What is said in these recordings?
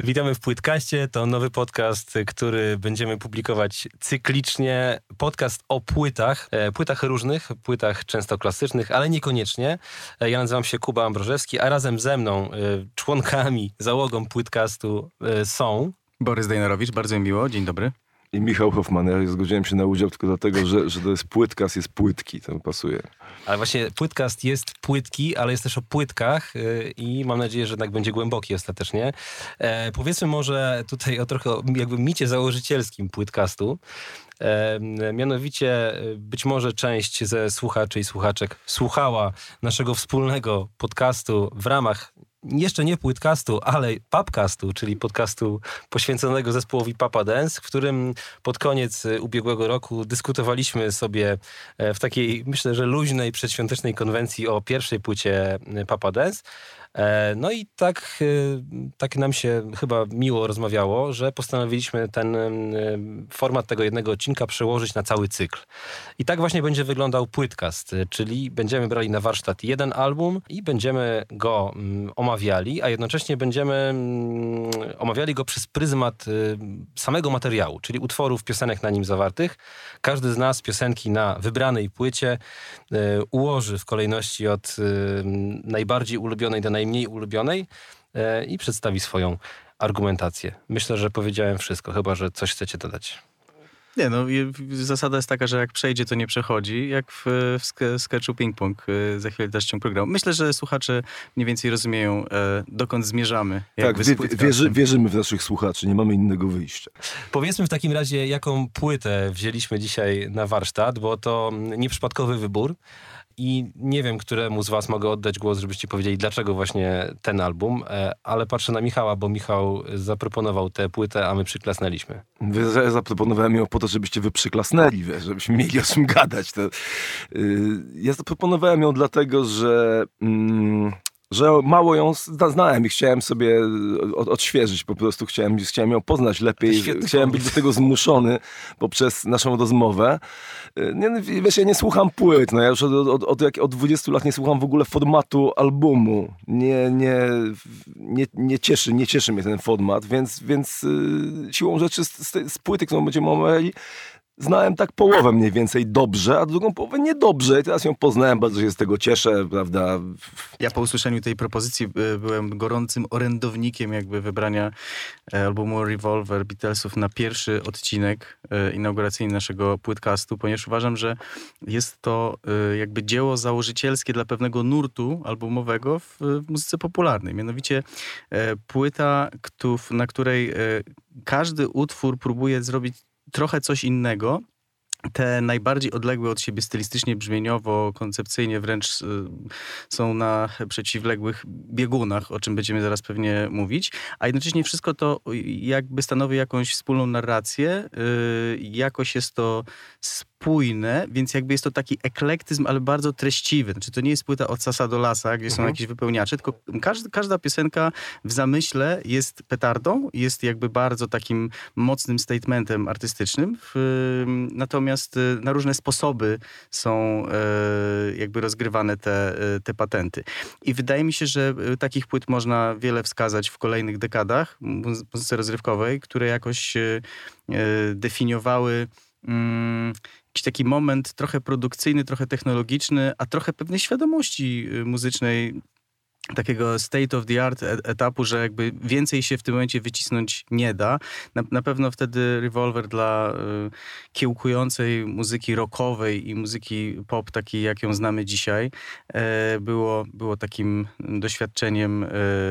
Witamy w Płytkaście. To nowy podcast, który będziemy publikować cyklicznie. Podcast o płytach. Płytach różnych, płytach często klasycznych, ale niekoniecznie. Ja nazywam się Kuba Ambrożewski, a razem ze mną członkami, załogą Płytkastu są... Borys Dejnarowicz, bardzo mi miło. Dzień dobry. I Michał Hoffman. Ja zgodziłem się na udział tylko dlatego, że to jest płytkast, jest płytki. To pasuje. Ale właśnie płytkast jest płytki, ale jest też o płytkach i mam nadzieję, że jednak będzie głęboki ostatecznie. Powiedzmy może tutaj o trochę jakby micie założycielskim płytkastu. Mianowicie być może część ze słuchaczy i słuchaczek słuchała naszego wspólnego podcastu w ramach jeszcze nie płytkastu, ale pubcastu, czyli podcastu poświęconego zespołowi Papa Dance, w którym pod koniec ubiegłego roku dyskutowaliśmy sobie w takiej, myślę, że luźnej, przedświątecznej konwencji o pierwszej płycie Papa Dance. No i tak nam się chyba miło rozmawiało, że postanowiliśmy ten format tego jednego odcinka przełożyć na cały cykl. I tak właśnie będzie wyglądał płytkast, czyli będziemy brali na warsztat jeden album i będziemy go omawiali, a jednocześnie będziemy omawiali go przez pryzmat samego materiału, czyli utworów, piosenek na nim zawartych. Każdy z nas piosenki na wybranej płycie ułoży w kolejności od najbardziej ulubionej do najmniej ulubionej i przedstawi swoją argumentację. Myślę, że powiedziałem wszystko, chyba że coś chcecie dodać. Nie, no zasada jest taka, że jak przejdzie, to nie przechodzi, jak w sketchu ping-pong. Za chwilę też ciąg programu. Myślę, że słuchacze mniej więcej rozumieją, dokąd zmierzamy. Tak, wierzymy w naszych słuchaczy, nie mamy innego wyjścia. Powiedzmy w takim razie, jaką płytę wzięliśmy dzisiaj na warsztat, bo to nieprzypadkowy wybór. I nie wiem, któremu z was mogę oddać głos, żebyście powiedzieli, dlaczego właśnie ten album, ale patrzę na Michała, bo Michał zaproponował tę płytę, a my przyklasnęliśmy. Ja zaproponowałem ją po to, żebyście wy przyklasnęli, żebyśmy mieli o czym gadać. Ja zaproponowałem ją dlatego, że mało ją znałem i chciałem sobie odświeżyć po prostu. Chciałem ją poznać lepiej. Chciałem być do tego zmuszony poprzez naszą rozmowę. Wiesz, ja nie słucham płyt. No ja już od 20 lat nie słucham w ogóle formatu albumu. Nie cieszy mnie ten format, więc siłą rzeczy z płyty, którą będziemy omawiali, znałem tak połowę mniej więcej dobrze, a drugą połowę niedobrze. I teraz ją poznałem, bardzo się z tego cieszę, prawda? Ja po usłyszeniu tej propozycji byłem gorącym orędownikiem jakby wybrania albumu Revolver Beatlesów na pierwszy odcinek inauguracyjny naszego płytcastu, ponieważ uważam, że jest to jakby dzieło założycielskie dla pewnego nurtu albumowego w muzyce popularnej. Mianowicie płyta, na której każdy utwór próbuje zrobić trochę coś innego. Te najbardziej odległe od siebie stylistycznie, brzmieniowo, koncepcyjnie wręcz są na przeciwległych biegunach, o czym będziemy zaraz pewnie mówić, a jednocześnie wszystko to jakby stanowi jakąś wspólną narrację, jakoś jest to spójne, więc jakby jest to taki eklektyzm, ale bardzo treściwy. Znaczy to nie jest płyta od sasa do lasa, gdzie są jakieś wypełniacze, tylko każda piosenka w zamyśle jest petardą, jest jakby bardzo takim mocnym statementem artystycznym, natomiast na różne sposoby są jakby rozgrywane te patenty. I wydaje mi się, że takich płyt można wiele wskazać w kolejnych dekadach muzyce rozrywkowej, które jakoś definiowały jakiś taki moment trochę produkcyjny, trochę technologiczny, a trochę pewnej świadomości muzycznej, takiego state of the art etapu, że jakby więcej się w tym momencie wycisnąć nie da. Na pewno wtedy Revolver dla kiełkującej muzyki rockowej i muzyki pop, takiej jak ją znamy dzisiaj, było takim doświadczeniem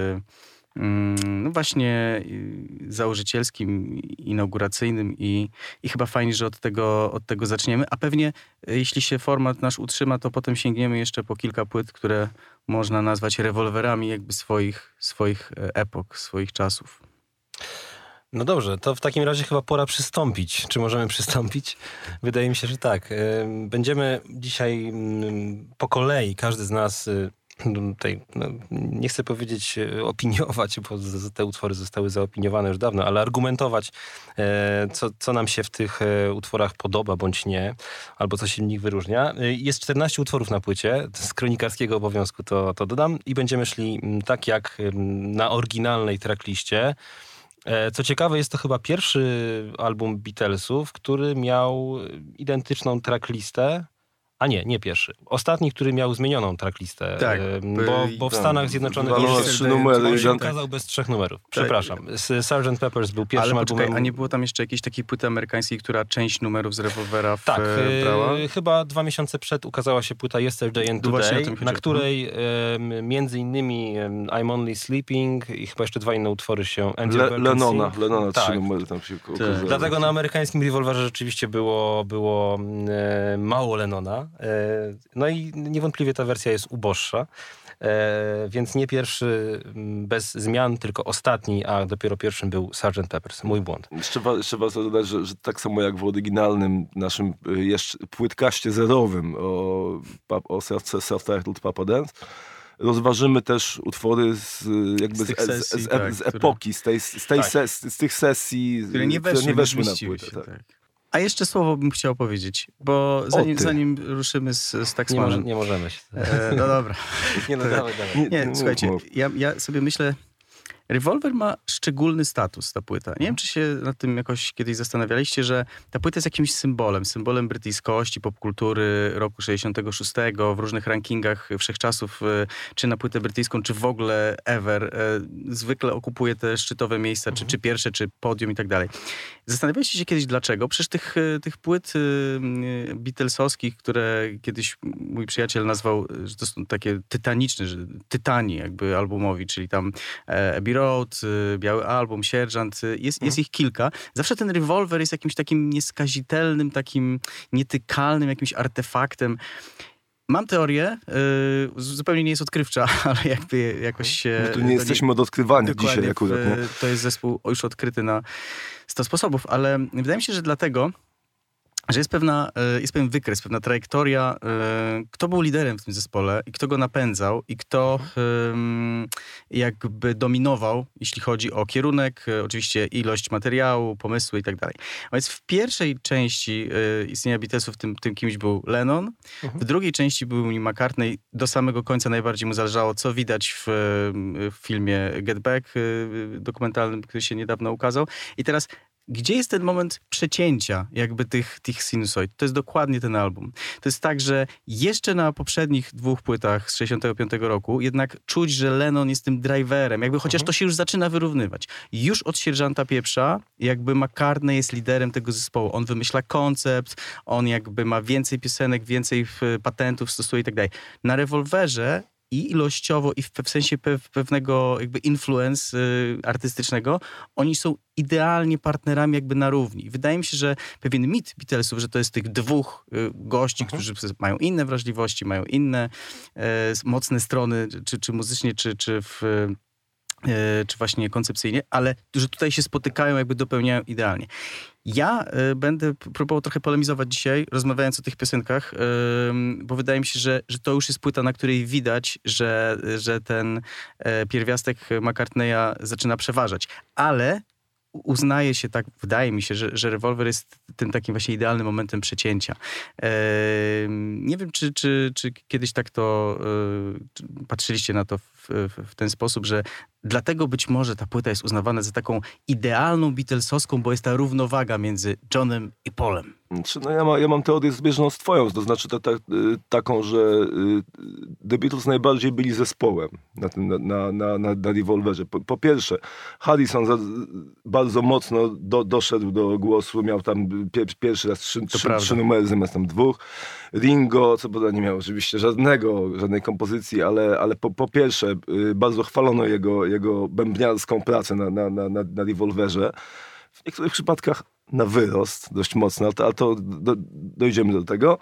no właśnie założycielskim, inauguracyjnym i chyba fajnie, że od tego zaczniemy. A pewnie jeśli się format nasz utrzyma, to potem sięgniemy jeszcze po kilka płyt, które można nazwać rewolwerami jakby swoich epok, swoich czasów. No dobrze, to w takim razie chyba pora przystąpić. Czy możemy przystąpić? Wydaje mi się, że tak. Będziemy dzisiaj po kolei, każdy z nas tutaj, nie chcę powiedzieć opiniować, bo te utwory zostały zaopiniowane już dawno, ale argumentować, co nam się w tych utworach podoba bądź nie, albo co się w nich wyróżnia. Jest 14 utworów na płycie, z kronikarskiego obowiązku to dodam i będziemy szli tak jak na oryginalnej trackliście. Co ciekawe, jest to chyba pierwszy album Beatlesów, który miał identyczną tracklistę. A nie pierwszy. Ostatni, który miał zmienioną tracklistę. Tak, bo w Stanach Zjednoczonych wywalono 3 numery. on się ukazał bez 3 numerów. Przepraszam. Sgt. Pepper's był pierwszym albumem. A nie było tam jeszcze jakiejś takiej płyty amerykańskiej, która część numerów z Revolvera brała? Chyba 2 miesiące przed ukazała się płyta Yesterday and Today, na której między innymi I'm Only Sleeping i chyba jeszcze 2 inne utwory się... Lennona 3 tak. numery tam się ukazały. Dlatego na amerykańskim Revolverze rzeczywiście było mało Lennona. No i niewątpliwie ta wersja jest uboższa, więc nie pierwszy bez zmian, tylko ostatni, a dopiero pierwszym był Sgt. Pepper's. Mój błąd. Jeszcze warto dodać, że tak samo jak w oryginalnym naszym jeszcze płytkaście zerowym o Self-Titled Papa Dance, rozważymy też utwory z epoki, z tych sesji, które nie weszły na płytę. Tak. A jeszcze słowo bym chciał powiedzieć, bo zanim ruszymy z Taxmanem... Nie możemy się. No dobra. Dawaj. Słuchajcie, ja sobie myślę, Revolver ma szczególny status, ta płyta. Nie wiem, czy się nad tym jakoś kiedyś zastanawialiście, że ta płyta jest jakimś symbolem brytyjskości, popkultury roku 66, w różnych rankingach wszechczasów, czy na płytę brytyjską, czy w ogóle ever. Zwykle okupuje te szczytowe miejsca, czy pierwsze, czy podium i tak dalej. Zastanawialiście się kiedyś dlaczego? Przecież tych płyt Beatlesowskich, które kiedyś mój przyjaciel nazwał, że to są takie tytaniczne, że tytani jakby albumowi, czyli tam Abbey Road, Biały Album, Sierżant, jest ich kilka. Zawsze ten Revolver jest jakimś takim nieskazitelnym, takim nietykalnym, jakimś artefaktem. Mam teorię, zupełnie nie jest odkrywcza, ale jakby jakoś... My tu nie jesteśmy od odkrywania dzisiaj akurat. Nie? To jest zespół już odkryty na 100 sposobów, ale wydaje mi się, że dlatego, że jest pewien wykres, pewna trajektoria, kto był liderem w tym zespole i kto go napędzał i kto jakby dominował, jeśli chodzi o kierunek, oczywiście ilość materiału, pomysły i tak dalej. A więc w pierwszej części istnienia Beatlesów tym kimś był Lennon, w drugiej części był McCartney. Do samego końca najbardziej mu zależało, co widać w filmie Get Back dokumentalnym, który się niedawno ukazał. I teraz gdzie jest ten moment przecięcia jakby tych sinusoid? To jest dokładnie ten album. To jest tak, że jeszcze na poprzednich 2 płytach z 65 roku jednak czuć, że Lennon jest tym driverem, jakby chociaż to się już zaczyna wyrównywać. Już od Sierżanta Pieprza jakby McCartney jest liderem tego zespołu. On wymyśla koncept, on jakby ma więcej piosenek, więcej patentów stosuje i tak dalej. Na Rewolwerze i ilościowo, i w sensie pewnego jakby influence artystycznego, oni są idealnie partnerami jakby na równi. Wydaje mi się, że pewien mit Beatlesów, że to jest tych 2 gości, którzy mają inne wrażliwości, mają inne mocne strony, czy muzycznie, czy właśnie koncepcyjnie, ale że tutaj się spotykają, jakby dopełniają idealnie. Ja będę próbował trochę polemizować dzisiaj, rozmawiając o tych piosenkach, bo wydaje mi się, że to już jest płyta, na której widać, że ten pierwiastek McCartneya zaczyna przeważać. Ale uznaje się tak, wydaje mi się, że Revolver jest tym takim właśnie idealnym momentem przecięcia. Nie wiem, czy kiedyś tak to patrzyliście na to w ten sposób, że dlatego być może ta płyta jest uznawana za taką idealną Beatlesowską, bo jest ta równowaga między Johnem i Paulem. Ja mam teorię zbieżną z twoją, to znaczy taką, że The Beatles najbardziej byli zespołem na Revolverze. Po pierwsze, Harrison bardzo mocno doszedł do głosu, miał tam pierwszy raz 3 numery zamiast tam 2. Ringo, co prawda nie miał oczywiście żadnej kompozycji, ale po pierwsze bardzo chwalono jego bębniarską pracę na Revolverze. W niektórych przypadkach na wyrost dość mocno, ale to dojdziemy do tego.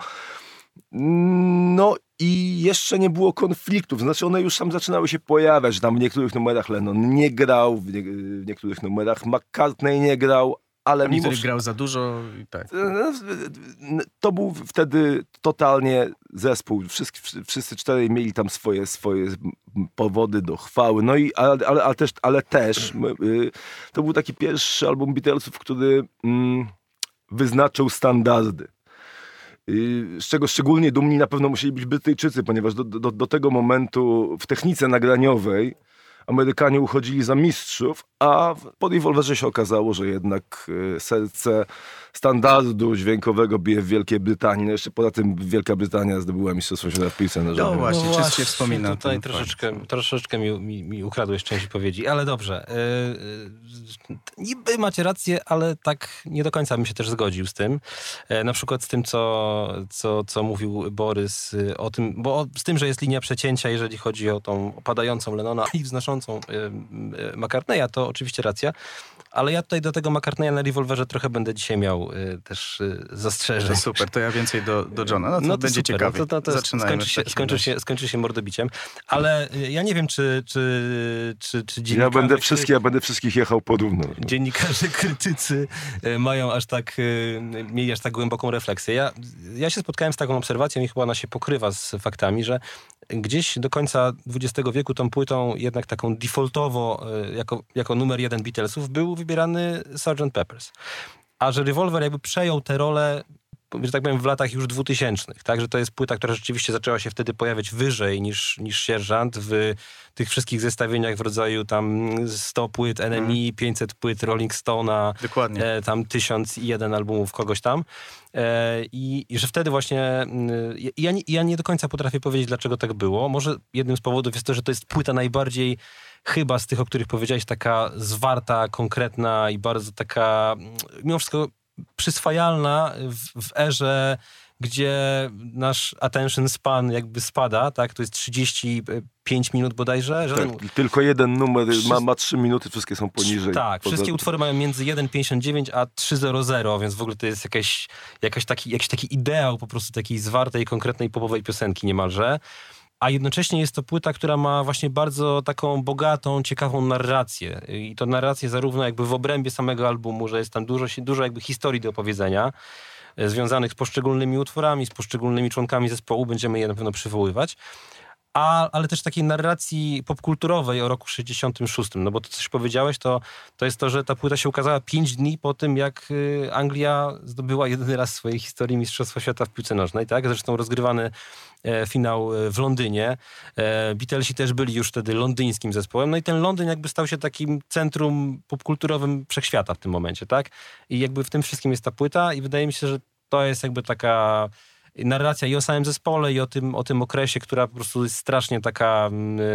No i jeszcze nie było konfliktów, znaczy one już tam zaczynały się pojawiać, tam w niektórych numerach Lennon nie grał, w niektórych numerach McCartney nie grał, ale mimo wszystko grał za dużo i tak. To był wtedy totalnie zespół. Wszyscy 4 mieli tam swoje powody do chwały. No i ale też to był taki pierwszy album Beatlesów, który wyznaczył standardy. Z czego szczególnie dumni na pewno musieli być Brytyjczycy, ponieważ do tego momentu w technice nagraniowej Amerykanie uchodzili za mistrzów, a po Revolverze się okazało, że jednak serce standardu dźwiękowego bije w Wielkiej Brytanii. No jeszcze poza tym Wielka Brytania zdobyła mistrzostwo świata w piłce nożnej. No właśnie, często się wspomina. Tutaj troszeczkę mi ukradłeś część wypowiedzi, ale dobrze. Niby macie rację, ale tak nie do końca bym się też zgodził z tym. Na przykład z tym, co mówił Borys o tym, bo z tym, że jest linia przecięcia, jeżeli chodzi o tą opadającą Lennona i wznoszącą McCartneya, to oczywiście racja. Ale ja tutaj do tego McCartneya na Revolverze trochę będę dzisiaj miał też zastrzeżeń. To super, to ja więcej do Johna. No to będzie super, ciekawie. To skończy się mordobiciem. Ale ja nie wiem, czy dziennikarze... Ja będę wszystkich jechał porówno. Dziennikarze, krytycy mieli aż tak głęboką refleksję. Ja się spotkałem z taką obserwacją i chyba ona się pokrywa z faktami, że gdzieś do końca XX wieku tą płytą jednak taką defaultowo jako numer 1 Beatlesów był wybierany Sgt. Peppers. A że Revolver jakby przejął tę rolę, że tak powiem, w latach już 2000. Tak? Że to jest płyta, która rzeczywiście zaczęła się wtedy pojawiać wyżej niż Sierżant w tych wszystkich zestawieniach w rodzaju tam 100 płyt NME, 500 płyt Rolling Stone'a, tam 1001 albumów kogoś tam. I że wtedy właśnie... Ja nie do końca potrafię powiedzieć, dlaczego tak było. Może jednym z powodów jest to, że to jest płyta najbardziej chyba z tych, o których powiedziałeś, taka zwarta, konkretna i bardzo taka mimo wszystko przyswajalna w erze, gdzie nasz attention span jakby spada, tak? To jest 35 minut bodajże. Tak, tylko jeden numer ma 3 minuty, wszystkie są poniżej. Tak, wszystkie utwory mają między 1,59 a 3,00, więc w ogóle to jest jakiś taki ideał po prostu takiej zwartej, konkretnej popowej piosenki niemalże. A jednocześnie jest to płyta, która ma właśnie bardzo taką bogatą, ciekawą narrację. I to narrację zarówno jakby w obrębie samego albumu, że jest tam dużo jakby historii do opowiedzenia, związanych z poszczególnymi utworami, z poszczególnymi członkami zespołu, będziemy je na pewno przywoływać, ale też takiej narracji popkulturowej o roku 66. No bo to, coś powiedziałeś, to jest to, że ta płyta się ukazała 5 dni po tym, jak Anglia zdobyła jedyny raz w swojej historii Mistrzostwo Świata w piłce nożnej, tak? Zresztą rozgrywany finał w Londynie. Beatlesi też byli już wtedy londyńskim zespołem. No i ten Londyn jakby stał się takim centrum popkulturowym wszechświata w tym momencie, tak? I jakby w tym wszystkim jest ta płyta i wydaje mi się, że to jest jakby taka narracja i o samym zespole, i o tym okresie, która po prostu jest strasznie taka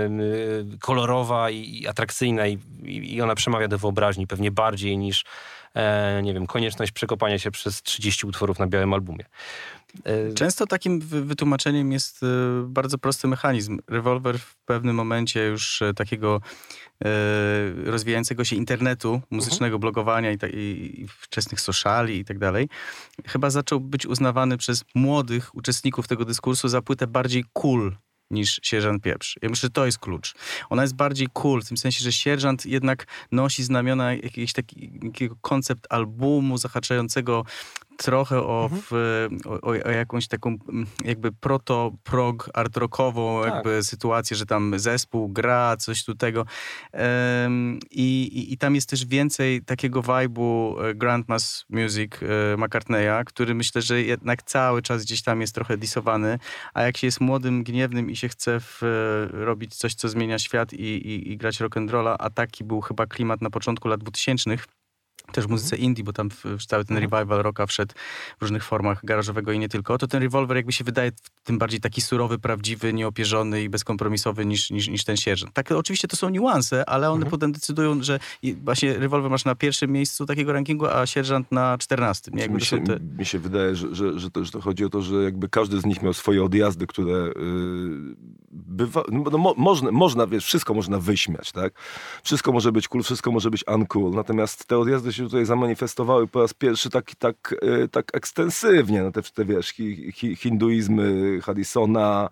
kolorowa i atrakcyjna i ona przemawia do wyobraźni pewnie bardziej niż nie wiem, konieczność przekopania się przez 30 utworów na białym albumie. Często takim wytłumaczeniem jest bardzo prosty mechanizm. Revolver w pewnym momencie już takiego rozwijającego się internetu, muzycznego blogowania i wczesnych sociali i tak dalej, chyba zaczął być uznawany przez młodych uczestników tego dyskursu za płytę bardziej cool niż Sierżant Pieprz. Ja myślę, że to jest klucz. Ona jest bardziej cool, w tym sensie, że Sierżant jednak nosi znamiona jakiegoś takiego koncept albumu zahaczającego trochę o jakąś taką jakby proto-prog art rockową jakby sytuację, że tam zespół gra, coś tu tego. I tam jest też więcej takiego vibe'u Grandma's Music McCartneya, który myślę, że jednak cały czas gdzieś tam jest trochę disowany, a jak się jest młodym, gniewnym i się chce robić coś, co zmienia świat i grać rock'n'rolla, a taki był chyba klimat na początku lat 2000 też w muzyce indie, bo tam cały ten revival rocka wszedł w różnych formach garażowego i nie tylko, to ten Revolver jakby się wydaje tym bardziej taki surowy, prawdziwy, nieopierzony i bezkompromisowy niż ten Sierżant. Tak, oczywiście to są niuanse, ale one potem decydują, że właśnie Revolver masz na pierwszym miejscu takiego rankingu, a Sierżant na 14. Mi się wydaje, że to chodzi o to, że jakby każdy z nich miał swoje odjazdy, które można, wiesz, wszystko można wyśmiać, tak? Wszystko może być cool, wszystko może być uncool, natomiast te odjazdy się tutaj zamanifestowały po raz pierwszy tak ekstensywnie, no te wiesz, hinduizmy Harrisona,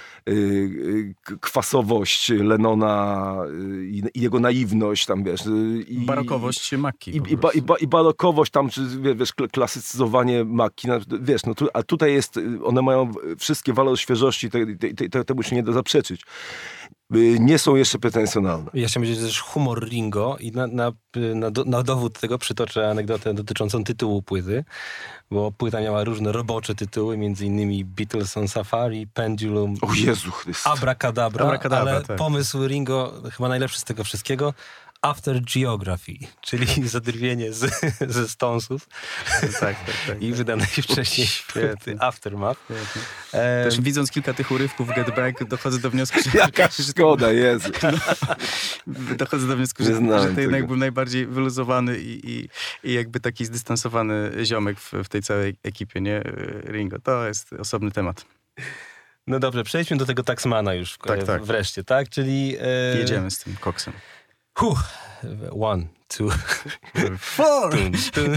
kwasowość Lennona i jego naiwność tam, wiesz. Barokowość Mackie. I barokowość tam, czy wiesz, klasycyzowanie Mackie, wiesz, no a tutaj jest, one mają wszystkie walor świeżości, temu się nie da zaprzeczyć. nie są jeszcze pretensjonalne. Ja chciałem powiedzieć, że też humor Ringo i na dowód tego przytoczę anegdotę dotyczącą tytułu płyty, bo płyta miała różne robocze tytuły, między innymi Beatles on Safari, Pendulum, O Jezu Chryste. Abracadabra, ale tak. pomysł Ringo, chyba najlepszy z tego wszystkiego, After Geography, czyli zadrwienie ze Stonesów Tak. i wydanej wcześniej płyty Aftermath. Też widząc kilka tych urywków Get Back, dochodzę do wniosku, że... Jaka szkoda, Jezu. Dochodzę do wniosku, Nie że znałem to jednak tego. był najbardziej wyluzowany i jakby taki zdystansowany ziomek w tej całej ekipie, nie? Ringo. To jest osobny temat. No dobrze, przejdźmy do tego Taxmana już Tak. wreszcie, tak? Czyli... Jedziemy z tym koksem. 1, 2, 4!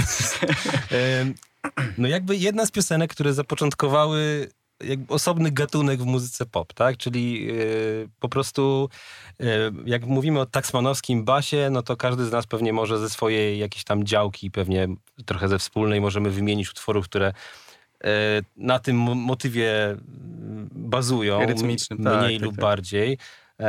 No jakby jedna z piosenek, które zapoczątkowały jakby osobny gatunek w muzyce pop, tak? Czyli po prostu jak mówimy o taxmanowskim basie, no to każdy z nas pewnie może ze swojej jakiejś tam działki, pewnie trochę ze wspólnej możemy wymienić utworów, które na tym motywie bazują. Rytmicznym, mniej tak, lub tak. bardziej.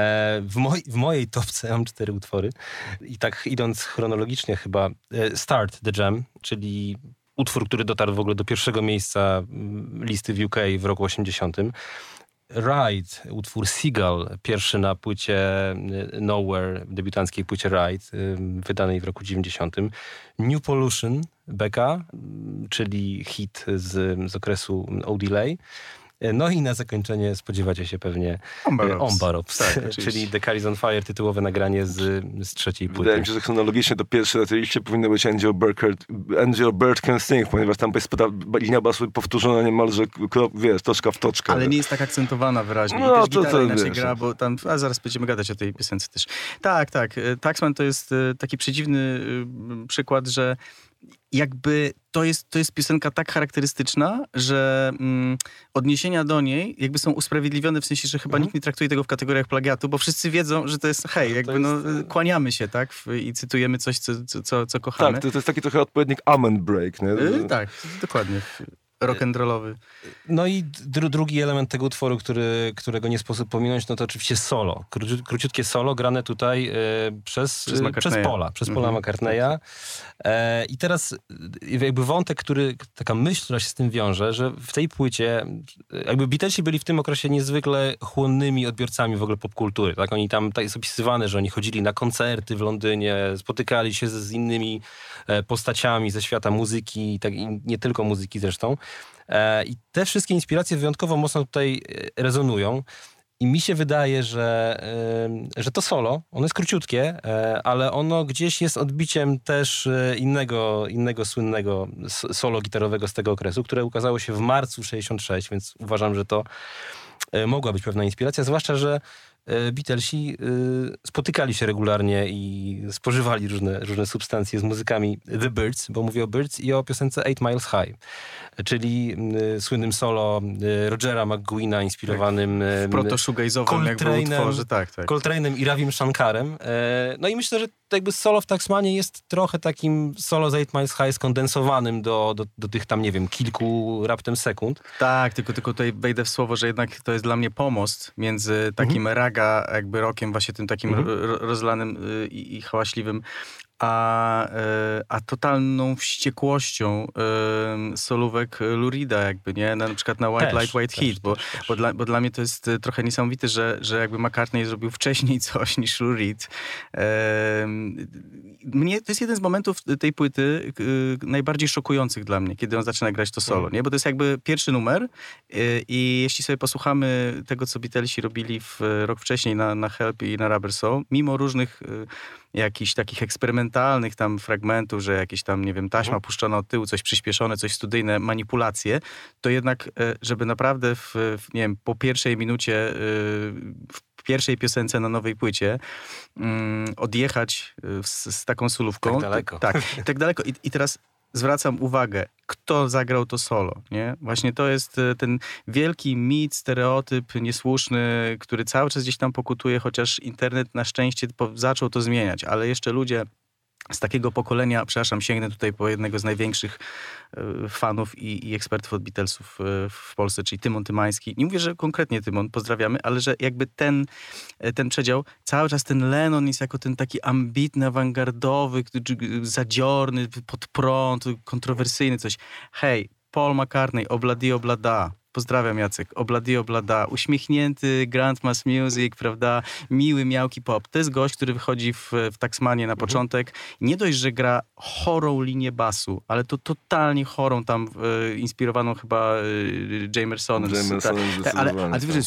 W mojej topce mam 4 utwory i tak idąc chronologicznie chyba Start the Jam, czyli utwór, który dotarł w ogóle do pierwszego miejsca listy w UK w roku 80. Ride, utwór Seagull, pierwszy na płycie Nowhere, debiutanckiej płycie Ride, wydanej w roku 90. New Pollution, Becca, czyli hit z okresu O-Delay. No i na zakończenie spodziewacie się pewnie Ombarops, Tak, czyli The Carries on Fire, tytułowe nagranie z trzeciej płyty. Wydaje mi się, że chronologicznie to pierwsze na tej liście powinno być Angel Bird Can Sing, ponieważ tam jest linia basu powtórzona niemalże, wiesz, toczka w toczkę. Ale nie jest tak akcentowana wyraźnie. No, I też gitara to inaczej wiesz, gra, bo tam... A zaraz będziemy gadać o tej piosence też. Tak. Taxman to jest taki przedziwny przykład, że jakby to jest piosenka tak charakterystyczna, że odniesienia do niej jakby są usprawiedliwione w sensie, że chyba nikt nie traktuje tego w kategoriach plagiatu, bo wszyscy wiedzą, że to jest kłaniamy się, tak? I cytujemy coś, co kochamy. Tak, to jest taki trochę odpowiednik Amen Break, nie? Tak, dokładnie. Rock'n'rollowy. No i drugi element tego utworu, którego nie sposób pominąć, no to oczywiście solo. Króciutkie solo grane tutaj przez Paula McCartneya. I teraz jakby wątek, taka myśl, która się z tym wiąże, że w tej płycie jakby Beatlesi byli w tym okresie niezwykle chłonnymi odbiorcami w ogóle popkultury. Tak? Oni tam, tak jest opisywane, że oni chodzili na koncerty w Londynie, spotykali się z innymi postaciami ze świata muzyki i nie tylko muzyki zresztą. I te wszystkie inspiracje wyjątkowo mocno tutaj rezonują. I mi się wydaje, że to solo, ono jest króciutkie, ale ono gdzieś jest odbiciem też innego słynnego solo gitarowego z tego okresu, które ukazało się w marcu 66, więc uważam, że to mogła być pewna inspiracja, zwłaszcza, że Beatlesi spotykali się regularnie i spożywali różne substancje z muzykami The Byrds, bo mówię o Byrds i o piosence 8 Miles High, czyli słynnym solo Rogera McGuina inspirowanym proto-shoegazowym jakby utworze, tak. Coltrane'em i Ravim Shankarem. No i myślę, że to jakby solo w Taxmanie jest trochę takim solo z 8 Miles High skondensowanym do tych tam, nie wiem, kilku raptem sekund. Tak, tylko tutaj wejdę w słowo, że jednak to jest dla mnie pomost między takim raga jakby rockiem, właśnie tym takim rozlanym i hałaśliwym, a totalną wściekłością solówek Lou Reeda jakby, nie? Na przykład na White Light, White Heat, bo dla mnie to jest trochę niesamowite, że jakby McCartney zrobił wcześniej coś niż Lou Reed. To jest jeden z momentów tej płyty najbardziej szokujących dla mnie, kiedy on zaczyna grać to solo, nie? Bo to jest jakby pierwszy numer i jeśli sobie posłuchamy tego, co Beatlesi robili rok wcześniej na Help i na Rubber Soul, mimo różnych jakichś takich eksperymentalnych tam fragmentów, że jakieś tam, nie wiem, taśma puszczona od tyłu, coś przyspieszone, coś studyjne, manipulacje, to jednak, żeby naprawdę nie wiem, po pierwszej minucie w pierwszej piosence na nowej płycie odjechać z taką solówką. Tak daleko. Tak daleko. I teraz zwracam uwagę, kto zagrał to solo, nie? Właśnie to jest ten wielki mit, stereotyp niesłuszny, który cały czas gdzieś tam pokutuje, chociaż internet na szczęście zaczął to zmieniać, ale jeszcze ludzie z takiego pokolenia, przepraszam, sięgnę tutaj po jednego z największych fanów i ekspertów od Beatlesów w Polsce, czyli Tymon Tymański. Nie mówię, że konkretnie Tymon, pozdrawiamy, ale że jakby ten przedział, cały czas ten Lennon jest jako ten taki ambitny, awangardowy, zadziorny, pod prąd, kontrowersyjny coś. Hej, Paul McCartney, Obladi Oblada. Pozdrawiam, Jacek. Obladi Oblada. Uśmiechnięty Grandma's Music, prawda? Miły, miałki pop. To jest gość, który wychodzi w Taxmanie na początek. Nie dość, że gra chorą linię basu, ale to totalnie chorą tam, inspirowaną chyba Jamersonem. Ale ty wiesz,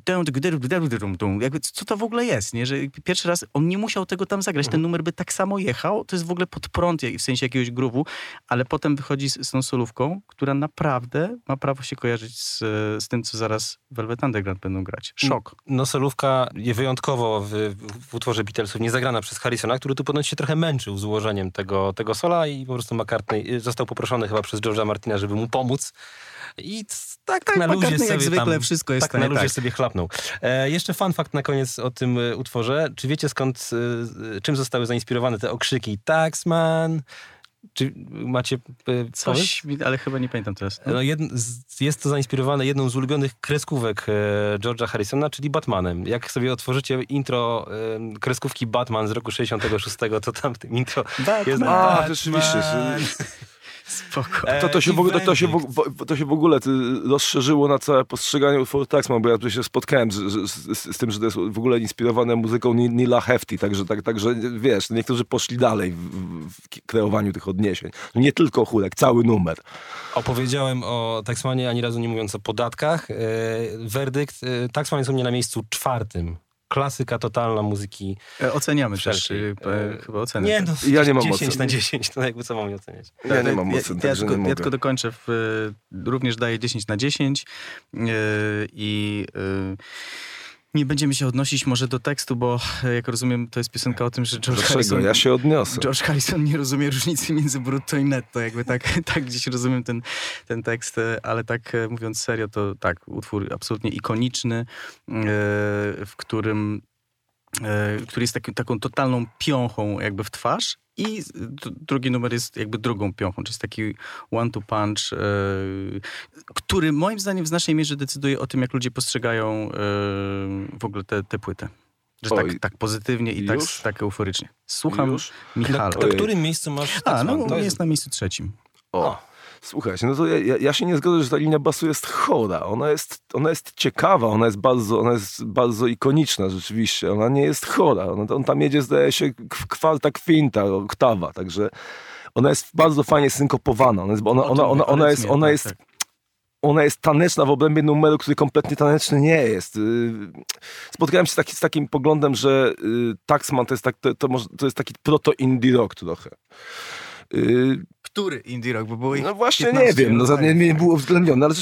jakby co to w ogóle jest, nie? Że pierwszy raz on nie musiał tego tam zagrać. Ten numer by tak samo jechał. To jest w ogóle pod prąd, w sensie jakiegoś groove'u, ale potem wychodzi z tą solówką, która naprawdę ma prawo się kojarzyć z tym, co zaraz Velvet Underground będą grać. Szok. No solówka wyjątkowo w utworze Beatlesów nie zagrana przez Harrisona, który tu ponoć się trochę męczył z ułożeniem tego sola i po prostu McCartney został poproszony chyba przez George'a Martina, żeby mu pomóc. I tak na luzie sobie jak zwykle tam, wszystko jest tak na luzie sobie chlapnął. Jeszcze fun fact na koniec o tym utworze. Czy wiecie czym zostały zainspirowane te okrzyki Taxman? Czy macie coś, ale chyba nie pamiętam teraz. No jest to zainspirowane jedną z ulubionych kreskówek George'a Harrisona, czyli Batmanem. Jak sobie otworzycie intro kreskówki Batman z roku 66, to tam w tym intro jest Batman. Rzeczywiście. Spoko. To się w ogóle rozszerzyło na całe postrzeganie utworu Taxman, bo ja tu się spotkałem z tym, że to jest w ogóle inspirowane muzyką Nila Hefti, także wiesz, niektórzy poszli dalej w kreowaniu tych odniesień. No nie tylko chórek, cały numer. Opowiedziałem o Taxmanie, ani razu nie mówiąc o podatkach. Werdykt, Taxman jest u mnie na miejscu 4. Klasyka totalna muzyki. Oceniamy też, chyba ocenę. Nie, no, ja nie mam 10 na 10, to jakby co mam nie oceniać. Ja nie mam ocen, także nie mogę. Ja tylko dokończę, również daję 10 na 10 nie będziemy się odnosić może do tekstu, bo jak rozumiem, to jest piosenka o tym, że Ja się odniosę. George Harrison nie rozumie różnicy między brutto i netto. Jakby tak gdzieś rozumiem ten tekst, ale tak mówiąc serio, to tak, utwór absolutnie ikoniczny, który jest taką totalną piąchą jakby w twarz. I drugi numer jest jakby drugą piąchą, czyli jest taki one-two punch, który moim zdaniem w znacznej mierze decyduje o tym, jak ludzie postrzegają w ogóle tę płytę. Że tak pozytywnie i tak euforycznie. Słucham Michała. Na którym miejscu masz Taxman? Jest na miejscu 3. Słuchajcie, no to ja się nie zgodzę, że ta linia basu jest chora. Ona jest ciekawa, ona jest bardzo ikoniczna rzeczywiście. Ona nie jest chora. On tam jedzie, zdaje się, kwarta kwinta, oktawa, także ona jest bardzo fajnie synkopowana. Ona jest taneczna w obrębie numeru, który kompletnie taneczny nie jest. Spotkałem się z takim poglądem, że Taxman to jest taki proto-indie rock trochę. Który indie rock? Bo było ich no właśnie nie wiem, nie było uwzględnione, ale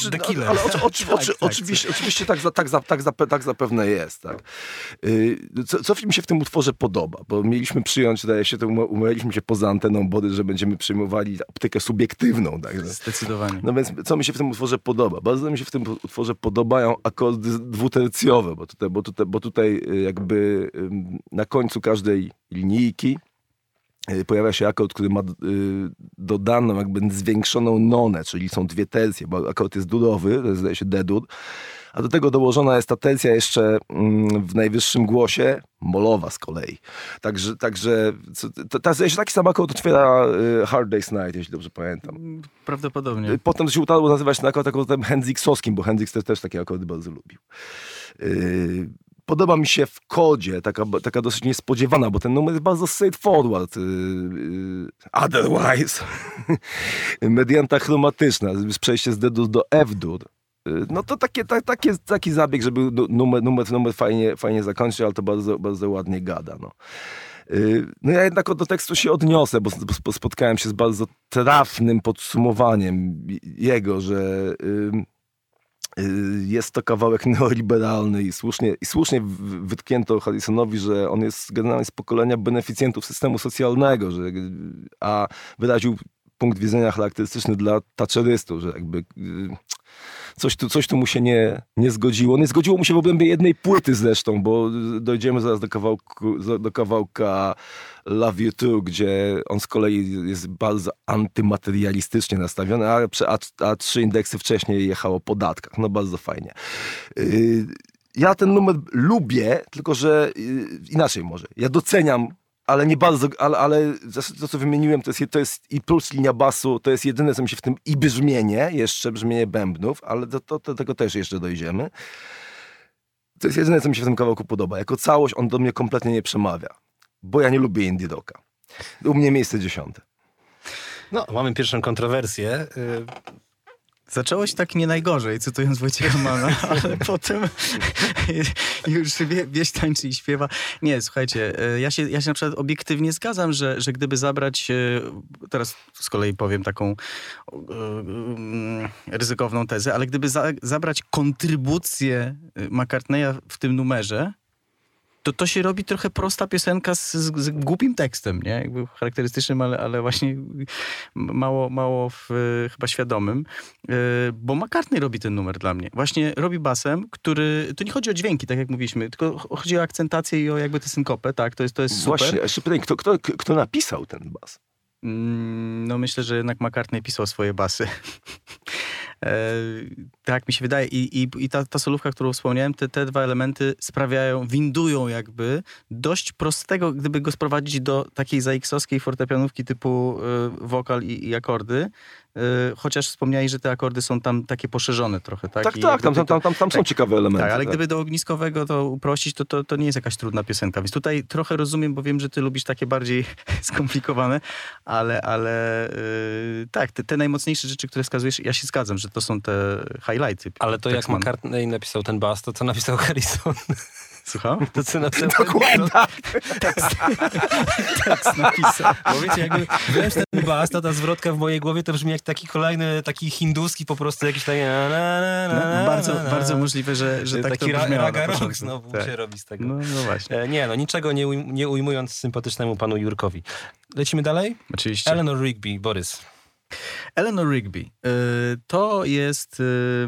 oczywiście tak zapewne jest. Tak. Co mi się w tym utworze podoba? Bo mieliśmy przyjąć, zdaje się, umawialiśmy się poza anteną Body, że będziemy przyjmowali optykę subiektywną. Także. Zdecydowanie. No więc co mi się w tym utworze podoba? Bardzo mi się w tym utworze podobają akordy dwutercjowe, bo tutaj jakby na końcu każdej linijki pojawia się akord, który ma dodaną, jakby zwiększoną nonę, czyli są 2 tercje, bo akord jest durowy, to jest, zdaje się, D-dur, a do tego dołożona jest ta tercja jeszcze w najwyższym głosie, molowa z kolei. Także zdaje się, taki sam akord otwiera Hard Day's Night, jeśli dobrze pamiętam. Prawdopodobnie. Potem się udało nazywać ten akord akordem Hendrixowskim, bo Hendrix też takie akordy bardzo lubił. Podoba mi się w kodzie, taka dosyć niespodziewana, bo ten numer jest bardzo straightforward. Otherwise. Medianta chromatyczna, przejście z D-dur do F-dur. No to taki zabieg, żeby numer fajnie zakończyć, ale to bardzo, bardzo ładnie gada. No ja jednak do tekstu się odniosę, bo spotkałem się z bardzo trafnym podsumowaniem jego, że jest to kawałek neoliberalny i słusznie wytknięto Harrisonowi, że on jest generalnie z pokolenia beneficjentów systemu socjalnego, a wyraził punkt widzenia charakterystyczny dla thatcherystów, że jakby coś tu mu się nie zgodziło. Nie zgodziło mu się w obrębie jednej płyty zresztą, bo dojdziemy zaraz do kawałka Love You Too, gdzie on z kolei jest bardzo antymaterialistycznie nastawiony, a 3 indeksy wcześniej jechało o podatkach. No bardzo fajnie. Ja ten numer lubię, tylko że inaczej może. Ja doceniam, ale nie bardzo, ale to, co wymieniłem, to jest i plus linia basu, to jest jedyne, co mi się w tym, i brzmienie bębnów, ale do tego też jeszcze dojdziemy. To jest jedyne, co mi się w tym kawałku podoba. Jako całość on do mnie kompletnie nie przemawia, bo ja nie lubię indie rocka. U mnie miejsce 10. No, mamy pierwszą kontrowersję. Zaczęło się tak nie najgorzej, cytując Wojciecha Manna, ale potem już wieś tańczy i śpiewa. Nie, słuchajcie, ja się na przykład obiektywnie zgadzam, że gdyby zabrać, teraz z kolei powiem taką ryzykowną tezę, ale gdyby zabrać kontrybucję McCartneya w tym numerze, to się robi trochę prosta piosenka z głupim tekstem, nie? Jakby charakterystycznym, ale właśnie mało chyba świadomym. Bo McCartney robi ten numer dla mnie. Właśnie robi basem, który... To nie chodzi o dźwięki, tak jak mówiliśmy, tylko chodzi o akcentację i o jakby tę synkopę, tak? To jest super. Właśnie, jeszcze pytanie, kto napisał ten bas? No myślę, że jednak McCartney pisał swoje basy. Tak mi się wydaje. I ta solówka, którą wspomniałem, te dwa elementy windują jakby dość prostego, gdyby go sprowadzić do takiej ZX-owskiej fortepianówki typu wokal i akordy. Chociaż wspomniałeś, że te akordy są tam takie poszerzone trochę, tak? Tak, tam są ciekawe elementy. Tak, ale gdyby do ogniskowego to uprościć, to nie jest jakaś trudna piosenka. Więc tutaj trochę rozumiem, bo wiem, że ty lubisz takie bardziej skomplikowane, ale tak, te najmocniejsze rzeczy, które wskazujesz, ja się zgadzam, że to są te highlighty. Ale to jak McCartney napisał ten bas, to co napisał Harrison? Słucham? To co napisał? Dokładnie. Tekst napisał. Bo wiecie, jakby wziąć ten bas, to ta zwrotka w mojej głowie to brzmi jak taki kolejny, taki hinduski po prostu jakiś taki... Bardzo możliwe, że tak taki to brzmiało raga rock znowu tak. się robi z tego. No właśnie. Nie, niczego nie ujmując sympatycznemu panu Jurkowi. Lecimy dalej? Oczywiście. Eleanor Rigby, Borys. Eleanor Rigby. To jest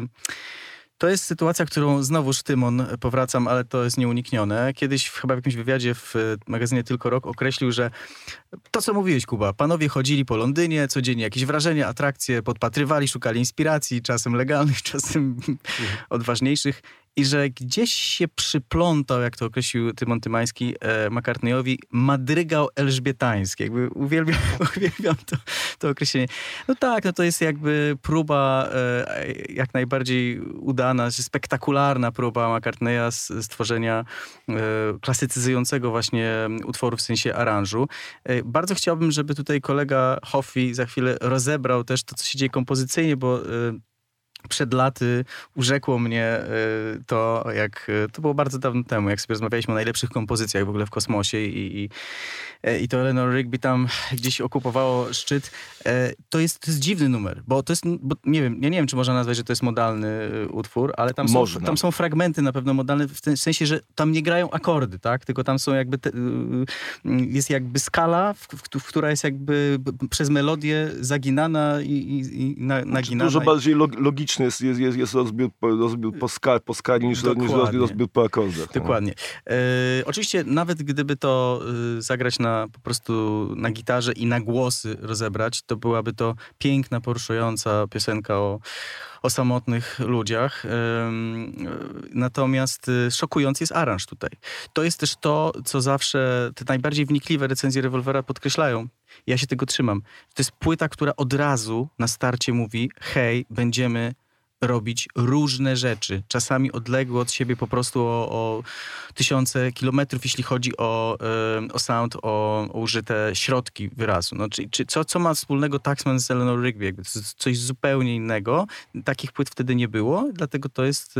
sytuacja, którą znowuż Tymon, powracam, ale to jest nieuniknione. Kiedyś chyba w jakimś wywiadzie w magazynie Tylko Rock określił, że to, co mówiłeś, Kuba, panowie chodzili po Londynie, codziennie jakieś wrażenia, atrakcje, podpatrywali, szukali inspiracji, czasem legalnych, czasem odważniejszych. I że gdzieś się przyplątał, jak to określił Tymon Tymański, McCartneyowi, madrygał elżbietański. Jakby uwielbiam to określenie. No tak, no to jest jakby próba jak najbardziej udana, spektakularna próba McCartneya stworzenia klasycyzującego właśnie utworu w sensie aranżu. Bardzo chciałbym, żeby tutaj kolega Hoffi za chwilę rozebrał też to, co się dzieje kompozycyjnie, bo przed laty urzekło mnie to, to było bardzo dawno temu, jak sobie rozmawialiśmy o najlepszych kompozycjach w ogóle w kosmosie i to Eleanor Rigby tam gdzieś okupowało szczyt. To jest dziwny numer, bo to jest, ja nie wiem, czy można nazwać, że to jest modalny utwór, ale tam są fragmenty na pewno modalne, w tym sensie, że tam nie grają akordy, tak? Tylko tam są jakby, jest jakby skala, która jest jakby przez melodię zaginana i naginana. Dużo bardziej logiczny jest rozbiór po skali niż rozbiór po akordach. Dokładnie. Oczywiście nawet gdyby to zagrać po prostu na gitarze i na głosy rozebrać, to byłaby to piękna, poruszająca piosenka o samotnych ludziach. Natomiast szokujący jest aranż tutaj. To jest też to, co zawsze te najbardziej wnikliwe recenzje Rewolwera podkreślają. Ja się tego trzymam. To jest płyta, która od razu na starcie mówi: hej, będziemy robić różne rzeczy, czasami odległe od siebie po prostu o tysiące kilometrów, jeśli chodzi o sound, o użyte środki wyrazu. No, co ma wspólnego Taxman z Eleanor Rigby? Jakby to jest coś zupełnie innego. Takich płyt wtedy nie było, dlatego to jest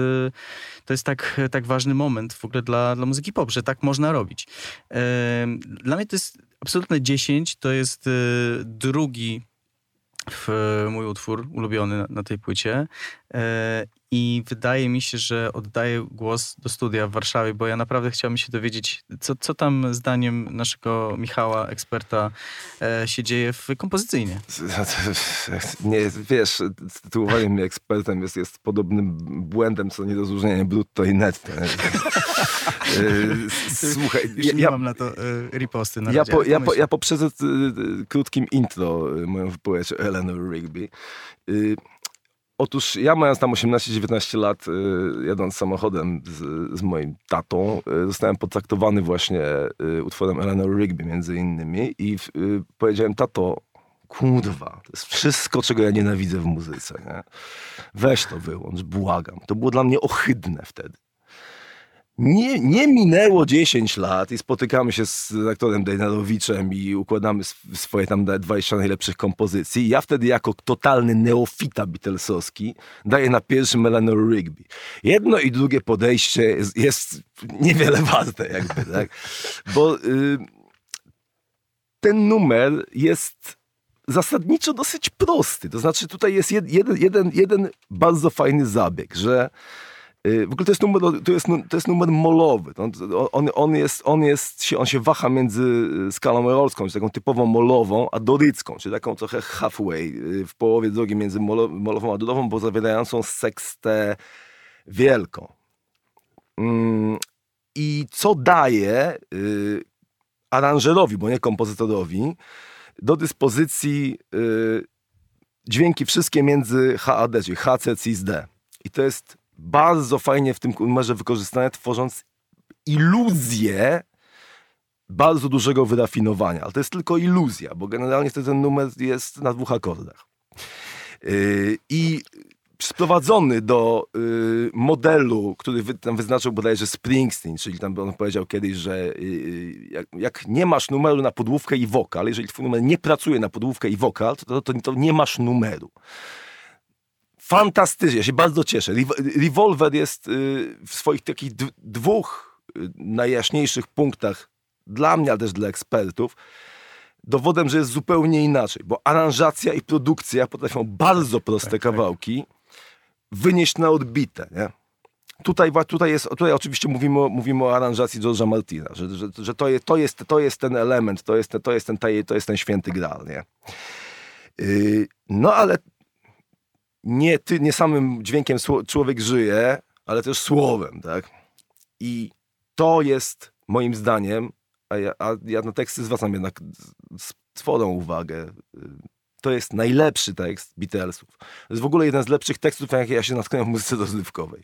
tak ważny moment w ogóle dla muzyki pop, że tak można robić. Dla mnie to jest absolutne 10, to jest drugi mój utwór ulubiony na tej płycie. i wydaje mi się, że oddaję głos do studia w Warszawie, bo ja naprawdę chciałbym się dowiedzieć, co tam zdaniem naszego Michała, eksperta, się dzieje kompozycyjnie. Nie, wiesz, tytułowanie mnie ekspertem jest podobnym błędem, co niedozróżnienie brutto i netto. Słuchaj, już nie mam na to riposty na razie. Ja poprzedzę krótkim intro moją wypowiedź o Eleanor Rigby. Otóż ja mając tam 18-19 lat, jadąc samochodem z moim tatą, zostałem potraktowany właśnie utworem Eleanor Rigby między innymi i powiedziałem: tato, kurwa, to jest wszystko, czego ja nienawidzę w muzyce. Nie? Weź to wyłącz, błagam. To było dla mnie ohydne wtedy. Nie minęło 10 lat i spotykamy się z redaktorem Dejnarowiczem i układamy swoje tam 20 najlepszych kompozycji. I ja wtedy jako totalny neofita beatlesowski daję na pierwszym Eleanor Rigby. Jedno i drugie podejście jest niewiele warte jakby, tak? Bo ten numer jest zasadniczo dosyć prosty. To znaczy tutaj jest jeden bardzo fajny zabieg, że w ogóle to jest numer molowy. On się waha między skalą rolską, czyli taką typową molową, a dorycką, czyli taką trochę halfway, w połowie drogi między molową a dorową, bo zawierającą sekstę wielką. I co daje aranżerowi, bo nie kompozytorowi, do dyspozycji dźwięki wszystkie między H a D, czyli H, C, Cis, D. I to jest bardzo fajnie w tym numerze wykorzystane, tworząc iluzję bardzo dużego wyrafinowania. Ale to jest tylko iluzja, bo generalnie wtedy ten numer jest na 2 akordach. I sprowadzony do modelu, który tam wyznaczył bodajże Springsteen, czyli tam on powiedział kiedyś, że jak nie masz numeru na podłówkę i wokal, jeżeli twój numer nie pracuje na podłówkę i wokal, to nie masz numeru. Fantastycznie, ja się bardzo cieszę. Revolver jest w swoich takich 2 najjaśniejszych punktach dla mnie, ale też dla ekspertów, dowodem, że jest zupełnie inaczej, bo aranżacja i produkcja potrafią bardzo proste kawałki wynieść na odbitę, nie? Tutaj oczywiście mówimy o aranżacji George'a Martina, że to jest ten element, to jest ten święty graal, nie? No ale nie samym dźwiękiem człowiek żyje, ale też słowem, tak? I to jest moim zdaniem, a ja na teksty zwracam jednak sporą uwagę, to jest najlepszy tekst Beatlesów. To jest w ogóle jeden z lepszych tekstów, jakie ja się natknąłem w muzyce rozrywkowej.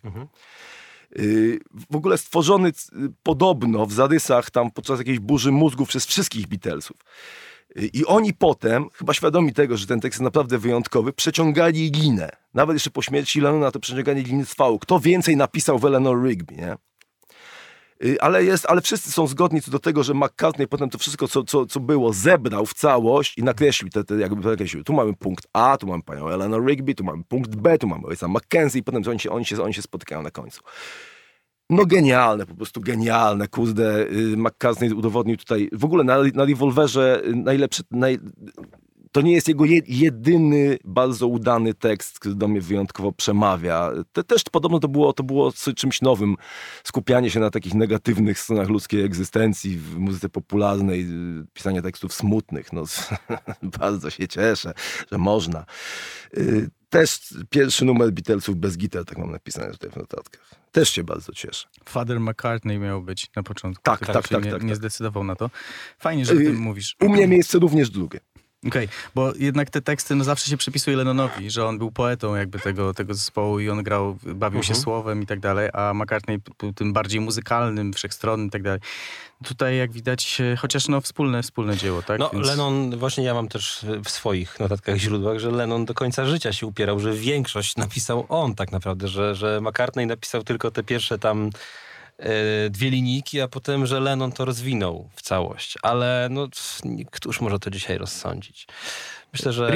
W ogóle stworzony podobno w zarysach tam podczas jakiejś burzy mózgu przez wszystkich Beatlesów. I oni potem, chyba świadomi tego, że ten tekst jest naprawdę wyjątkowy, przeciągali linę. Nawet jeszcze po śmierci Lennona to przeciąganie liny trwało. Kto więcej napisał w Eleanor Rigby, nie? Ale wszyscy są zgodni co do tego, że McCartney potem to wszystko, co było, zebrał w całość i nakreślił tu mamy punkt A, tu mamy panią Eleanor Rigby, tu mamy punkt B, tu mamy ojca Mackenzie i potem oni się spotykają na końcu. No genialne, po prostu genialne, kurde. McCartney udowodnił tutaj, w ogóle na Revolverze najlepszy, to nie jest jego jedyny bardzo udany tekst, który do mnie wyjątkowo przemawia. Też podobno to było czymś nowym, skupianie się na takich negatywnych stronach ludzkiej egzystencji w muzyce popularnej, pisanie tekstów smutnych. No, bardzo się cieszę, że można. Też pierwszy numer Beatlesów bez gitar, tak mam napisane tutaj w notatkach. Też się bardzo cieszę. Father McCartney miał być na początku. Tak. Nie zdecydował na to. Fajnie, że o tym mówisz. U mnie miejsce również drugie. Okej, bo jednak te teksty zawsze się przypisuje Lennonowi, że on był poetą jakby tego zespołu i on bawił się słowem i tak dalej, a McCartney był tym bardziej muzykalnym, wszechstronnym i tak dalej. Tutaj jak widać, chociaż wspólne dzieło, tak? No Lennon, właśnie ja mam też w swoich notatkach źródłach, że Lennon do końca życia się upierał, że większość napisał on tak naprawdę, że McCartney napisał tylko te pierwsze tam 2 linijki, a potem, że Lennon to rozwinął w całość. Ale no, któż może to dzisiaj rozsądzić? Myślę, że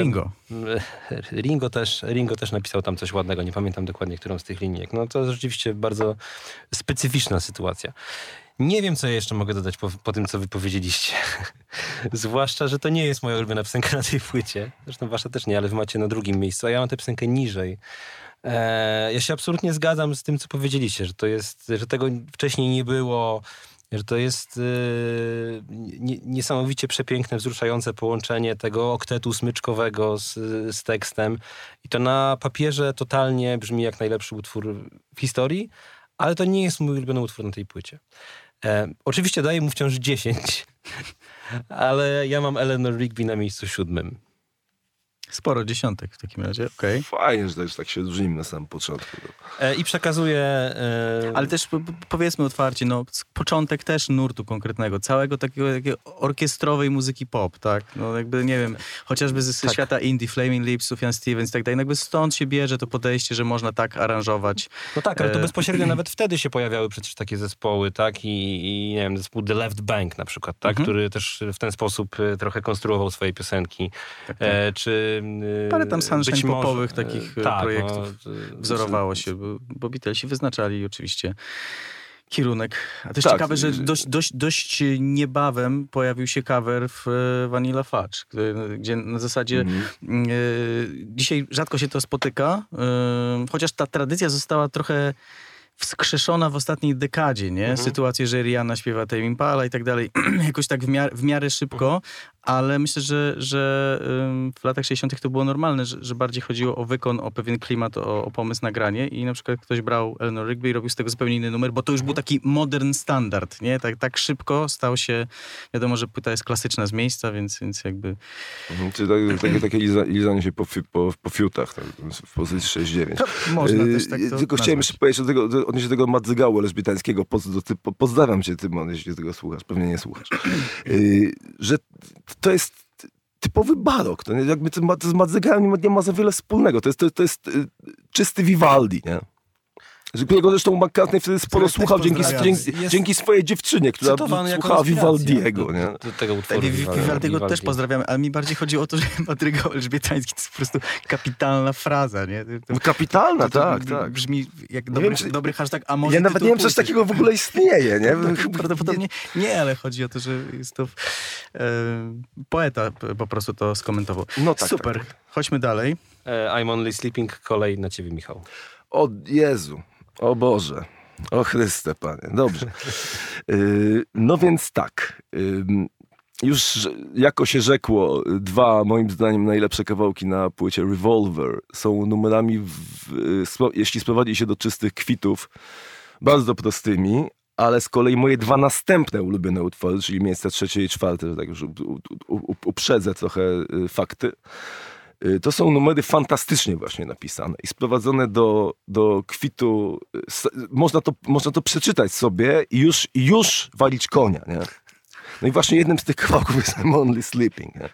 Ringo też napisał tam coś ładnego. Nie pamiętam dokładnie, którą z tych linijek. No to jest rzeczywiście bardzo specyficzna sytuacja. Nie wiem, co ja jeszcze mogę dodać po tym, co wy powiedzieliście. Zwłaszcza, że to nie jest moja ulubiona piosenka na tej płycie. Zresztą wasza też nie, ale wy macie na drugim miejscu, a ja mam tę piosenkę niżej. Ja się absolutnie zgadzam z tym, co powiedzieliście, że tego wcześniej nie było, że to jest niesamowicie przepiękne, wzruszające połączenie tego oktetu smyczkowego z tekstem. I to na papierze totalnie brzmi jak najlepszy utwór w historii, ale to nie jest mój ulubiony utwór na tej płycie. Oczywiście daję mu wciąż 10, ale ja mam Eleanor Rigby na miejscu 7. Sporo dziesiątek w takim razie, okej. Fajnie, że tak się różnimy na samym początku. I przekazuję... Ale też powiedzmy otwarcie, no początek też nurtu konkretnego, całego takiego orkiestrowej muzyki pop, tak? No jakby, nie wiem, chociażby ze świata indie, Flaming Lips, Sufjan Stevens i tak dalej, jakby stąd się bierze to podejście, że można tak aranżować. No tak, ale to bezpośrednio nawet wtedy się pojawiały przecież takie zespoły, tak? I nie wiem, zespół The Left Bank na przykład, tak? Który też w ten sposób trochę konstruował swoje piosenki. Tak. Czy... Parę tam sunshine popowych takich projektów no, wzorowało się, bo Beatlesi wyznaczali oczywiście kierunek. A też Tak. ciekawe, że dość niebawem pojawił się cover w Vanilla Fudge, gdzie na zasadzie dzisiaj rzadko się to spotyka, chociaż ta tradycja została trochę wskrzeszona w ostatniej dekadzie, nie? Sytuacje, że Rihanna śpiewa Tame Impala i tak dalej, jakoś tak w miarę szybko, ale myślę, że w latach 60. to było normalne, że bardziej chodziło o wykon, o pewien klimat, o pomysł na granie i na przykład ktoś brał Eleanor Rigby i robił z tego zupełnie inny numer, bo to już był taki modern standard, nie? Tak szybko stał się, wiadomo, że płyta jest klasyczna z miejsca, więc jakby... Czyli takie lizanie się po fiutach, tak, w pozycji 6-9. Można też tak to tylko chciałem jeszcze powiedzieć odnośnie tego madzygału elżbietańskiego, pozdrawiam cię, Tymon, jeśli tego słuchasz, pewnie nie słuchasz, że to jest typowy barok. To jakby z madzygałem nie ma za wiele wspólnego. To jest czysty Vivaldi, nie? Którego zresztą McCartney wtedy sporo słuchał dzięki swojej dziewczynie, która słuchała Vivaldiego. Nie? Tego utworu Vivaldiego też pozdrawiamy, ale mi bardziej chodzi o to, że madrygał elżbietański to jest po prostu kapitalna fraza. Nie? Kapitalna, tak. Brzmi jak dobry hashtag, a może ja nawet nie wiem, czy coś takiego w ogóle istnieje. Nie? Prawdopodobnie nie, ale chodzi o to, że jest to poeta po prostu to skomentował. No tak, super, tak. Chodźmy dalej. I'm Only Sleeping, kolej na ciebie, Michał. O Jezu, o Boże, o Chryste, Panie, dobrze. No więc tak, już jako się rzekło, dwa moim zdaniem najlepsze kawałki na płycie Revolver są numerami, jeśli sprowadzi się do czystych kwitów, bardzo prostymi, ale z kolei moje dwa następne ulubione utwory, czyli miejsca 3 i 4, że tak już uprzedzę trochę fakty, to są numery fantastycznie właśnie napisane i sprowadzone do kwitu. Można to przeczytać sobie i już walić konia, nie? No i właśnie jednym z tych kawałków jest I'm Only Sleeping. Nie?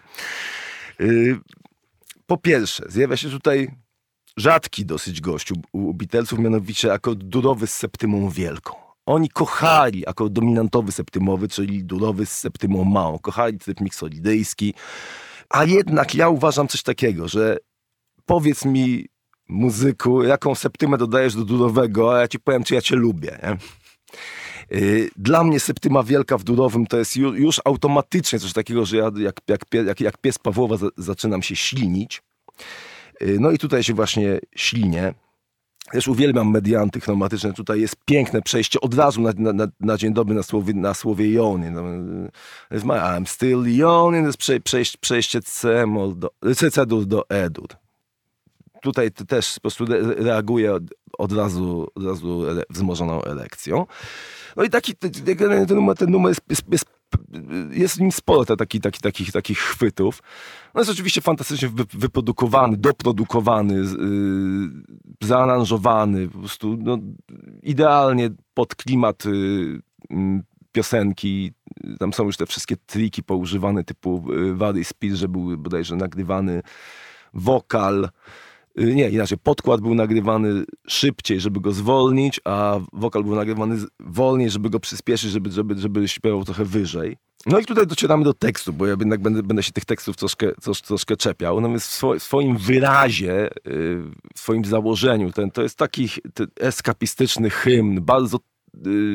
Po pierwsze, zjawia się tutaj rzadki dosyć gość u Beatlesów, mianowicie akord durowy z septymą wielką. Oni kochali akord dominantowy septymowy, czyli durowy z septymą małą. Kochali tryb miksolidyjski. A jednak ja uważam coś takiego, że powiedz mi, muzyku, jaką septymę dodajesz do durowego, a ja ci powiem, czy ja cię lubię. Nie? Dla mnie septyma wielka w durowym to jest już automatycznie coś takiego, że ja jak pies Pawłowa zaczynam się ślinić. No i tutaj się właśnie ślinię. Też uwielbiam medianty chromatyczne. Tutaj jest piękne przejście od razu na dzień dobry na słowie Jony. I'm still Jony, to jest przejście C-dur do E-dur. Tutaj też po prostu reaguje od razu wzmożoną erekcją. No i ten numer jest w nim sporo takich chwytów. No jest oczywiście fantastycznie wyprodukowany, doprodukowany, zaaranżowany, po prostu idealnie pod klimat piosenki. Tam są już te wszystkie triki poużywane typu Vary Speed, że był bodajże nagrywany wokal. Nie, inaczej, podkład był nagrywany szybciej, żeby go zwolnić, a wokal był nagrywany wolniej, żeby go przyspieszyć, żeby śpiewał trochę wyżej. No i tutaj docieramy do tekstu, bo ja jednak będę się tych tekstów troszkę czepiał. Natomiast w swoim wyrazie, w swoim założeniu, to jest taki eskapistyczny hymn, bardzo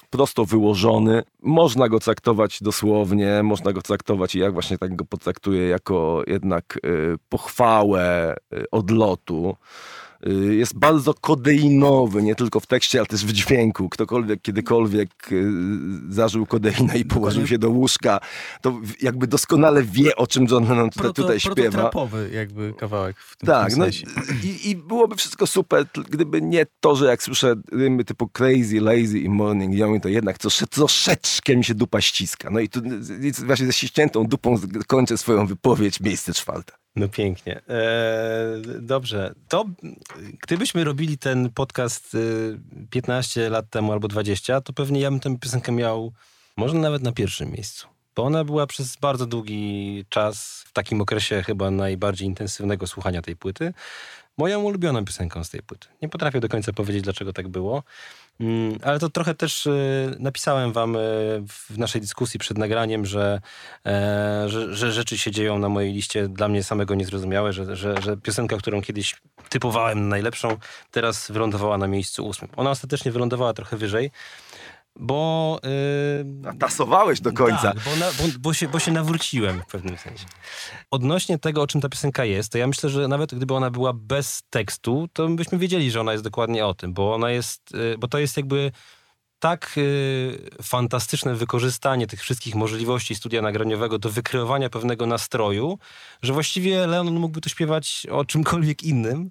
prosto wyłożony. Można go traktować dosłownie, można go traktować i ja właśnie tak go potraktuję jako jednak pochwałę odlotu. Jest bardzo kodeinowy, nie tylko w tekście, ale też w dźwięku. Ktokolwiek kiedykolwiek zażył kodeinę i położył się do łóżka, to jakby doskonale wie, o czym John Lennon tutaj śpiewa. Prototrapowy jakby kawałek w tym Tak, sensie. I byłoby wszystko super, gdyby nie to, że jak słyszę rymy typu crazy, lazy i morning young, to jednak troszeczkę mi się dupa ściska. No i tu właśnie ze ściśniętą dupą kończę swoją wypowiedź, miejsce 4. No pięknie. Dobrze. To gdybyśmy robili ten podcast 15 lat temu albo 20, to pewnie ja bym tę piosenkę miał może nawet na pierwszym miejscu. Bo ona była przez bardzo długi czas, w takim okresie chyba najbardziej intensywnego słuchania tej płyty, moją ulubioną piosenką z tej płyty. Nie potrafię do końca powiedzieć, dlaczego tak było. Ale to trochę też napisałem wam w naszej dyskusji przed nagraniem, że rzeczy się dzieją na mojej liście dla mnie samego niezrozumiałe, że piosenka, którą kiedyś typowałem na najlepszą, teraz wylądowała na miejscu 8. Ona ostatecznie wylądowała trochę wyżej, bo... Tasowałeś do końca. Tak, bo się nawróciłem w pewnym sensie. Odnośnie tego, o czym ta piosenka jest, to ja myślę, że nawet gdyby ona była bez tekstu, to byśmy wiedzieli, że ona jest dokładnie o tym, bo to jest jakby tak fantastyczne wykorzystanie tych wszystkich możliwości studia nagraniowego do wykreowania pewnego nastroju, że właściwie Lennon mógłby tu śpiewać o czymkolwiek innym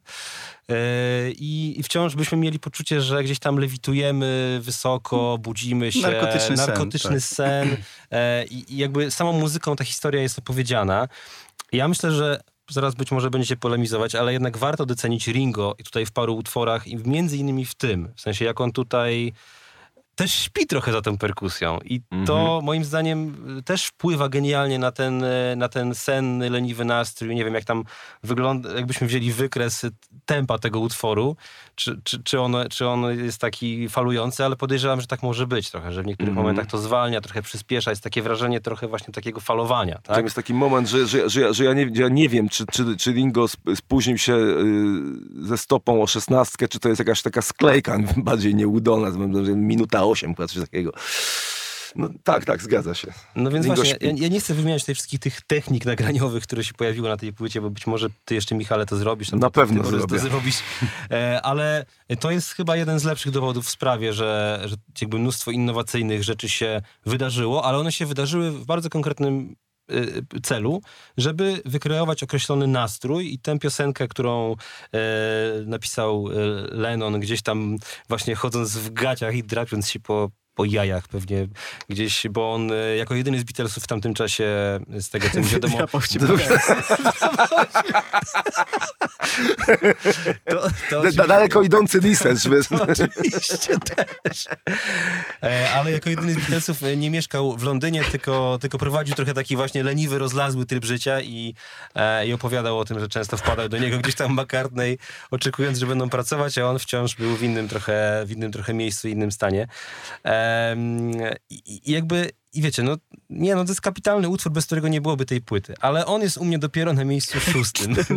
i wciąż byśmy mieli poczucie, że gdzieś tam lewitujemy wysoko, budzimy się. Narkotyczny sen. I jakby samą muzyką ta historia jest opowiedziana. Ja myślę, że zaraz być może będziecie polemizować, ale jednak warto docenić Ringo i tutaj w paru utworach i między innymi w tym. W sensie jak on tutaj też śpi trochę za tą perkusją i to moim zdaniem też wpływa genialnie na ten senny, leniwy nastrój. Nie wiem, jak tam wygląda, jakbyśmy wzięli wykres tempa tego utworu, czy on jest taki falujący, ale podejrzewam, że tak może być trochę, że w niektórych momentach to zwalnia, trochę przyspiesza, jest takie wrażenie trochę właśnie takiego falowania. Tak? Tam jest taki moment, że ja nie wiem, czy Ringo spóźnił się ze stopą o 16, czy to jest jakaś taka sklejka bardziej nieudolna, minuta 8, coś takiego. No tak, zgadza się. No więc właśnie, ja nie chcę wymieniać tutaj wszystkich tych technik nagraniowych, które się pojawiły na tej płycie, bo być może ty jeszcze, Michale, to zrobisz. Na pewno zrobię. To zrobisz. Ale to jest chyba jeden z lepszych dowodów w sprawie, że jakby mnóstwo innowacyjnych rzeczy się wydarzyło, ale one się wydarzyły w bardzo konkretnym celu, żeby wykreować określony nastrój i tę piosenkę, którą napisał Lennon gdzieś tam właśnie chodząc w gaciach i drapiąc się po jajach pewnie gdzieś, bo on jako jedyny z Beatlesów w tamtym czasie, z tego co mi wiadomo... Daleko idący research. Oczywiście też. Ale jako jedyny z Beatlesów nie mieszkał w Londynie, tylko prowadził trochę taki właśnie leniwy, rozlazły tryb życia i opowiadał o tym, że często wpadał do niego gdzieś tam McCartney, oczekując, że będą pracować, a on wciąż był w innym trochę miejscu, innym stanie. I jakby, i wiecie, to jest kapitalny utwór, bez którego nie byłoby tej płyty, ale on jest u mnie dopiero na miejscu 6.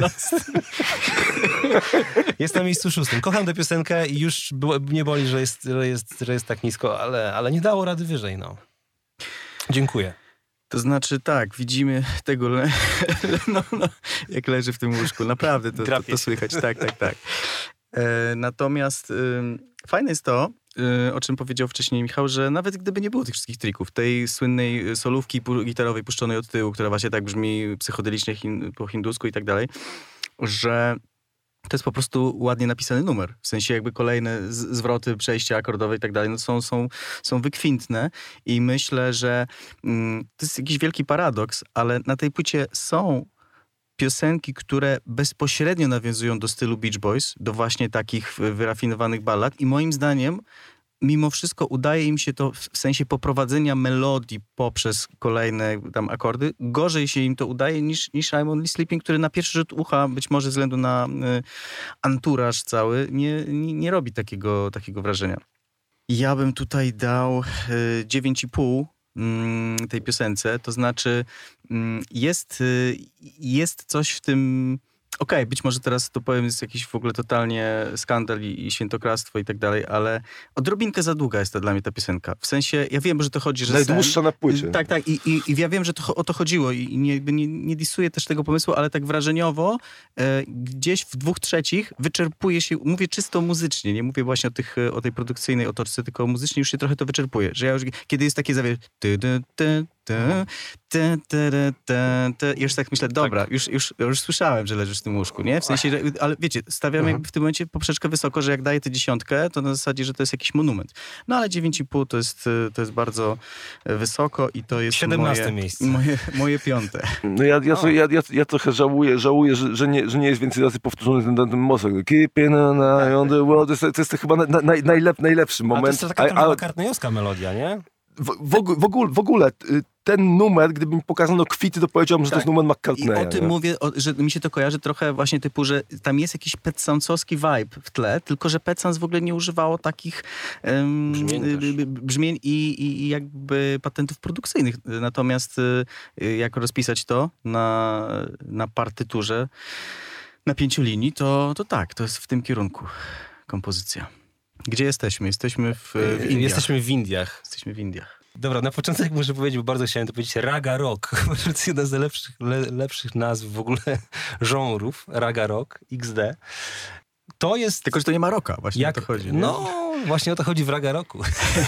Jest na miejscu 6. Kocham tę piosenkę i już mnie boli, że jest tak nisko, ale nie dało rady wyżej, Dziękuję. To znaczy tak, widzimy tego jak leży w tym łóżku. Naprawdę to słychać. Tak. Natomiast fajne jest to, o czym powiedział wcześniej Michał, że nawet gdyby nie było tych wszystkich trików, tej słynnej solówki gitarowej puszczonej od tyłu, która właśnie tak brzmi psychodelicznie po hindusku i tak dalej, że to jest po prostu ładnie napisany numer. W sensie jakby kolejne zwroty, przejścia akordowe i tak dalej, są wykwintne i myślę, że to jest jakiś wielki paradoks, ale na tej płycie są piosenki, które bezpośrednio nawiązują do stylu Beach Boys, do właśnie takich wyrafinowanych ballad i moim zdaniem mimo wszystko udaje im się to w sensie poprowadzenia melodii poprzez kolejne tam akordy. Gorzej się im to udaje niż I'm Only Sleeping, który na pierwszy rzut ucha, być może ze względu na anturaż cały, nie robi takiego wrażenia. Ja bym tutaj dał 9,5 tej piosence, to znaczy jest coś w tym Okej, być może teraz to powiem, jest jakiś w ogóle totalnie skandal i świętokradztwo i tak dalej, ale odrobinkę za długa jest dla mnie ta piosenka. W sensie, ja wiem, że to chodzi, że Najdłuższa na płycie. Tak. I ja wiem, że o to chodziło i nie disuję też tego pomysłu, ale tak wrażeniowo gdzieś w 2/3 wyczerpuje się, mówię czysto muzycznie, nie mówię właśnie o tej produkcyjnej otoczce, tylko muzycznie już się trochę to wyczerpuje. Że ja już, kiedy jest takie zawier... Już tak myślę, dobra, już słyszałem, że leżysz w tym łóżku, nie? W sensie, ale wiecie, stawiam jakby w tym momencie poprzeczkę wysoko, że jak daję tę 10, to na zasadzie, że to jest jakiś monument. No ale 9,5 to jest bardzo wysoko i to jest 17 miejsce. Moje 5. No ja trochę żałuję, że nie jest więcej razy powtórzony ten mostek. Keeping an eye on the world. To jest chyba najlepszy moment. Ale to jest taka trochę McCartneyowska melodia, nie? W ogóle ten numer, gdyby mi pokazano kwity, to powiedziałbym, że to jest numer McCartneya. I o tym mówię, że mi się to kojarzy trochę właśnie typu, że tam jest jakiś Pet Soundsowski vibe w tle, tylko że Pet Sounds w ogóle nie używało takich brzmień i jakby patentów produkcyjnych. Natomiast jak rozpisać to na partyturze na 5 linii, to tak, to jest w tym kierunku kompozycja. Gdzie jesteśmy? Jesteśmy w Indiach. Jesteśmy w Indiach. Jesteśmy w Indiach. Dobra, na początek muszę powiedzieć, bo bardzo chciałem to powiedzieć, raga rock. To jest jedna z lepszych nazw w ogóle żonrów. Raga rock, XD. To jest... Tylko, że to nie ma rocka, właśnie o to chodzi. Nie? No, właśnie o to chodzi w raga rocku.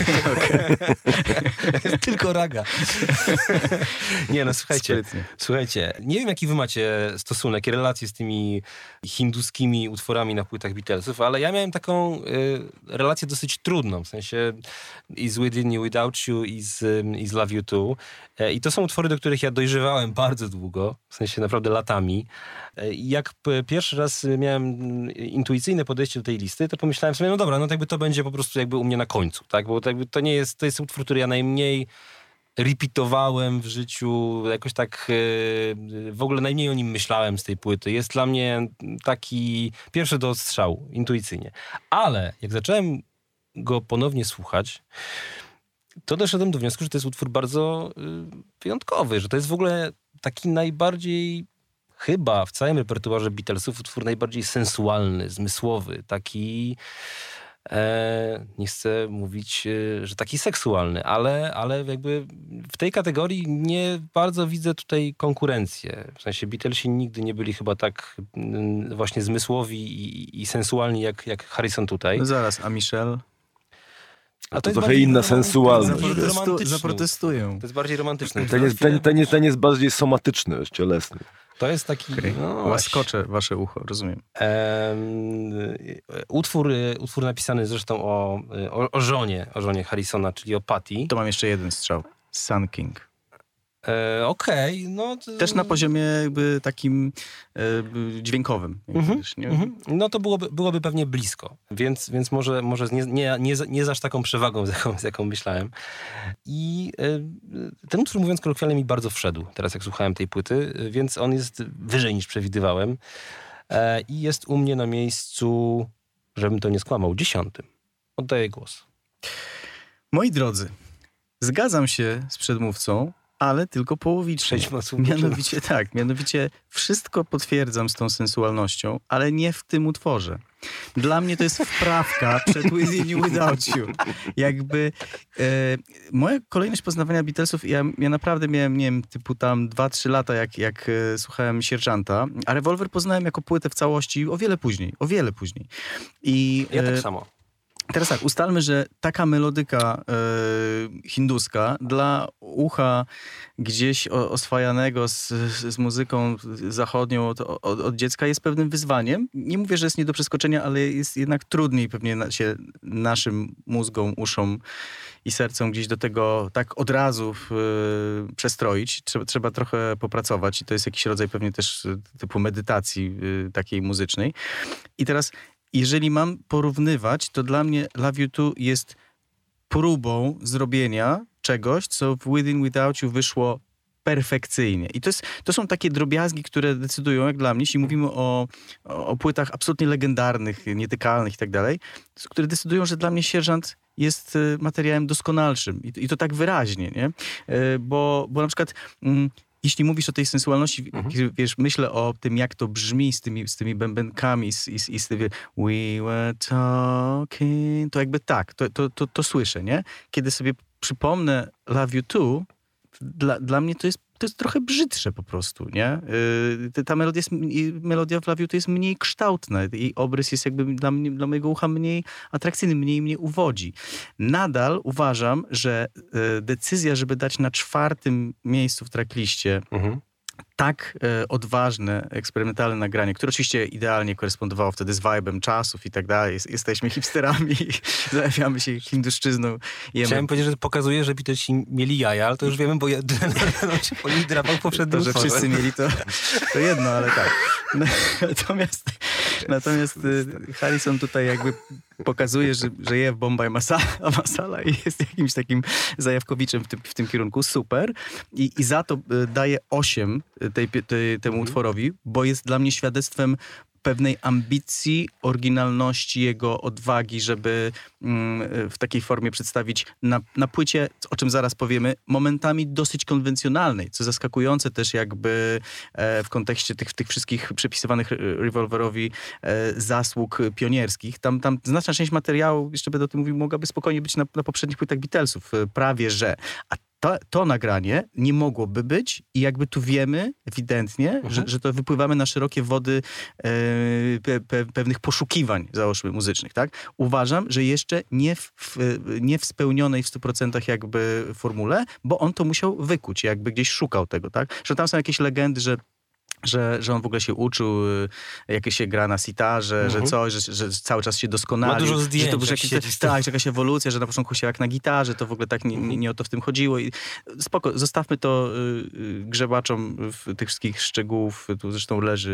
Tylko raga. Nie no, słuchajcie, nie wiem jaki wy macie stosunek i relacje z tymi hinduskimi utworami na płytach Beatlesów, ale ja miałem taką relację dosyć trudną, w sensie Is Within You, Without You, Is Love You Too. I to są utwory, do których ja dojrzewałem bardzo długo, w sensie naprawdę latami. Jak pierwszy raz miałem intuicyjne podejście do tej listy, to pomyślałem sobie, no dobra, no jakby to będzie po prostu jakby u mnie na końcu, tak? Bo jakby to jest utwór, który ja najmniej repeatowałem w życiu, jakoś tak w ogóle najmniej o nim myślałem z tej płyty. Jest dla mnie taki pierwszy do odstrzału, intuicyjnie. Ale jak zacząłem go ponownie słuchać, to doszedłem do wniosku, że to jest utwór bardzo wyjątkowy, że to jest w ogóle taki najbardziej chyba w całym repertuarze Beatlesów utwór najbardziej sensualny, zmysłowy, taki nie chcę mówić, że taki seksualny, ale jakby w tej kategorii nie bardzo widzę tutaj konkurencję. W sensie Beatlesi nigdy nie byli chyba tak właśnie zmysłowi i sensualni jak Harrison tutaj. No zaraz, a Michelle? A to trochę inna sensualność. Zaprotestują. To jest bardziej romantyczne. Ten jest bardziej somatyczny, cielesny. To jest taki... Okay. No, łaskocze wasze ucho, rozumiem. Utwór napisany zresztą o żonie Harrisona, czyli o Patty. To mam jeszcze jeden strzał. Sun King. Okej, no... Też na poziomie jakby takim dźwiękowym. Też, nie? No to byłoby pewnie blisko, więc może nie z aż taką przewagą, z jaką myślałem. I ten utwór, mówiąc kolokwialnie, mi bardzo wszedł teraz, jak słuchałem tej płyty, więc on jest wyżej niż przewidywałem i jest u mnie na miejscu, żebym to nie skłamał, 10. Oddaję głos. Moi drodzy, zgadzam się z przedmówcą, ale tylko połowicznie. Mianowicie wszystko potwierdzam z tą sensualnością, ale nie w tym utworze. Dla mnie to jest wprawka przed Within You, Without You. Jakby moja kolejność poznawania Beatlesów, ja naprawdę miałem, nie wiem, typu tam 2-3 lata, jak słuchałem Sierżanta, a Revolver poznałem jako płytę w całości o wiele później. I, ja tak samo. Teraz tak, ustalmy, że taka melodyka hinduska dla ucha gdzieś oswajanego z muzyką zachodnią od dziecka jest pewnym wyzwaniem. Nie mówię, że jest nie do przeskoczenia, ale jest jednak trudniej pewnie się naszym mózgom, uszom i sercom gdzieś do tego tak od razu przestroić. Trzeba trochę popracować i to jest jakiś rodzaj pewnie też typu medytacji takiej muzycznej. I teraz jeżeli mam porównywać, to dla mnie Love You Too jest próbą zrobienia czegoś, co w Within Without You wyszło perfekcyjnie. I to są takie drobiazgi, które decydują, jak dla mnie, jeśli mówimy o płytach absolutnie legendarnych, nietykalnych i tak dalej, które decydują, że dla mnie Sierżant jest materiałem doskonalszym. I to tak wyraźnie, nie? Bo na przykład jeśli mówisz o tej sensualności, wiesz, myślę o tym, jak to brzmi z tymi bębenkami i z tymi we were talking, to jakby tak, to słyszę, nie? Kiedy sobie przypomnę Love You Too, dla mnie to jest trochę brzydsze po prostu, nie? Ta melodia w Love You to jest mniej kształtna. Jej obrys jest jakby dla mojego ucha mniej atrakcyjny, mniej mnie uwodzi. Nadal uważam, że decyzja, żeby dać na 4. miejscu w trackliście tak odważne, eksperymentalne nagranie, które oczywiście idealnie korespondowało wtedy z vibe'em czasów i tak dalej. Jesteśmy hipsterami, zajawiamy się hinduszczyzną. Chciałem powiedzieć, że pokazuje, że Beatlesi mieli jaja, ale to już wiemy, bo on się po nich drapał w poprzednim utworze. Że wszyscy mieli to jedno, ale tak. Natomiast Harrison tutaj jakby pokazuje, że je w Bombay Masala i jest jakimś takim zajawkowiczem w tym kierunku. Super. I za to daję 8 temu utworowi, bo jest dla mnie świadectwem pewnej ambicji, oryginalności, jego odwagi, żeby w takiej formie przedstawić na płycie, o czym zaraz powiemy, momentami dosyć konwencjonalnej, co zaskakujące też jakby w kontekście tych wszystkich przypisywanych Revolverowi zasług pionierskich. Tam znaczna część materiału, jeszcze będę o tym mówił, mogłaby spokojnie być na poprzednich płytach Beatlesów. Prawie że. A to nagranie nie mogłoby być i jakby tu wiemy ewidentnie, że to wypływamy na szerokie wody pewnych poszukiwań, załóżmy, muzycznych, tak? Uważam, że jeszcze nie w spełnionej w 100% jakby formule, bo on to musiał wykuć, jakby gdzieś szukał tego, tak? Że tam są jakieś legendy, że on w ogóle się uczył, jak się gra na sitarze, że coś, że cały czas się doskonalił. Ma dużo zdjęć, że jakaś ewolucja, że na początku się jak na gitarze, to w ogóle tak nie o to w tym chodziło. I spoko, zostawmy to grzebaczom tych wszystkich szczegółów. Tu zresztą leży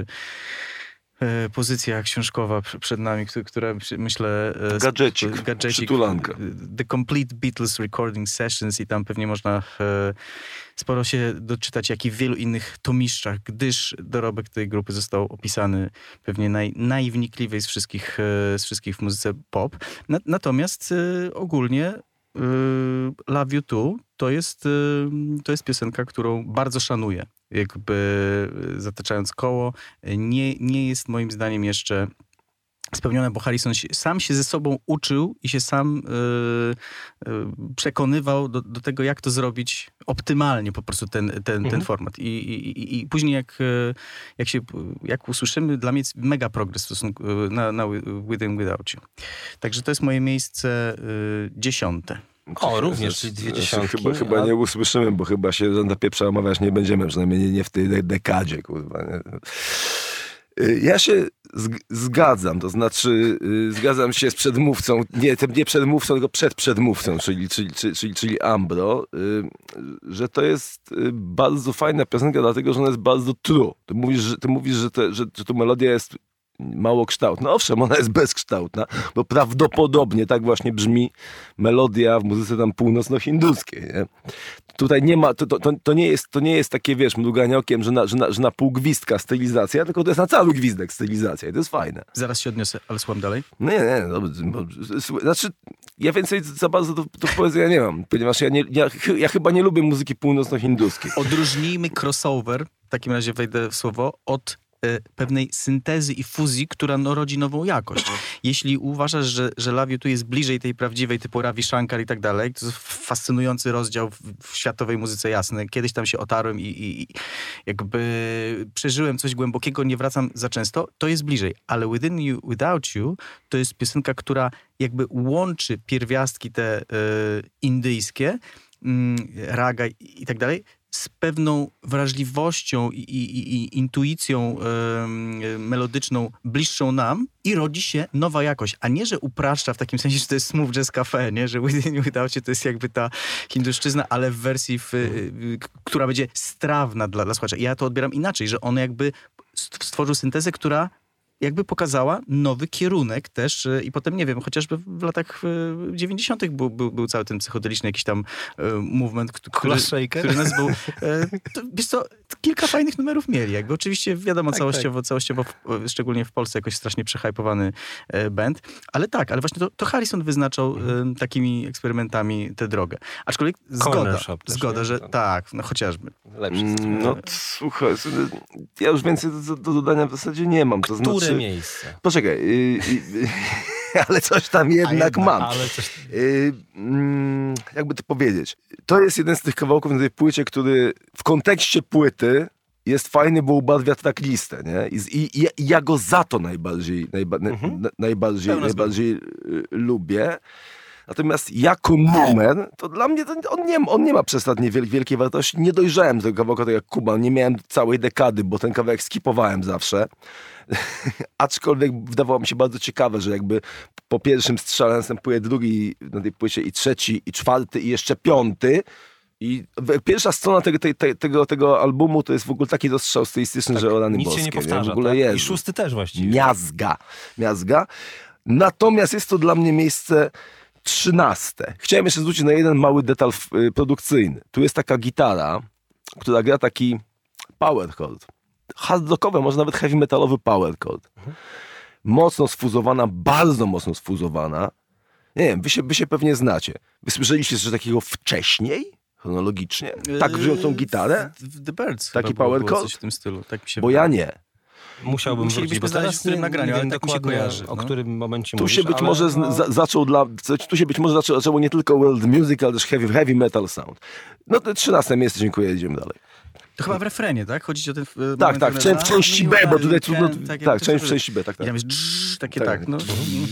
pozycja książkowa przed nami, która myślę... Gadżecik, przytulanka. The Complete Beatles Recording Sessions i tam pewnie można sporo się doczytać, jak i w wielu innych tomiszczach, gdyż dorobek tej grupy został opisany pewnie najwnikliwiej z wszystkich w muzyce pop. Natomiast ogólnie Love You Too to jest piosenka, którą bardzo szanuję. Jakby zataczając koło, nie jest moim zdaniem jeszcze spełnione, bo Harrison sam się ze sobą uczył i się sam przekonywał do tego, jak to zrobić optymalnie po prostu ten format. I później jak usłyszymy, dla mnie jest mega progres w stosunku na With and Without You. Także to jest moje miejsce 10. O, również, czyli 2 dziesiątki. Chyba nie usłyszymy, bo chyba się na pieprza omawiać nie będziemy, przynajmniej nie w tej dekadzie, kurwa. Nie? Ja się zgadzam, to znaczy zgadzam się z przedmówcą, nie przedmówcą, tylko przed przedmówcą, czyli Ambro, że to jest bardzo fajna piosenka, dlatego, że ona jest bardzo true. Ty mówisz, że to melodia jest mało kształtna. Owszem, ona jest bezkształtna, bo prawdopodobnie tak właśnie brzmi melodia w muzyce tam północno-hinduskiej. Nie? Tutaj nie ma, to nie jest takie, wiesz, mruganie okiem, że na pół gwizdka stylizacja, tylko to jest na cały gwizdek stylizacja i to jest fajne. Zaraz się odniosę, ale słucham dalej. Nie, znaczy ja więcej za bardzo do powiedzenia nie mam, ponieważ ja chyba nie lubię muzyki północno-hinduskiej. Odróżnijmy crossover, w takim razie wejdę w słowo, od pewnej syntezy i fuzji, która rodzi nową jakość. Jeśli uważasz, że Love You tu jest bliżej tej prawdziwej, typu Ravi Shankar i tak dalej, to jest fascynujący rozdział w światowej muzyce, jasne. Kiedyś tam się otarłem i jakby przeżyłem coś głębokiego, nie wracam za często, to jest bliżej. Ale Within You, Without You to jest piosenka, która jakby łączy pierwiastki te indyjskie, raga i tak dalej, z pewną wrażliwością i intuicją melodyczną bliższą nam i rodzi się nowa jakość, a nie, że upraszcza w takim sensie, że to jest smooth jazz cafe, nie? Że Within You Without You to jest jakby ta hinduszczyzna, ale w wersji, która będzie strawna dla słuchacza. I ja to odbieram inaczej, że on jakby stworzył syntezę, która jakby pokazała nowy kierunek też i potem, nie wiem, chociażby w latach 90. był cały ten psychodeliczny jakiś tam movement, który nas był... Wiesz co, kilka fajnych numerów mieli, jakby oczywiście wiadomo, całościowo, szczególnie w Polsce jakoś strasznie przehypowany band, ale właśnie to Harrison wyznaczał takimi eksperymentami tę drogę. Aczkolwiek zgoda, że tak, no chociażby. No słuchaj, ja już więcej do dodania w zasadzie nie mam. Które miejsce? Poczekaj, ale coś tam jednak mam. Ale coś... jakby to powiedzieć. To jest jeden z tych kawałków na tej płycie, który w kontekście płyty jest fajny, bo ubarwia tracklistę, nie? I ja go za to najbardziej lubię. Natomiast jako numer, to dla mnie on nie ma przesadnie wielkiej wartości. Nie dojrzałem do tego kawałka tak jak Kuba. Nie miałem całej dekady, bo ten kawałek skipowałem zawsze. Aczkolwiek wydawało mi się bardzo ciekawe, że jakby po pierwszym strzale następuje drugi na tej płycie i trzeci, i czwarty, i jeszcze piąty. I pierwsza strona tego albumu to jest w ogóle taki rozstrzał stylistyczny, że o rany boskie. Nic się nie powtarza, w ogóle jest. I szósty też właściwie. Miazga. Natomiast jest to dla mnie miejsce 13. Chciałem jeszcze zwrócić na jeden mały detal produkcyjny. Tu jest taka gitara, która gra taki power chord. Hard rockowy, może nawet heavy metalowy power chord. Mocno sfuzowana, bardzo mocno sfuzowana. Nie wiem, wy się pewnie znacie. Wy słyszeliście coś takiego wcześniej? Chronologicznie? Tak brzmiącą gitarę? W The Birds. Taki power chord? Coś w tym stylu. Tak mi się Bo ja nie. Musiałbym wrócić, bo teraz w nagraniu, ale tak mi się kojarzy. O którym momencie tu mówisz, się być może zaczęło nie tylko world music, ale też heavy metal sound. No to 13 miejsce, dziękuję, idziemy dalej. To chyba w refrenie, tak? Chodzi o ten... Tak, w części B, bo tutaj trudno... Tak, w części B, tak. I tam jest takie tak. No.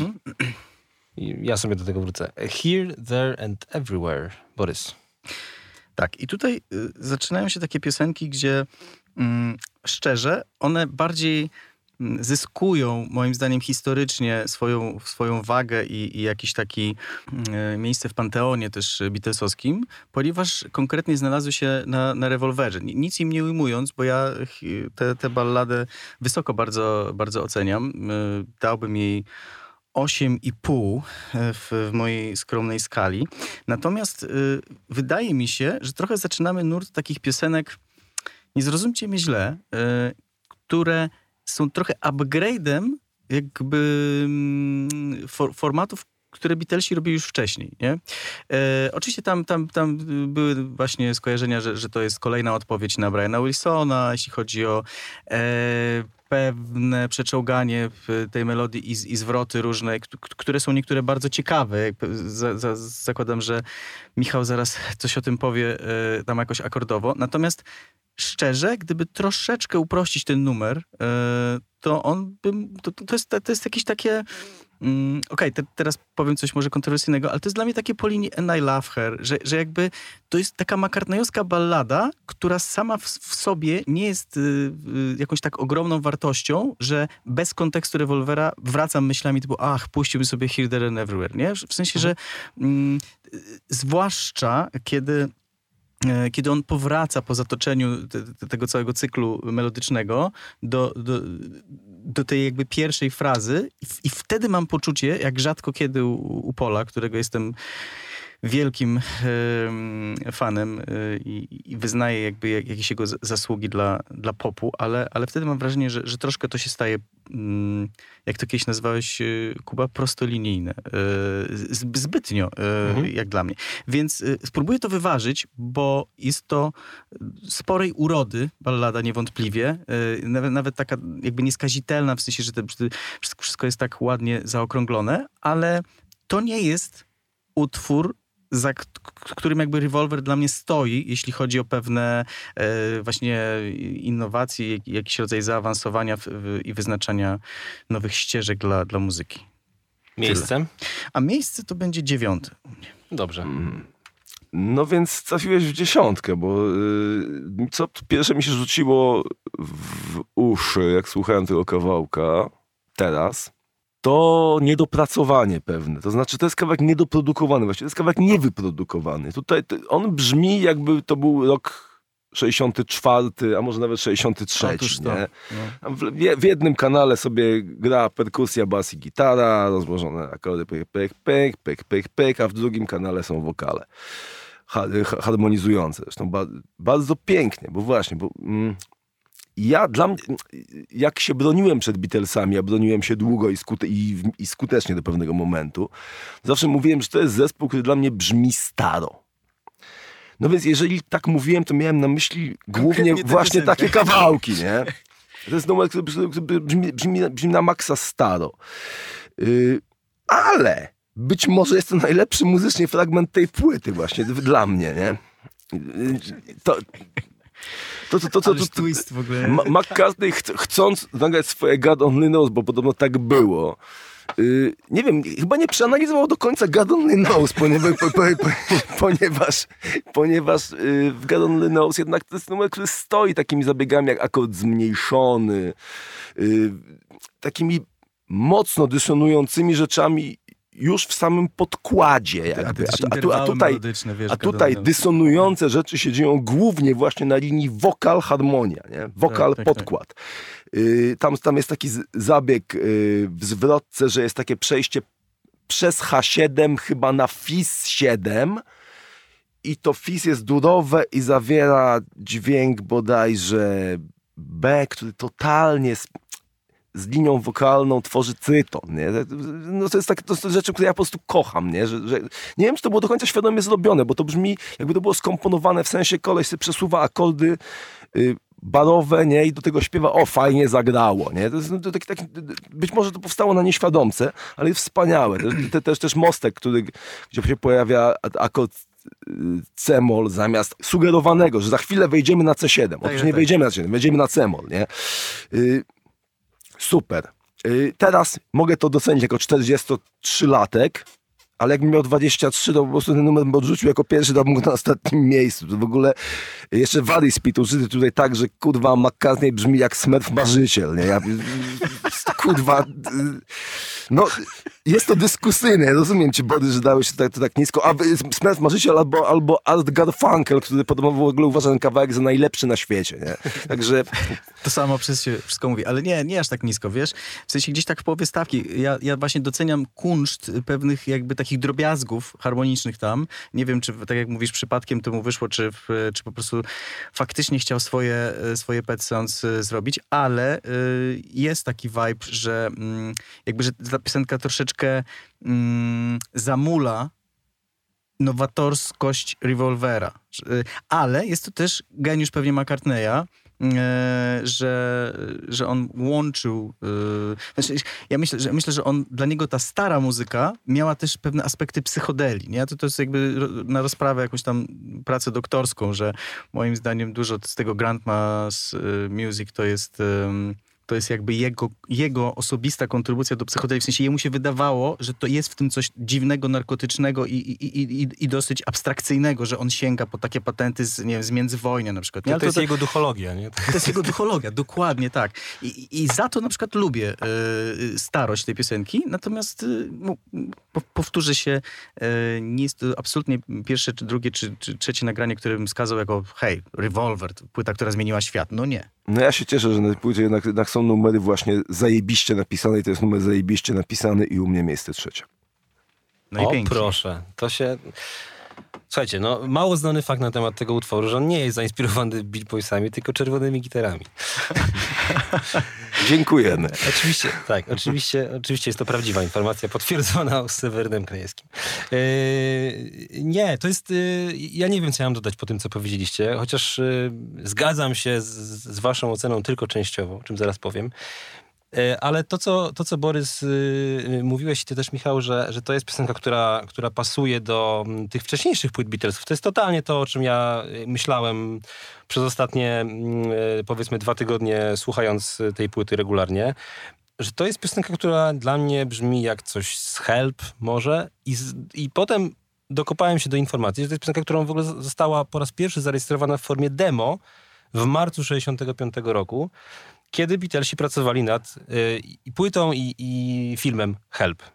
I ja sobie do tego wrócę. Here, there and everywhere. Borys. Tak, i tutaj zaczynają się takie piosenki, gdzie szczerze, one bardziej zyskują, moim zdaniem, historycznie swoją wagę i jakiś taki miejsce w panteonie też Beatlesowskim, ponieważ konkretnie znalazły się na rewolwerze. Nic im nie ujmując, bo ja tę balladę wysoko bardzo, bardzo oceniam. Dałbym jej 8,5 w mojej skromnej skali. Natomiast wydaje mi się, że trochę zaczynamy nurt takich piosenek, nie zrozumcie mnie źle, które są trochę upgrade'em jakby formatów, które Beatlesi robili już wcześniej, nie? Oczywiście tam były właśnie skojarzenia, że to jest kolejna odpowiedź na Briana Wilsona, jeśli chodzi o pewne przeczołganie w tej melodii i zwroty różne, które są niektóre bardzo ciekawe. Zakładam, że Michał zaraz coś o tym powie tam jakoś akordowo. Natomiast szczerze, gdyby troszeczkę uprościć ten numer, to on to jest jakieś takie... teraz powiem coś może kontrowersyjnego, ale to jest dla mnie takie po linii And I Love Her, że jakby to jest taka makartneyowska ballada, która sama w sobie nie jest jakąś tak ogromną wartością, że bez kontekstu rewolwera wracam myślami typu, puściłbym sobie Here, There and Everywhere, nie? W sensie, że zwłaszcza kiedy on powraca po zatoczeniu tego całego cyklu melodycznego do tej jakby pierwszej frazy i wtedy mam poczucie, jak rzadko kiedy u Paula, którego jestem wielkim fanem i wyznaję jakby jakieś jego zasługi dla popu, ale wtedy mam wrażenie, że troszkę to się staje, jak to kiedyś nazwałeś, Kuba, prostolinijne. Zbytnio, jak dla mnie. Więc spróbuję to wyważyć, bo jest to sporej urody ballada niewątpliwie. Nawet taka jakby nieskazitelna, w sensie, że wszystko jest tak ładnie zaokrąglone, ale to nie jest utwór, za którym jakby rewolwer dla mnie stoi, jeśli chodzi o pewne właśnie innowacje, jakiś rodzaj zaawansowania i wyznaczania nowych ścieżek dla muzyki. Miejsce? A miejsce to będzie 9. Dobrze. No więc trafiłeś w 10, bo co pierwsze mi się rzuciło w uszy, jak słuchałem tego kawałka teraz, to niedopracowanie pewne. To znaczy, to jest kawałek niedoprodukowany. Właściwie to jest kawałek niewyprodukowany. Tutaj on brzmi, jakby to był rok 64, a może nawet 63, Otóż to, nie? no. W jednym kanale sobie gra perkusja, bas i gitara, rozłożone akordy, pyk, pyk, pyk, pyk, pyk, pyk, a w drugim kanale są wokale harmonizujące. Zresztą bardzo pięknie, bo właśnie, dla mnie, jak się broniłem przed Beatlesami, a broniłem się długo i skutecznie do pewnego momentu, zawsze mówiłem, że to jest zespół, który dla mnie brzmi staro. No więc jeżeli tak mówiłem, to miałem na myśli głównie właśnie takie kawałki, nie? To jest numer, który brzmi na maksa staro. Ale być może jest to najlepszy muzycznie fragment tej płyty właśnie dla mnie, nie? Twist w ogóle. McCartney chcąc nagrać swoje God Only Knows, bo podobno tak było, nie wiem, chyba nie przeanalizował do końca God Only Knows, ponieważ w God Only Knows jednak to jest numer, który stoi takimi zabiegami jak akord zmniejszony, takimi mocno dysonującymi rzeczami już w samym podkładzie. Jakby. A tutaj dysonujące rzeczy się dzieją głównie właśnie na linii wokal-harmonia, nie? Wokal-podkład. Tam jest taki zabieg w zwrotce, że jest takie przejście przez H7 chyba na Fis7 i to Fis jest durowe i zawiera dźwięk bodajże B, który totalnie z linią wokalną tworzy tryton, nie? No to są rzeczy, które ja po prostu kocham, nie? Że nie wiem, czy to było do końca świadomie zrobione, bo to brzmi, jakby to było skomponowane, w sensie koleś sobie przesuwa akordy barowe, nie? I do tego śpiewa, o, fajnie zagrało, nie? To być może to powstało na nieświadomce, ale jest wspaniałe. Też mostek, gdzie się pojawia akord C-moll zamiast sugerowanego, że za chwilę wejdziemy na C7. Otóż nie wejdziemy na C7, wejdziemy na C-moll, nie? Super. Teraz mogę to docenić jako 43-latek, ale jakbym miał 23, to po prostu ten numer bym odrzucił jako pierwszy, dałbym go na ostatnim miejscu. To w ogóle jeszcze Wally Speed użyty tutaj tak, że kurwa McCartney brzmi jak Smurf Marzyciel, nie? Kurwa... No, jest to dyskusyjne. Rozumiem cię, Body, że dałeś to tak nisko. A Smurf Marzyciel albo Art Garfunkel, który podobno w ogóle uważa ten kawałek za najlepszy na świecie, nie? Także... To samo przez się wszystko mówi, ale nie aż tak nisko, wiesz? W sensie gdzieś tak w połowie stawki. Ja właśnie doceniam kunszt pewnych jakby takich drobiazgów harmonicznych tam. Nie wiem, czy tak jak mówisz, przypadkiem to mu wyszło, czy po prostu faktycznie chciał swoje Pet Sounds zrobić, ale jest taki vibe, że jakby, że ta piosenka troszeczkę zamula nowatorskość Revolvera. Ale jest to też geniusz pewnie McCartneya, że on łączył... Znaczy, ja myślę, że dla niego ta stara muzyka miała też pewne aspekty psychodelii. Nie? To jest jakby na rozprawę jakąś tam pracę doktorską, że moim zdaniem dużo z tego Grandma's Music to jest jakby jego osobista kontrybucja do psychodelii. W sensie jemu się wydawało, że to jest w tym coś dziwnego, narkotycznego i dosyć abstrakcyjnego, że on sięga po takie patenty z międzywojnia na przykład. Nie? To jest jego duchologia, nie? To jest jego duchologia, dokładnie tak. I za to na przykład lubię starość tej piosenki, natomiast powtórzę się, nie jest to absolutnie pierwsze, czy drugie, czy trzecie nagranie, które bym wskazał jako hej, Revolver, płyta, która zmieniła świat. No nie. No ja się cieszę, że na tej płycie jednak są numery właśnie zajebiście napisane i to jest numer zajebiście napisany i u mnie miejsce trzecie. No i proszę, to się... Słuchajcie, no mało znany fakt na temat tego utworu, że on nie jest zainspirowany Beach Boysami, tylko czerwonymi gitarami. Dziękujemy. Oczywiście, tak, oczywiście jest to prawdziwa informacja, potwierdzona z Sewerynem Krajewskim. Nie, to jest... ja nie wiem, co ja mam dodać po tym, co powiedzieliście, chociaż zgadzam się z waszą oceną tylko częściowo, o czym zaraz powiem. Ale to, co Borys mówiłeś i ty też, Michał, że to jest piosenka, która pasuje do tych wcześniejszych płyt Beatlesów. To jest totalnie to, o czym ja myślałem przez ostatnie, powiedzmy, 2 tygodnie, słuchając tej płyty regularnie. Że to jest piosenka, która dla mnie brzmi jak coś z Help może. I potem dokopałem się do informacji, że to jest piosenka, która w ogóle została po raz pierwszy zarejestrowana w formie demo w marcu 1965 roku. Kiedy Beatlesi pracowali nad i płytą, i filmem Help.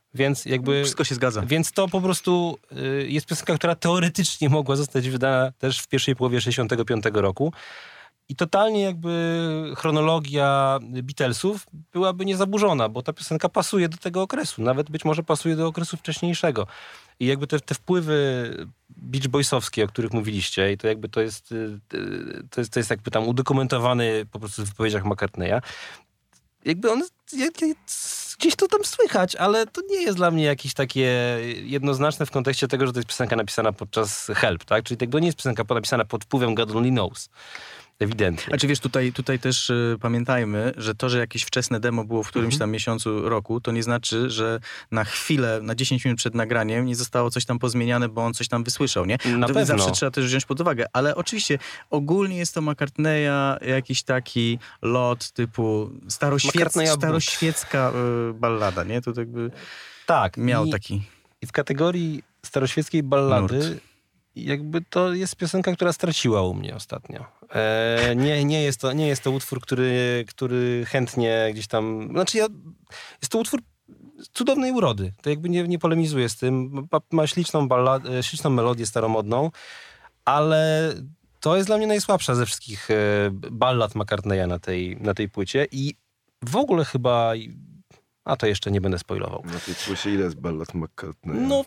Więc jakby... Wszystko się zgadza. Więc to po prostu jest piosenka, która teoretycznie mogła zostać wydana też w pierwszej połowie 65 roku. I totalnie jakby chronologia Beatlesów byłaby niezaburzona, bo ta piosenka pasuje do tego okresu. Nawet być może pasuje do okresu wcześniejszego. I jakby te wpływy Beach Boysowskie, o których mówiliście, i to jakby to jest jakby tam udokumentowany po prostu w wypowiedziach McCartneya. Jakby on gdzieś to tam słychać, ale to nie jest dla mnie jakieś takie jednoznaczne w kontekście tego, że to jest piosenka napisana podczas Help, tak? Czyli to nie jest piosenka napisana pod wpływem God Only Knows. Ewidentnie. A czy wiesz, tutaj też pamiętajmy, że to, że jakieś wczesne demo było w którymś tam miesiącu roku, to nie znaczy, że na chwilę, na 10 minut przed nagraniem nie zostało coś tam pozmieniane, bo on coś tam wysłyszał, nie? Na to pewno. Zawsze trzeba też wziąć pod uwagę. Ale oczywiście ogólnie jest to McCartneya jakiś taki lot typu staroświecka ballada, nie? To jakby tak, miał taki... I w kategorii staroświeckiej ballady jakby to jest piosenka, która straciła u mnie ostatnio. Nie jest to utwór, który chętnie gdzieś tam... Znaczy jest to utwór cudownej urody. To jakby nie polemizuję z tym. Ma śliczną melodię staromodną, ale to jest dla mnie najsłabsza ze wszystkich ballad McCartneya na tej płycie i w ogóle chyba... A to jeszcze nie będę spoilował. Na tej płycie ile jest ballad McCartneya? No,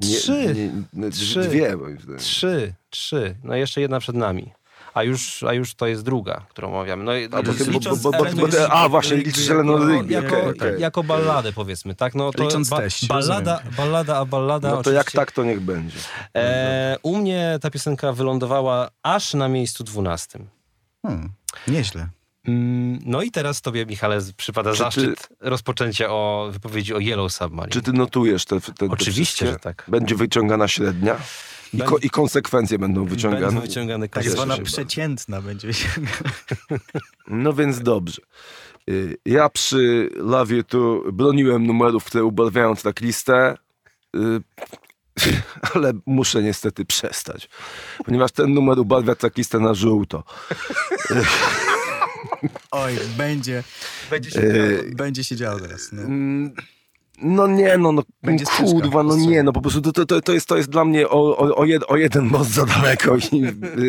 dwie, moim zdaniem. Trzy. No jeszcze jedna przed nami. A już to jest druga, którą omawiamy. No, właśnie, liczysz Eleanor Rigby. Jako balladę, powiedzmy, tak? No to licząc teść, ballada. No to oczywiście. jak tak, to niech będzie. U mnie ta piosenka wylądowała aż na miejscu 12. Nieźle. No i teraz tobie, Michale, przypada zaszczyt rozpoczęcia wypowiedzi o Yellow Submarine. Czy ty notujesz te Oczywiście, że tak. Będzie wyciągana średnia? I konsekwencje będą wyciągane. Będą wyciągane Tak zwana przeciętna będzie wyciągana. No więc dobrze. Ja przy Love You Too broniłem numerów, które ubarwiają tracklistę, ale muszę niestety przestać, ponieważ ten numer ubarwia tracklistę na żółto. Oj, będzie się działo teraz. No nie, kurwa, no nie, no po prostu to jest dla mnie o jeden most za daleko i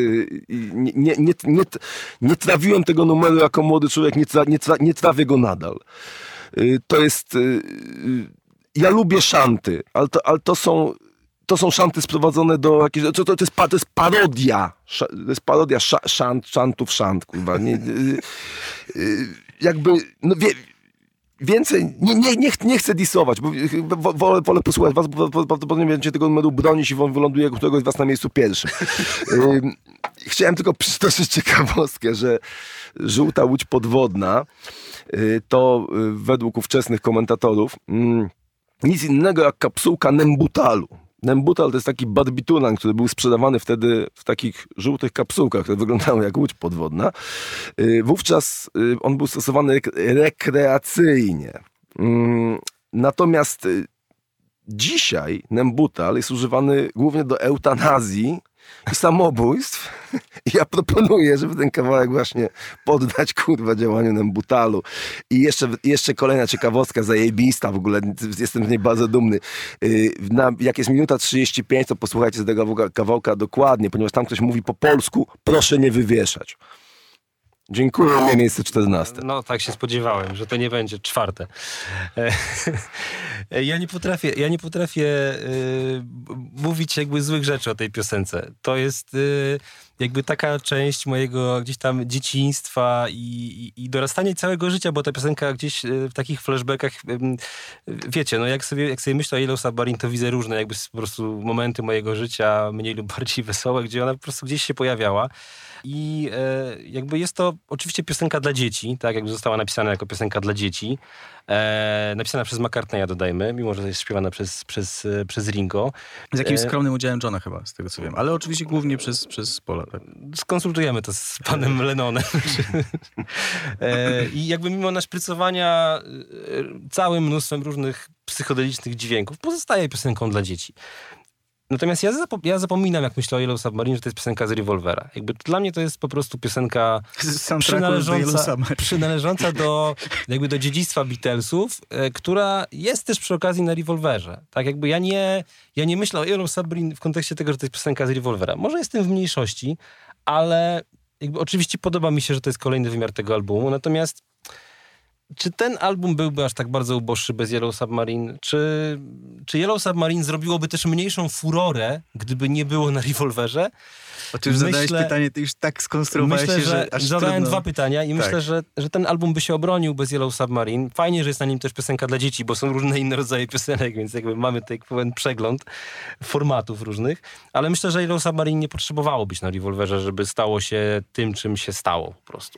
nie trawiłem tego numeru jako młody człowiek, nie trawię go nadal. To jest, ja lubię szanty, ale to są szanty sprowadzone do jakiejś... To jest parodia. To jest parodia szantów, kurwa. Jakby... No, więcej... Nie chcę disować, bo wolę posłuchać was, bo prawdopodobnie będziecie tego numeru bronić i on wyląduje któregoś z was na miejscu pierwszym. Chciałem tylko przytoczyć ciekawostkę, że żółta łódź podwodna to według ówczesnych komentatorów nic innego jak kapsułka Nembutalu. Nembutal to jest taki barbituran, który był sprzedawany wtedy w takich żółtych kapsułkach, które wyglądały jak łódź podwodna. Wówczas on był stosowany rekreacyjnie. Natomiast dzisiaj Nembutal jest używany głównie do eutanazji i samobójstw. I ja proponuję, żeby ten kawałek właśnie poddać, kurwa, działaniu Nembutalu. I jeszcze kolejna ciekawostka, zajebista w ogóle, jestem z niej bardzo dumny. Jak jest minuta 35, to posłuchajcie z tego kawałka dokładnie, ponieważ tam ktoś mówi po polsku, proszę nie wywieszać. Dziękuję, miejsce 14. No tak się spodziewałem, że to nie będzie czwarte. Ja nie potrafię mówić jakby złych rzeczy o tej piosence. To jest jakby taka część mojego gdzieś tam dzieciństwa i dorastania całego życia, bo ta piosenka gdzieś w takich flashbackach, wiecie, no jak sobie myślę o Yellow Submarine, to widzę różne jakby po prostu momenty mojego życia, mniej lub bardziej wesołe, gdzie ona po prostu gdzieś się pojawiała. I jakby jest to oczywiście piosenka dla dzieci, tak jakby została napisana jako piosenka dla dzieci. Napisana przez McCartneya, dodajmy, mimo że jest śpiewana przez Ringo. Z jakimś skromnym udziałem Johna chyba, z tego co wiem. Ale oczywiście głównie przez Paula. Tak? Skonsultujemy to z panem Lennonem. I jakby mimo naszprycowania całym mnóstwem różnych psychodelicznych dźwięków pozostaje piosenką dla dzieci. Natomiast ja zapominam, jak myślę o Yellow Submarine, że to jest piosenka z Revolvera. Jakby dla mnie to jest po prostu piosenka przynależąca do dziedzictwa Beatlesów, która jest też przy okazji na Revolverze. Tak jakby ja nie myślę o Yellow Submarine w kontekście tego, że to jest piosenka z Revolvera. Może jestem w mniejszości, ale jakby oczywiście podoba mi się, że to jest kolejny wymiar tego albumu. Natomiast czy ten album byłby aż tak bardzo uboższy bez Yellow Submarine? Czy Yellow Submarine zrobiłoby też mniejszą furorę, gdyby nie było na Revolverze? O czym zadałeś pytanie, ty już tak skonstruowałeś się, że aż zadałem trudno. 2 pytania i Tak. myślę, że ten album by się obronił bez Yellow Submarine. Fajnie, że jest na nim też piosenka dla dzieci, bo są różne inne rodzaje piosenek, więc jakby mamy tutaj pewien przegląd formatów różnych. Ale myślę, że Yellow Submarine nie potrzebowało być na Revolverze, żeby stało się tym, czym się stało po prostu.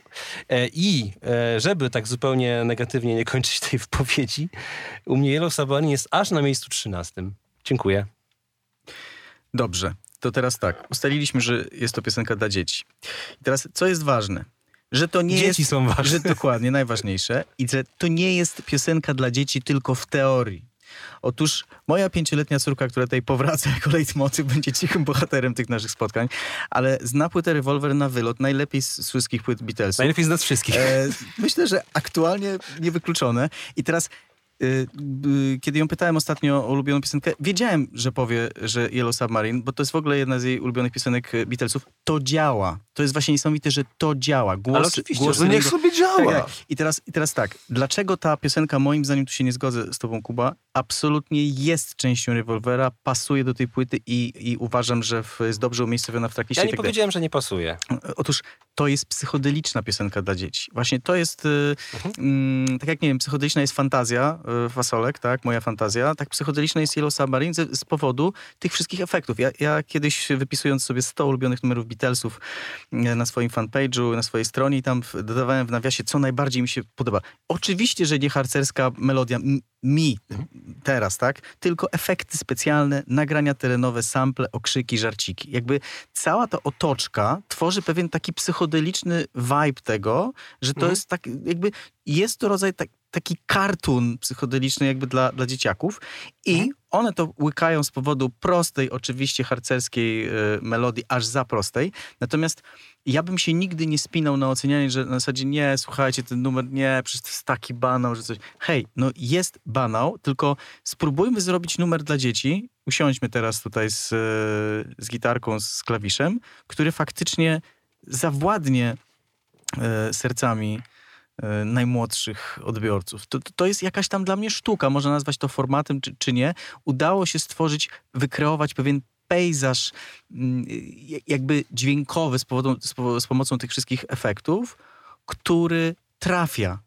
Żeby tak zupełnie negatywnie nie kończyć tej wypowiedzi, u mnie Yellow Submarine jest aż na miejscu 13. Dziękuję. Dobrze, to teraz tak. Ustaliliśmy, że jest to piosenka dla dzieci. I teraz, co jest ważne? Że to nie Dzieci jest, są ważne. Że dokładnie, najważniejsze. I że to nie jest piosenka dla dzieci tylko w teorii. Otóż moja 5-letnia córka, która tutaj powraca jako leitmotyw, będzie cichym bohaterem tych naszych spotkań, ale zna płytę Revolver na wylot, najlepiej z wszystkich płyt Beatlesów. Najlepiej z nas wszystkich. Myślę, że aktualnie niewykluczone. I teraz, kiedy ją pytałem ostatnio o ulubioną piosenkę, wiedziałem, że powie, że Yellow Submarine, bo to jest w ogóle jedna z jej ulubionych piosenek Beatlesów. To działa. To jest właśnie niesamowite, że to działa. Ale oczywiście, głos No niech sobie działa. tak. I teraz tak. Dlaczego ta piosenka, moim zdaniem, tu się nie zgodzę z tobą, Kuba, absolutnie jest częścią Revolvera, pasuje do tej płyty i uważam, że jest dobrze umiejscowiona w tracklishcie. Ja nie powiedziałem, że nie pasuje. Otóż to jest psychodeliczna piosenka dla dzieci. Właśnie to jest, tak jak nie wiem, psychodeliczna jest fantazja, Fasolek, tak, moja fantazja, tak psychodeliczna jest Yellow Submarine z powodu tych wszystkich efektów. Ja kiedyś wypisując sobie 100 ulubionych numerów Beatlesów na swoim fanpage'u, na swojej stronie i tam dodawałem w nawiasie, co najbardziej mi się podoba. Oczywiście, że nie harcerska melodia teraz, tak? Tylko efekty specjalne, nagrania terenowe, sample, okrzyki, żarciki. Jakby cała ta otoczka tworzy pewien taki psychodeliczny vibe tego, że to jest tak, jakby jest to rodzaj taki kartun psychodeliczny jakby dla dzieciaków i one to łykają z powodu prostej, oczywiście harcerskiej melodii, aż za prostej. Natomiast ja bym się nigdy nie spinał na ocenianie, że na zasadzie nie, słuchajcie, ten numer, nie, przecież to jest taki banał, że coś. Hej, no jest banał, tylko spróbujmy zrobić numer dla dzieci. Usiądźmy teraz tutaj z gitarką, z klawiszem, który faktycznie zawładnie sercami najmłodszych odbiorców. To jest jakaś tam dla mnie sztuka, można nazwać to formatem czy nie. Udało się stworzyć, wykreować pewien pejzaż jakby dźwiękowy z pomocą tych wszystkich efektów, który trafia.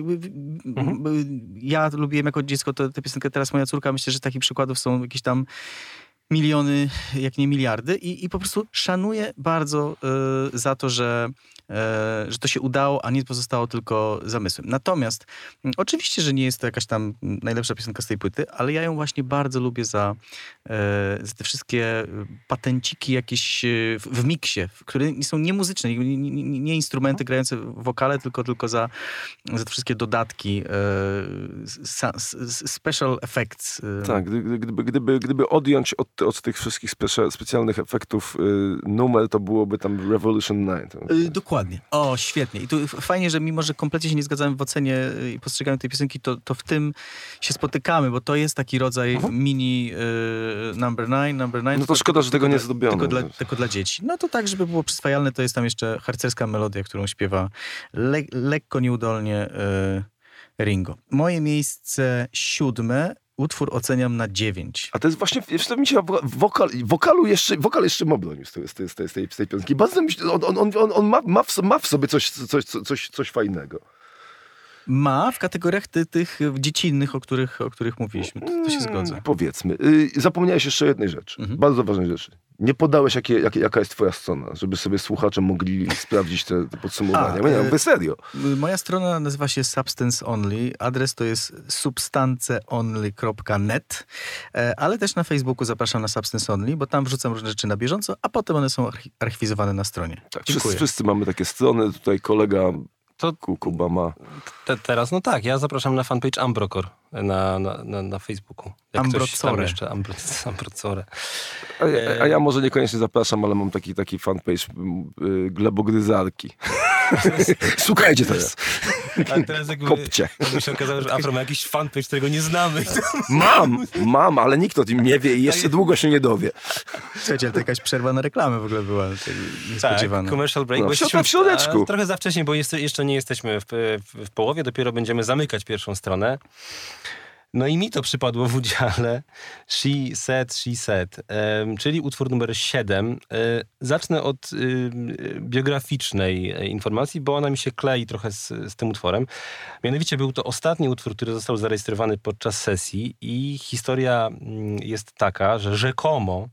Ja lubiłem jako dziecko tę piosenkę, teraz moja córka, myślę, że takich przykładów są jakieś tam miliony, jak nie miliardy i po prostu szanuję bardzo za to, że to się udało, a nie pozostało tylko zamysłem. Natomiast oczywiście, że nie jest to jakaś tam najlepsza piosenka z tej płyty, ale ja ją właśnie bardzo lubię za te wszystkie patenciki jakieś w miksie, które są niemuzyczne, nie instrumenty grające wokale, tylko za te wszystkie dodatki, special effects. Tak, gdyby odjąć od tych wszystkich specjalnych efektów numer, to byłoby tam Revolution 9. Dokładnie. O, świetnie. I tu fajnie, że mimo, że kompletnie się nie zgadzamy w ocenie i postrzeganiu tej piosenki, to w tym się spotykamy, bo to jest taki rodzaj mini number 9. No to szkoda, że tego nie zdobiono. Tylko dla dzieci. No to tak, żeby było przyswajalne, to jest tam jeszcze harcerska melodia, którą śpiewa lekko nieudolnie Ringo. Moje miejsce 7. Utwór oceniam na 9. A to jest właśnie, to mi się wokal jeszcze mnie obronił z tej piosenki. Bardzo mi się, on ma w sobie coś fajnego. Ma w kategoriach tych dziecinnych, o których mówiliśmy. To się zgodzę. Powiedzmy. Zapomniałeś jeszcze o jednej rzeczy. Bardzo ważnej rzeczy. Nie podałeś, jaka jest twoja strona, żeby sobie słuchacze mogli sprawdzić te podsumowania. Ja mówię serio. Moja strona nazywa się Substance Only. Adres to jest substanceonly.net, ale też na Facebooku zapraszam na Substance Only, bo tam wrzucam różne rzeczy na bieżąco, a potem one są archiwizowane na stronie. Tak, dziękuję. Wszyscy mamy takie strony. Tutaj kolega To Kuba ma... teraz, no tak, ja zapraszam na fanpage Ambrokor na Facebooku. Jak ktoś tam Ambrocore. jeszcze Ambrocore. A ja może niekoniecznie zapraszam, ale mam taki fanpage glebogryzarki. Szukajcie teraz. A teraz Kopcie. jakby się okazało, że Afro ma jakiś fanpage, którego nie znamy. Mam, ale nikt o tym nie wie i jeszcze długo się nie dowie. Słuchajcie, ale to jakaś przerwa na reklamę w ogóle była. Niespodziewana. Tak, commercial break. No, bo w środeczku. trochę za wcześnie, bo jeszcze nie jesteśmy w połowie, dopiero będziemy zamykać pierwszą stronę. No i mi to przypadło w udziale She Said, czyli utwór numer 7. Zacznę od biograficznej informacji, bo ona mi się klei trochę z tym utworem. Mianowicie był to ostatni utwór, który został zarejestrowany podczas sesji i historia jest taka, że rzekomo,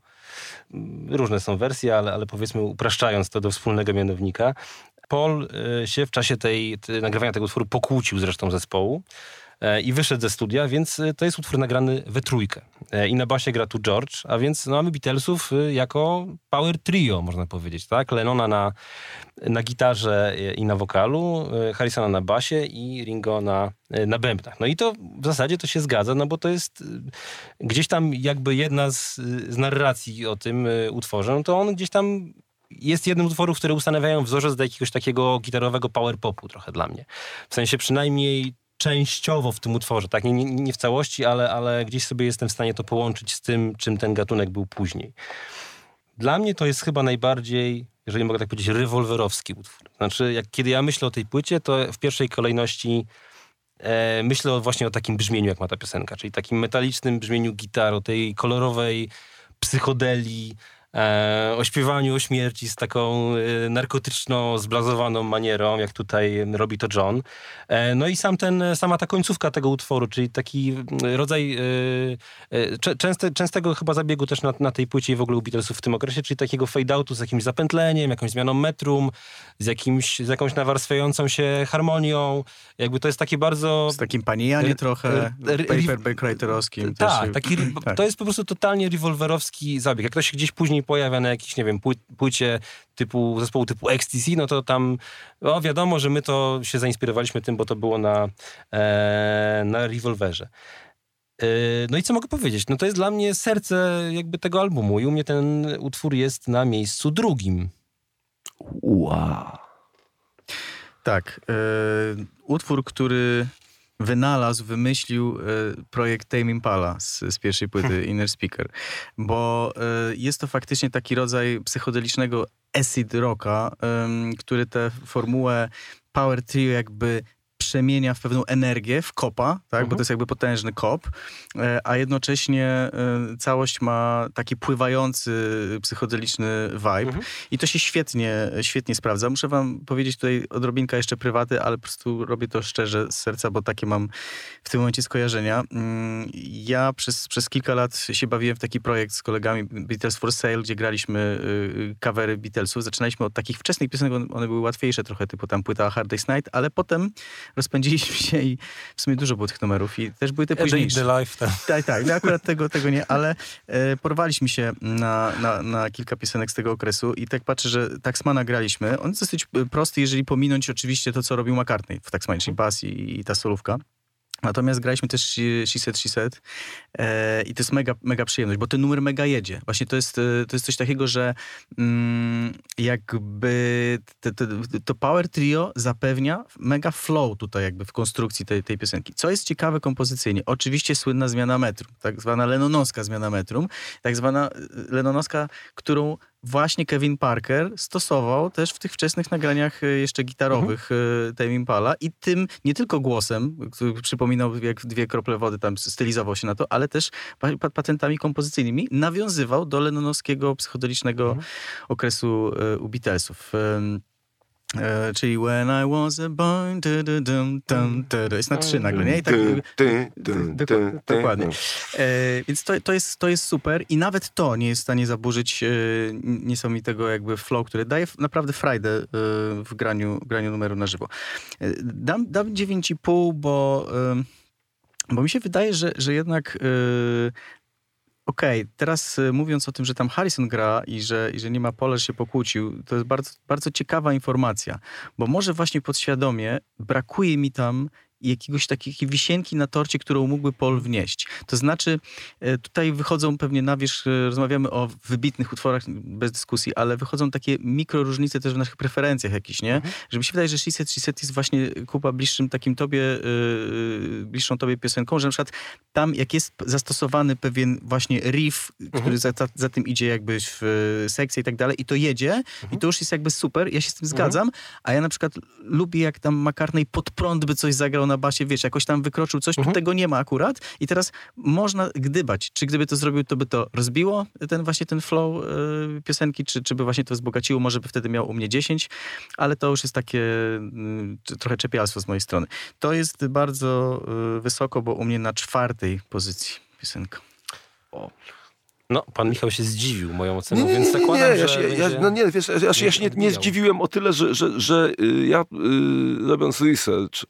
różne są wersje, ale powiedzmy upraszczając to do wspólnego mianownika, Paul się w czasie nagrywania tego utworu pokłócił z resztą zespołu i wyszedł ze studia, więc to jest utwór nagrany we trójkę. I na basie gra tu George, a więc mamy Beatlesów jako power trio, można powiedzieć, tak? Lennona na gitarze i na wokalu, Harrisona na basie i Ringo na bębnach. No i to w zasadzie to się zgadza, no bo to jest gdzieś tam jakby jedna z narracji o tym utworze, no to on gdzieś tam jest jednym z utworów, które ustanawiają wzorzec do jakiegoś takiego gitarowego power popu trochę dla mnie. W sensie przynajmniej częściowo w tym utworze, tak? Nie w całości, ale gdzieś sobie jestem w stanie to połączyć z tym, czym ten gatunek był później. Dla mnie to jest chyba najbardziej, jeżeli mogę tak powiedzieć, rewolwerowski utwór. Znaczy, kiedy ja myślę o tej płycie, to w pierwszej kolejności myślę właśnie o takim brzmieniu, jak ma ta piosenka, czyli takim metalicznym brzmieniu gitar, o tej kolorowej psychodelii, o śpiewaniu o śmierci z taką narkotyczną, zblazowaną manierą, jak tutaj robi to John. No i sama ta końcówka tego utworu, czyli taki rodzaj częstego chyba zabiegu też na tej płycie i w ogóle u Beatlesów w tym okresie, czyli takiego fade-outu z jakimś zapętleniem, jakąś zmianą metrum, z jakąś nawarstwiającą się harmonią. Jakby to jest takie bardzo... Z takim panijanie trochę, paperback writerowskim. Tak, to jest po prostu totalnie rewolwerowski zabieg. Jak to się gdzieś później pojawia na jakiejś, nie wiem, płycie zespołu typu Ecstasy, no to tam wiadomo, że my to się zainspirowaliśmy tym, bo to było na rewolwerze. No i co mogę powiedzieć? No to jest dla mnie serce jakby tego albumu i u mnie ten utwór jest na miejscu drugim. Wow. Tak. Utwór, który wymyślił projekt Tame Impala z pierwszej płyty Inner Speaker, bo jest to faktycznie taki rodzaj psychodelicznego acid rocka, który tę formułę power trio jakby przemienia w pewną energię, w kopa, tak? Bo to jest jakby potężny kop, a jednocześnie całość ma taki pływający, psychodeliczny vibe i to się świetnie sprawdza. Muszę wam powiedzieć tutaj odrobinka jeszcze prywaty, ale po prostu robię to szczerze z serca, bo takie mam w tym momencie skojarzenia. Ja przez kilka lat się bawiłem w taki projekt z kolegami Beatles for Sale, gdzie graliśmy covery Beatlesów. Zaczynaliśmy od takich wczesnych piosenek, one były łatwiejsze trochę, typu tam płyta Hard Day's Night, ale potem rozpędziliśmy się i w sumie dużo było tych numerów i też były te późniejsze. The Life. Tak, no akurat tego nie, ale porwaliśmy się na kilka piosenek z tego okresu i tak patrzę, że Taxmana graliśmy. On jest dosyć prosty, jeżeli pominąć oczywiście to, co robił McCartney w Taxmanie, czyli bas i ta solówka. Natomiast graliśmy też She Said i to jest mega przyjemność, bo ten numer mega jedzie. Właśnie to jest coś takiego, że jakby to power trio zapewnia mega flow tutaj jakby w konstrukcji tej piosenki. Co jest ciekawe kompozycyjnie? Oczywiście słynna zmiana metrum, tak zwana lennonowska zmiana metrum, tak zwana lennonowska, którą właśnie Kevin Parker stosował też w tych wczesnych nagraniach jeszcze gitarowych Tame Impala i tym nie tylko głosem, który przypominał jak dwie krople wody, tam stylizował się na to, ale też patentami kompozycyjnymi nawiązywał do lennonowskiego psychodelicznego okresu u Beatlesów. Czyli When I Was a Boy, jest na 3 nagle, nie? I tak, dokładnie. Więc to jest super i nawet to nie jest w stanie zaburzyć niesamowitego jakby flow, który daje naprawdę frajdę w graniu numeru na żywo. Dam 9,5, bo mi się wydaje, że jednak Okej, teraz mówiąc o tym, że tam Harrison gra i że nie ma Paula, że się pokłócił, to jest bardzo, bardzo ciekawa informacja, bo może właśnie podświadomie brakuje mi tam jakiegoś takiej wisienki na torcie, którą mógłby Paul wnieść. To znaczy, tutaj wychodzą pewnie na wierzch, rozmawiamy o wybitnych utworach bez dyskusji, ale wychodzą takie mikroróżnice też w naszych preferencjach jakichś, nie? Że mi się wydaje, że She Said jest właśnie, Kuba, bliższą tobie piosenką, że na przykład tam, jak jest zastosowany pewien właśnie riff, który za tym idzie jakby w sekcję i tak dalej, i to jedzie, i to już jest jakby super, ja się z tym zgadzam, a ja na przykład lubię, jak tam McCartney pod prąd by coś zagrał na basie, wiesz, jakoś tam wykroczył coś, tu tego nie ma akurat i teraz można gdybać, czy gdyby to zrobił, to by to rozbiło ten flow piosenki, czy by właśnie to wzbogaciło, może by wtedy miał u mnie 10, ale to już jest takie trochę czepialstwo z mojej strony. To jest bardzo wysoko, bo u mnie na 4. pozycji piosenka. O. No, pan Michał się zdziwił moją oceną, więc zakładam, że... Ja się nie zdziwiłem o tyle, że ja robiąc research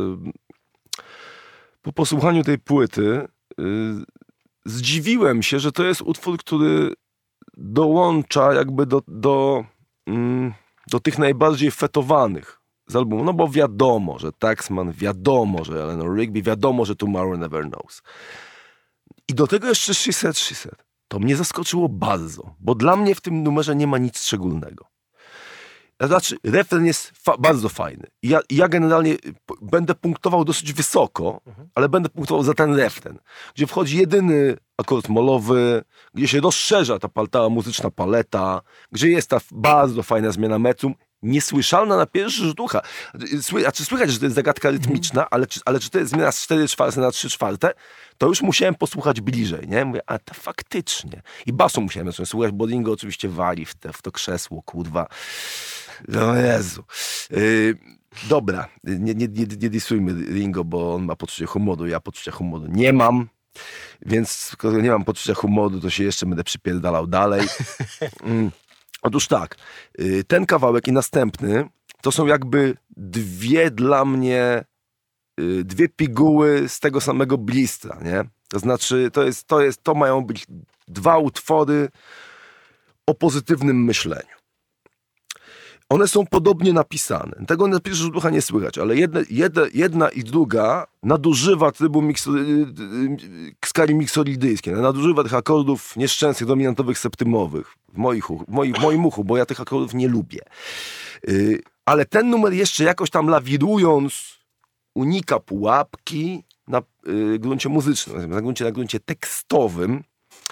po posłuchaniu tej płyty zdziwiłem się, że to jest utwór, który dołącza jakby do tych najbardziej fetowanych z albumu. No bo wiadomo, że Taxman, wiadomo, że Eleanor Rigby, wiadomo, że Tomorrow Never Knows. I do tego jeszcze She Said. To mnie zaskoczyło bardzo, bo dla mnie w tym numerze nie ma nic szczególnego. Znaczy, refren jest bardzo fajny. Ja generalnie będę punktował dosyć wysoko, ale będę punktował za ten refren, gdzie wchodzi jedyny akord molowy, gdzie się rozszerza ta muzyczna paleta, gdzie jest ta bardzo fajna zmiana metrum, niesłyszalna na pierwszy rzut ucha. Słychać, że to jest zagadka rytmiczna, ale czy to jest zmiana z 4/4 na 3/4, to już musiałem posłuchać bliżej, nie? Mówię, a to faktycznie. I basu musiałem słuchać, bo Ringo oczywiście wali w to krzesło, kurwa. No Jezu. Dobra, nie disujmy Ringo, bo on ma poczucie humoru, ja poczucia humoru nie mam. Więc skoro nie mam poczucia humoru, to się jeszcze będę przypierdalał dalej. Otóż tak, ten kawałek i następny to są jakby dla mnie dwie piguły z tego samego blistra, nie? To znaczy, to mają być 2 utwory o pozytywnym myśleniu. One są podobnie napisane. Tego na pierwszy rzut oka nie słychać, ale jedna i druga nadużywa trybu skali miksolidyjskiej. Nadużywa tych akordów nieszczęsnych, dominantowych, septymowych. W moim uchu, bo ja tych akordów nie lubię. Ale ten numer jeszcze jakoś tam lawirując unika pułapki na gruncie muzycznym, na gruncie tekstowym.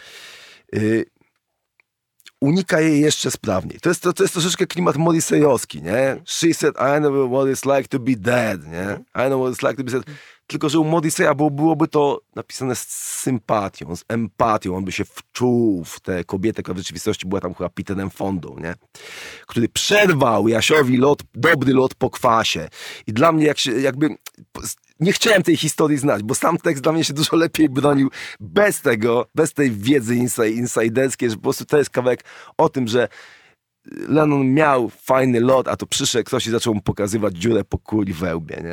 Unika jej jeszcze sprawniej. To jest troszeczkę klimat morriseyowski, nie? She said, I know what it's like to be dead, nie? I know what it's like to be dead. Tylko, że u Morriseya byłoby to napisane z sympatią, z empatią. On by się wczuł w tę kobietę, która w rzeczywistości była tam chyba Peterem Fondą, nie? Który przerwał Jasiowi dobry lot po kwasie. I dla mnie nie chciałem tej historii znać, bo sam tekst dla mnie się dużo lepiej bronił bez tej wiedzy insiderskiej, że po prostu to jest kawałek o tym, że Lennon miał fajny lot, a to przyszedł ktoś i zaczął mu pokazywać dziurę po kuli we łbie, nie?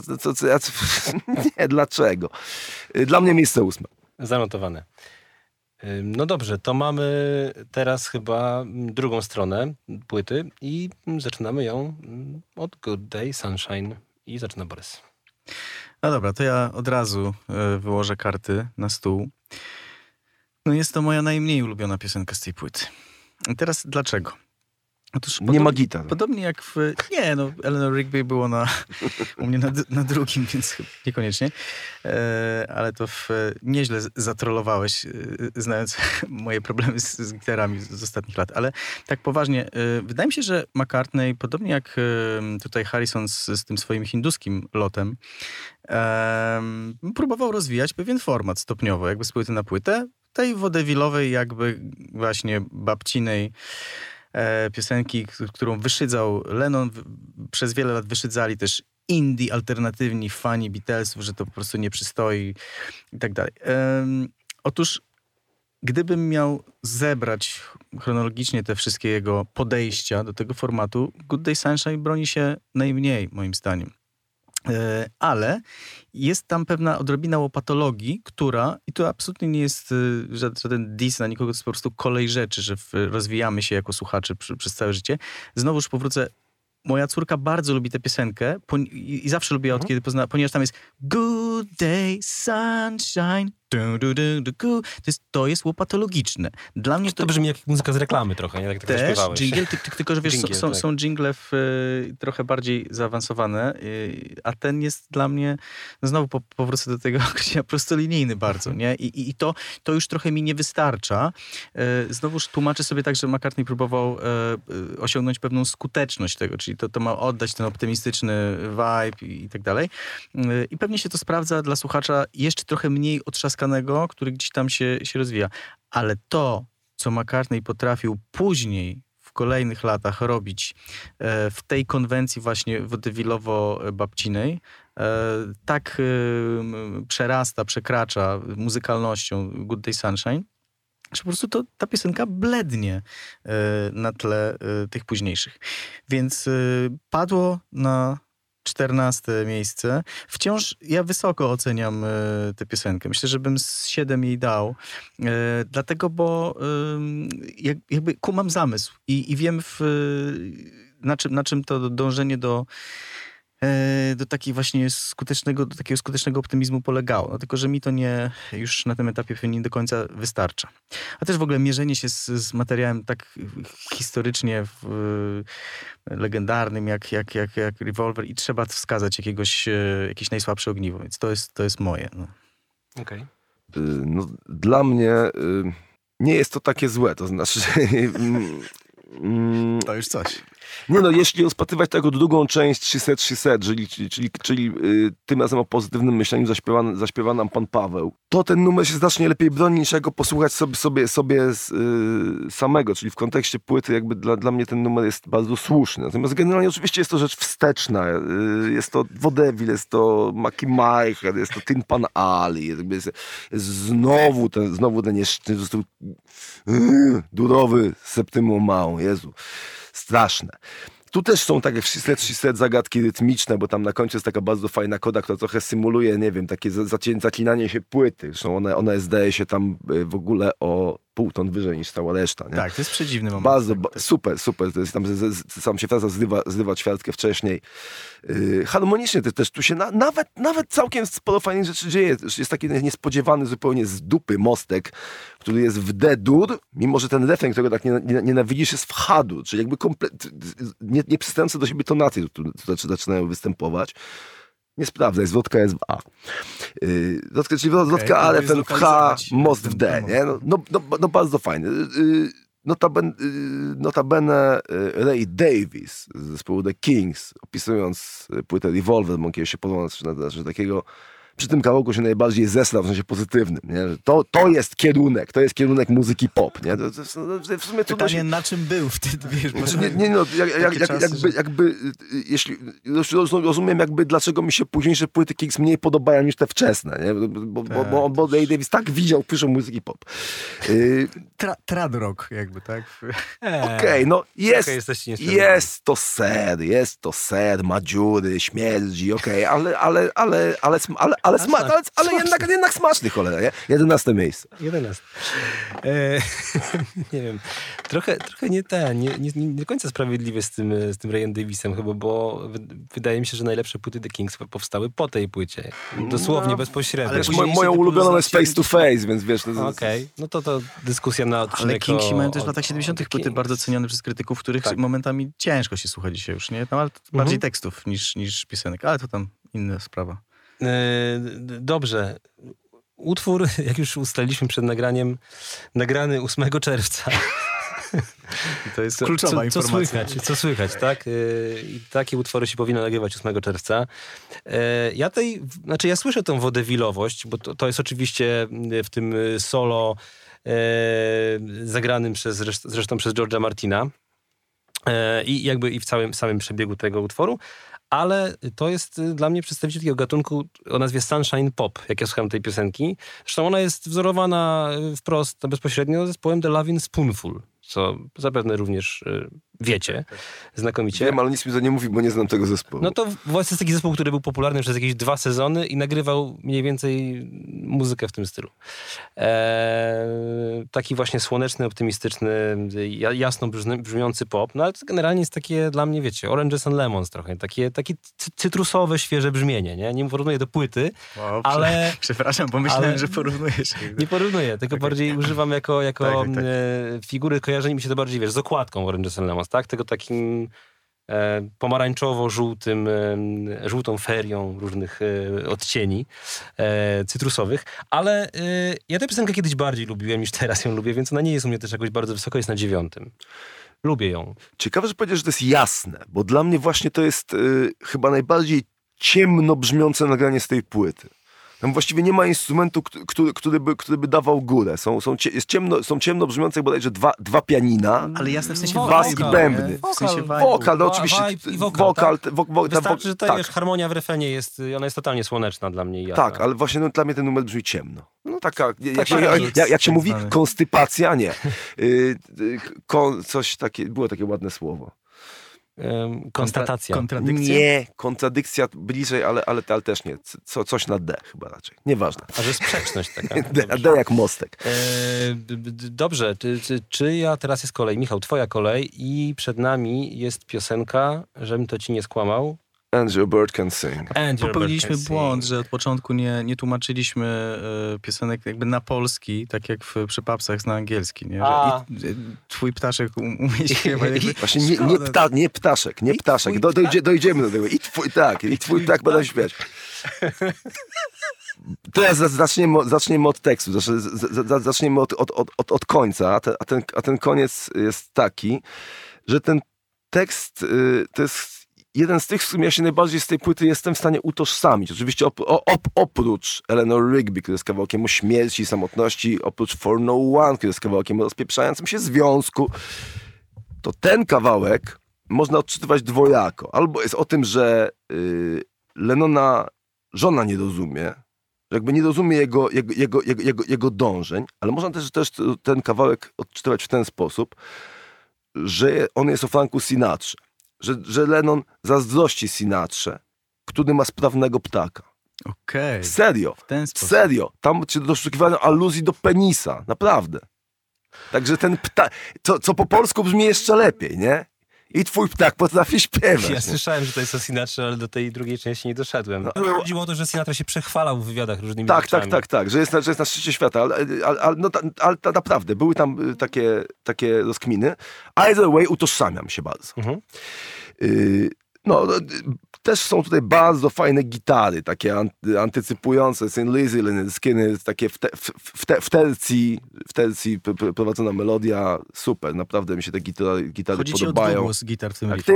Nie, dlaczego? Dla mnie miejsce 8. Zanotowane. No dobrze, to mamy teraz chyba drugą stronę płyty i zaczynamy ją od Good Day, Sunshine i zaczyna Borys. No dobra, to ja od razu wyłożę karty na stół. No jest to moja najmniej ulubiona piosenka z tej płyty. I teraz dlaczego? Otóż nie ma gitar. Podobnie jak Eleanor Rigby było u mnie na drugim, więc niekoniecznie. Ale to nieźle zatrollowałeś, znając moje problemy z gitarami z ostatnich lat. Ale tak poważnie, wydaje mi się, że McCartney, podobnie jak tutaj Harrison z tym swoim hinduskim lotem, próbował rozwijać pewien format stopniowo, jakby z płyty na płytę. Tej wodewilowej, jakby właśnie babcinej piosenki, którą wyszydzał Lennon. Przez wiele lat wyszydzali też indie, alternatywni fani Beatlesów, że to po prostu nie przystoi i tak dalej. Otóż gdybym miał zebrać chronologicznie te wszystkie jego podejścia do tego formatu, Good Day Sunshine broni się najmniej, moim zdaniem. Ale jest tam pewna odrobina łopatologii, która, i to absolutnie nie jest żaden diss na nikogo, to jest po prostu kolej rzeczy, że rozwijamy się jako słuchacze przez całe życie. Znowuż powrócę. Moja córka bardzo lubi tę piosenkę i zawsze lubiła od kiedy poznała, ponieważ tam jest Good Day, Sunshine, to jest łopatologiczne. Dla mnie to brzmi jak muzyka z reklamy trochę, nie? Tak też jingle, tylko że wiesz, są jingle trochę bardziej zaawansowane, a ten jest dla mnie, no znowu powrócę do tego określenia, prostolinijny bardzo, nie? I to już trochę mi nie wystarcza. Znowuż tłumaczę sobie tak, że McCartney próbował osiągnąć pewną skuteczność tego, czyli to ma oddać ten optymistyczny vibe i tak dalej. I pewnie się to sprawdza dla słuchacza jeszcze trochę mniej otrzaskanego, który gdzieś tam się rozwija. Ale to, co McCartney potrafił później, w kolejnych latach robić w tej konwencji właśnie waudevillowo-babcinej, tak przekracza muzykalnością Good Day Sunshine, że po prostu ta piosenka blednie na tle tych późniejszych. Więc padło na 14 miejsce. Wciąż ja wysoko oceniam tę piosenkę. Myślę, że bym z 7 jej dał. Dlatego, jakby kumam zamysł i wiem na czym to dążenie do takiego skutecznego optymizmu polegało. No, tylko, że mi to już na tym etapie nie do końca wystarcza. A też w ogóle mierzenie się z materiałem tak historycznie legendarnym jak Revolver i trzeba wskazać jakieś najsłabsze ogniwo. Więc to jest moje. No. Okej. No, dla mnie nie jest to takie złe. To znaczy... To już coś. Nie no, jeśli rozpatrywać tego drugą część 300, czyli tym razem o pozytywnym myśleniu zaśpiewa nam pan Paweł, to ten numer się znacznie lepiej broni niż jako posłuchać sobie samego, czyli w kontekście płyty jakby dla mnie ten numer jest bardzo słuszny. Natomiast generalnie oczywiście jest to rzecz wsteczna. Jest to Vaudeville, jest to Mackie Michael, jest to Tin Pan Ali, jest znowu ten durowy Septymum Małą. Jezu, straszne. Tu też są takie wszystkie zagadki rytmiczne, bo tam na końcu jest taka bardzo fajna koda, która trochę symuluje, nie wiem, takie zaklinanie się płyty. Zresztą ona jest, zdaje się, tam w ogóle o pół ton wyżej niż cała reszta. Nie? Tak, to jest przedziwny moment. Bardzo, super. To jest tam, sam się fraza zrywa ćwiartkę wcześniej. Harmonicznie też tu się nawet całkiem sporo fajnych rzeczy dzieje. Jest taki niespodziewany zupełnie z dupy mostek, który jest w D-dur, mimo że ten refren, którego tak nienawidzisz, jest w H-dur, czyli jakby nie przystępujące do siebie tonacje, które zaczynają występować. Nie sprawdzaj, zwrotka jest w A. Czyli zwrotka A, refren w H, most w D. Nie? No bardzo fajny. Notabene Ray Davies z zespołu The Kings, opisując płytę Revolver, mógł się podobać, że takiego przy tym kawałku się najbardziej zesrał w sensie pozytywnym. Nie? To jest kierunek muzyki pop. Nie? W sumie pytanie, na czym był wtedy, wiesz? Jeśli rozumiem jakby dlaczego mi się późniejsze płyty Kings mniej podobają niż te wczesne. Nie? Bo Ray Davies tak widział piszą muzyki pop. Trad rock jakby, tak? Okej, no jest to ser, ma dziury, śmierdzi, ale jednak smaczny, cholera, nie? 11 miejsce. 11. Nie wiem, trochę nie do końca sprawiedliwy z tym Rayem Davisem chyba, bo wydaje mi się, że najlepsze płyty The Kings powstały po tej płycie. Dosłownie, bezpośrednio. Ale moją ulubioną jest Face to Face, więc wiesz... Okej, no to dyskusja na odcinek. Ale Kingsi mają też w latach 70. płyty bardzo cenione przez krytyków, których momentami ciężko się słucha dzisiaj już, nie? Tam ale bardziej tekstów niż piosenek, ale to tam inna sprawa. Dobrze. Utwór, jak już ustaliliśmy przed nagraniem, nagrany 8 czerwca. To jest kluczowa informacja. Co słychać, tak? I takie utwory się powinno nagrywać 8 czerwca. Ja słyszę tą waudevillowość, bo to jest oczywiście w tym solo zagranym zresztą przez George'a Martina i w całym samym przebiegu tego utworu. Ale to jest dla mnie przedstawiciel takiego gatunku o nazwie Sunshine Pop, jak ja słucham tej piosenki. Zresztą ona jest wzorowana wprost, bezpośrednio zespołem The Lovin' Spoonful, co zapewne również wiecie znakomicie. Wiem, ale nic mi to nie mówi, bo nie znam tego zespołu. No to właśnie jest taki zespół, który był popularny przez jakieś 2 sezony i nagrywał mniej więcej muzykę w tym stylu. Taki właśnie słoneczny, optymistyczny, jasno brzmiący pop, no ale to generalnie jest takie dla mnie, wiecie, Oranges and Lemons trochę, takie cytrusowe, świeże brzmienie, nie? Nie porównuję do płyty, Wow, ale... Przepraszam, bo myślałem, że porównujesz. Nie porównuję, tylko bardziej używam jako tak. figury, kojarzeń mi się to bardziej, wiesz, z okładką Oranges and Lemons, tak? Tego takim pomarańczowo-żółtym, żółtą ferią różnych odcieni cytrusowych, ale ja tę piosenkę kiedyś bardziej lubiłem niż teraz ją lubię, więc ona nie jest u mnie też jakoś bardzo wysoko, jest na 9. Lubię ją. Ciekawe, że powiedziesz, że to jest jasne, bo dla mnie właśnie to jest chyba najbardziej ciemno brzmiące nagranie z tej płyty. Tam właściwie nie ma instrumentu, który by dawał górę. Są ciemno brzmiące bodajże dwa pianina. Ale jasne w sensie bas i bębny. W sensie Wokal, no oczywiście. Wokal, tak? Wokal, wystarczy, że ta tak. wiesz, harmonia w refrenie jest, ona jest totalnie słoneczna dla mnie i jasna. Tak, ale właśnie dla mnie ten numer brzmi ciemno. No taka, jak się tak mówi, zwany. konstypacja, nie. Coś takie, było takie ładne słowo. Konstatacja. Kontradykcja? Nie, kontradykcja bliżej, ale też nie. Coś na D chyba raczej. Nieważne. A że sprzeczność taka. D jak mostek. Dobrze, czyja teraz jest kolej? Michał, twoja kolej i przed nami jest piosenka, żebym to ci nie skłamał. And your bird can sing. Popełniliśmy błąd, że od początku nie tłumaczyliśmy piosenek jakby na polski, tak jak w Przypapsach na angielski, nie? Że twój ptaszek umie śpiewać. Właśnie nie ptaszek. Dojdziemy do tego. I twój ptak będą śpiewać. Teraz zaczniemy od tekstu. Zaczniemy od końca. A ten koniec jest taki, że ten tekst to jest jeden z tych, z którym ja się najbardziej z tej płyty jestem w stanie utożsamić. Oczywiście oprócz Eleanor Rigby, który jest kawałkiem o śmierci i samotności, oprócz For No One, który jest kawałkiem o rozpieprzającym się związku, to ten kawałek można odczytywać dwojako. Albo jest o tym, że Lennona żona nie rozumie, że jakby nie rozumie jego dążeń, ale można też ten kawałek odczytywać w ten sposób, że on jest o Franku Sinatrze. Że Lennon zazdrości Sinatrze, który ma sprawnego ptaka. Okej. Serio. W ten sposób. Serio. Tam się doszukiwano aluzji do penisa. Naprawdę. Także ten ptak, co po polsku brzmi jeszcze lepiej, nie? I twój ptak potrafi śpiewać. Ja słyszałem, że to jest o Sinatrze, ale do tej drugiej części nie doszedłem. No. Chodziło o to, że Sinatra się przechwalał w wywiadach różnymi rzeczami. Tak, że jest na szczycie świata, ale naprawdę, były tam takie rozkminy. Either way, utożsamiam się bardzo. Mhm. Też są tutaj bardzo fajne gitary, takie antycypujące, St. Lizzy, Lynyrd Skynyrd, takie w tercji prowadzona melodia, super, naprawdę mi się te gitary Chodzi podobają. Ci o dwugłos gitar w tym Tak,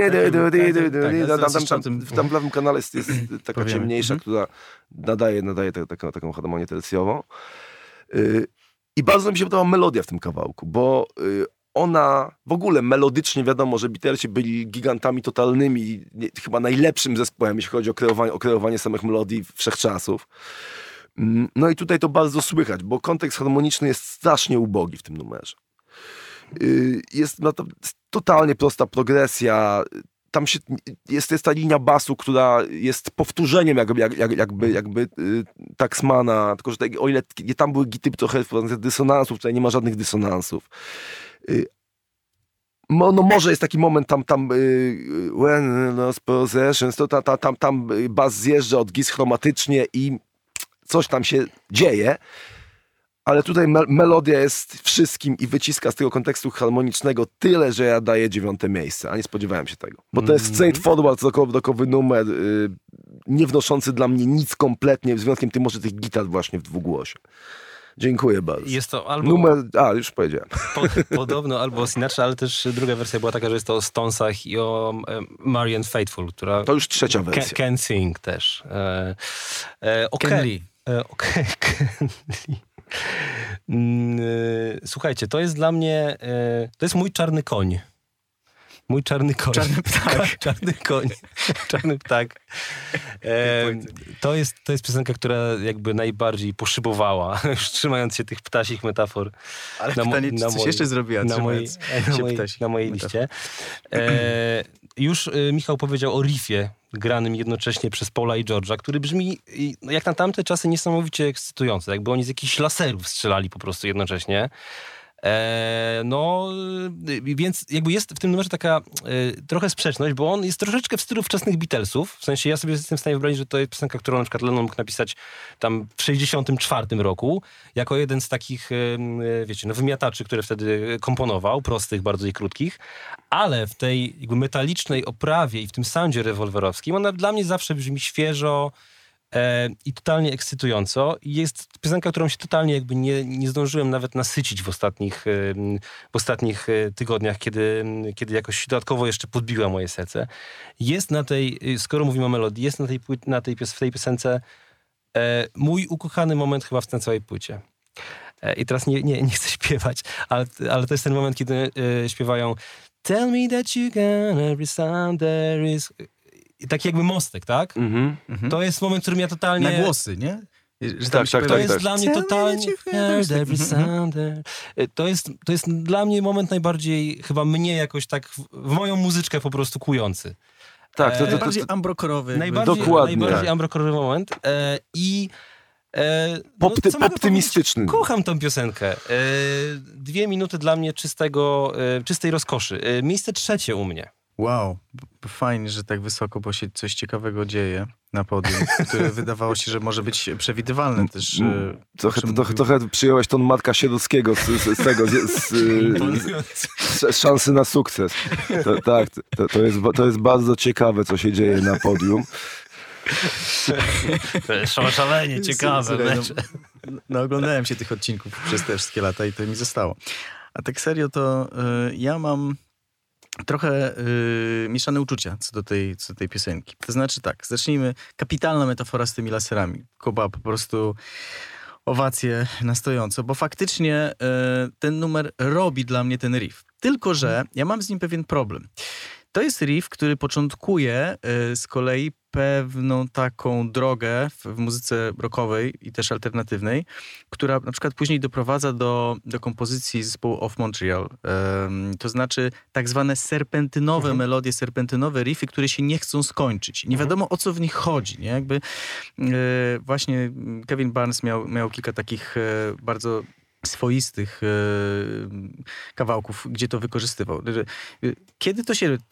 tam w lewym kanale jest taka ciemniejsza, która nadaje taką harmonię tercjową. I bardzo mi się podoba melodia w tym kawałku, bo ona, w ogóle melodycznie wiadomo, że Beatlesi byli gigantami totalnymi, chyba najlepszym zespołem, jeśli chodzi o kreowanie samych melodii wszechczasów. No i tutaj to bardzo słychać, bo kontekst harmoniczny jest strasznie ubogi w tym numerze. Jest totalnie prosta progresja. Tam jest ta linia basu, która jest powtórzeniem jakby Taxmana, tylko że o ile tam były gity trochę dysonansów, tutaj nie ma żadnych dysonansów. No może jest taki moment tam when lost possessions, to tam bas zjeżdża od gis chromatycznie i coś tam się dzieje, ale tutaj melodia jest wszystkim i wyciska z tego kontekstu harmonicznego tyle, że ja daję 9. miejsce, a nie spodziewałem się tego. Bo to jest straightforward, rokowy numer, nie wnoszący dla mnie nic kompletnie, z wyjątkiem tym może tych gitar właśnie w dwugłosie. Dziękuję bardzo. Jest to albo... już powiedziałem. Podobno albo o Sinatrze, ale też druga wersja była taka, że jest to o Stonesach i o Marianne Faithfull, która... To już trzecia wersja. Can Sing też. Ken Lee. Ken Lee. Słuchajcie, to jest dla mnie... To jest mój czarny koń. Mój czarny koń. Czarny ptak. Czarny koń. Czarny ptak. To jest piosenka, która jakby najbardziej poszybowała, już trzymając się tych ptasich metafor. Ale pytanie, czy coś jeszcze zrobiła, na mojej liście. Już Michał powiedział o riffie granym jednocześnie przez Paula i George'a, który brzmi jak na tamte czasy niesamowicie ekscytująco, jakby oni z jakichś laserów strzelali po prostu jednocześnie. Więc jakby jest w tym numerze taka trochę sprzeczność, bo on jest troszeczkę w stylu wczesnych Beatlesów. W sensie ja sobie jestem w stanie wyobrazić, że to jest piosenka, którą na przykład Lennon mógł napisać tam w 1964 roku, jako jeden z takich, wiecie, wymiataczy, które wtedy komponował, prostych bardzo i krótkich, ale w tej jakby metalicznej oprawie i w tym soundzie rewolwerowskim ona dla mnie zawsze brzmi świeżo, i totalnie ekscytująco. I jest piosenka, którą się totalnie jakby nie zdążyłem nawet nasycić w ostatnich tygodniach, kiedy jakoś dodatkowo jeszcze podbiła moje serce. Jest na tej, skoro mówimy o melodii, jest w tej piosence mój ukochany moment chyba w tej całej płycie. I teraz nie chcę śpiewać, ale to jest ten moment, kiedy śpiewają Tell me that you got every sound there is... I taki jakby mostek, tak? To jest moment, w którym ja totalnie... Na głosy, nie? To jest dla mnie totalnie... To jest dla mnie moment najbardziej, chyba mnie jakoś tak w moją muzyczkę po prostu kujący. Tak, najbardziej ambrokorowy. Najbardziej ambrokorowy moment. Optymistyczny. Kocham tą piosenkę. 2 minuty dla mnie czystej rozkoszy. Miejsce 3 u mnie. Wow, fajnie, że tak wysoko, bo się coś ciekawego dzieje na podium, które wydawało się, że może być przewidywalne też. Trochę przyjąłeś ton Marka Sieruckiego z szansy na sukces. To jest bardzo ciekawe, co się dzieje na podium. To jest szalenie ciekawe. Oglądałem się tych odcinków przez te wszystkie lata i to mi zostało. A tak serio to ja mam trochę mieszane uczucia co do tej piosenki. To znaczy tak, zacznijmy. Kapitalna metafora z tymi laserami. Kuba po prostu owacje na stojąco, bo faktycznie ten numer robi dla mnie ten riff. Tylko że ja mam z nim pewien problem. To jest riff, który początkuje z kolei pewną taką drogę w muzyce rockowej i też alternatywnej, która na przykład później doprowadza do kompozycji zespołu Of Montreal. To znaczy tak zwane serpentynowe melodie, serpentynowe riffy, które się nie chcą skończyć. Nie wiadomo, o co w nich chodzi. Nie? Jakby właśnie Kevin Barnes miał kilka takich bardzo swoistych kawałków, gdzie to wykorzystywał. Kiedy to się...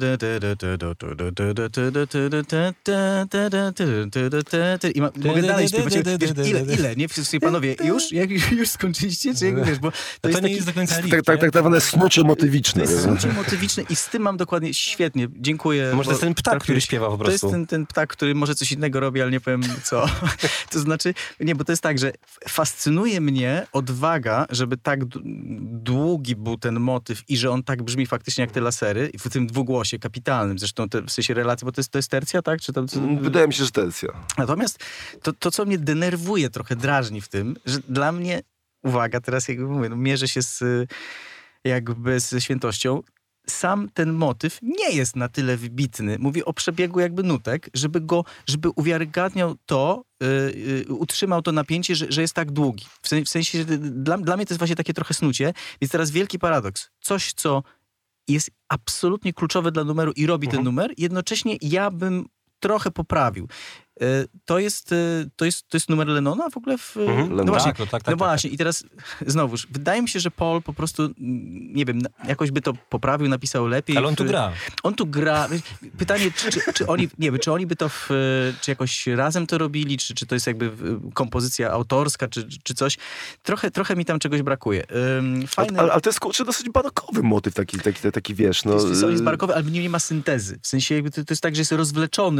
I mogę dalej śpiewać. Ile? Nie? Wszyscy panowie, już skończyliście? Czy wiesz, bo to nie jest do końca riff. Tak zwane snucie motywiczne. To jest snucie motywiczne i z tym mam dokładnie świetnie. Dziękuję. Może to jest ten ptak, który śpiewa po prostu. To jest ten ptak, który może coś innego robi, ale nie powiem co. To znaczy, bo to jest tak, że fascynuje mnie odwaga, żeby tak długi był ten motyw i że on tak brzmi faktycznie jak te lasery w tym dwugłosie kapitalnym. Zresztą w sensie relacji, bo to jest tercja, tak? Czy tam, wydaje mi się, że tercja. Natomiast to, co mnie denerwuje, trochę drażni w tym, że dla mnie, uwaga, teraz jakby mówię, mierzę się ze świętością, sam ten motyw nie jest na tyle wybitny. Mówię o przebiegu jakby nutek, żeby uwiarygadniał to, utrzymał to napięcie, że jest tak długi. W sensie, że dla mnie to jest właśnie takie trochę snucie. Jest teraz wielki paradoks. Coś, co jest absolutnie kluczowe dla numeru i robi ten numer, jednocześnie ja bym trochę poprawił. To jest numer Lennona w ogóle? No właśnie, tak. No właśnie. I teraz znowuż, wydaje mi się, że Paul po prostu, nie wiem, jakoś by to poprawił, napisał lepiej. Ale on tu gra. On tu gra. Pytanie, czy oni by to czy jakoś razem to robili, czy to jest jakby kompozycja autorska, czy coś. Trochę mi tam czegoś brakuje. Fajne. Ale to jest kurczę dosyć barokowy motyw, taki wiesz. No. On jest barokowy, ale w nim nie ma syntezy. W sensie jakby to jest tak, że jest rozwleczony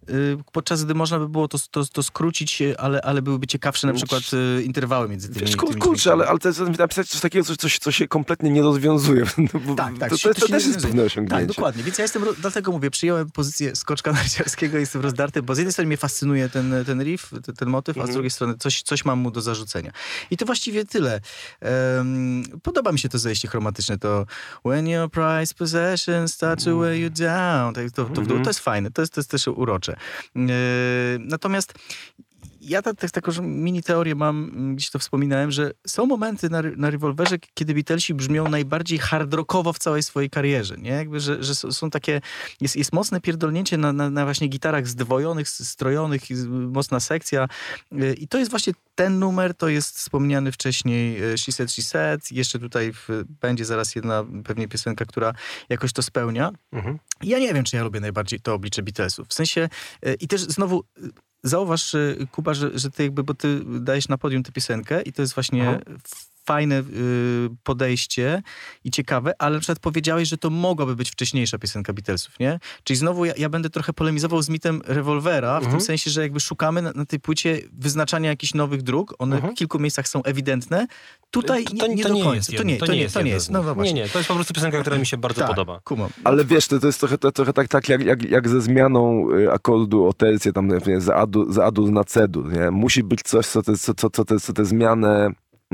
podczas gdy można by było to skrócić, ale byłyby ciekawsze na przykład interwały między tymi. Kurczę, ale to jest napisać coś takiego, co się kompletnie nie rozwiązuje. Tak. To też jest pewne osiągnięcie. Tak, dokładnie. Więc ja dlatego mówię, przyjąłem pozycję skoczka narciarskiego, jestem rozdarty, bo z jednej strony mnie fascynuje ten riff, ten motyw, a z drugiej strony coś mam mu do zarzucenia. I to właściwie tyle. Podoba mi się to zejście chromatyczne, to when your prized possessions start to weigh you down. To jest fajne, to jest też urocze. Natomiast ja taką mini teorię mam, gdzieś to wspominałem, że są momenty na Rewolwerze, kiedy Beatlesi brzmią najbardziej hard rockowo w całej swojej karierze, nie? Jakby, że są takie, jest mocne pierdolnięcie na właśnie gitarach zdwojonych, strojonych, mocna sekcja i to jest właśnie ten numer, to jest wspomniany wcześniej She Said, jeszcze tutaj będzie zaraz jedna pewnie piosenka, która jakoś to spełnia. Ja nie wiem, czy ja lubię najbardziej to oblicze Beatlesów. W sensie, i też znowu zauważ, Kuba, że ty bo ty dajesz na podium tę piosenkę i to jest właśnie fajne podejście i ciekawe, ale na przykład powiedziałeś, że to mogłaby być wcześniejsza piosenka Beatlesów, nie? Czyli znowu ja będę trochę polemizował z mitem Rewolwera, w tym sensie, że jakby szukamy na tej płycie wyznaczania jakichś nowych dróg, one w kilku miejscach są ewidentne. Tutaj nie do końca. To nie jest. No właśnie. Nie, to jest po prostu piosenka, która mi się bardzo podoba. Kumam. Ale wiesz, to jest trochę tak jak ze zmianą akordu o tercję, tam z A-dur na C-dur, nie? Musi być coś, co tę zmianę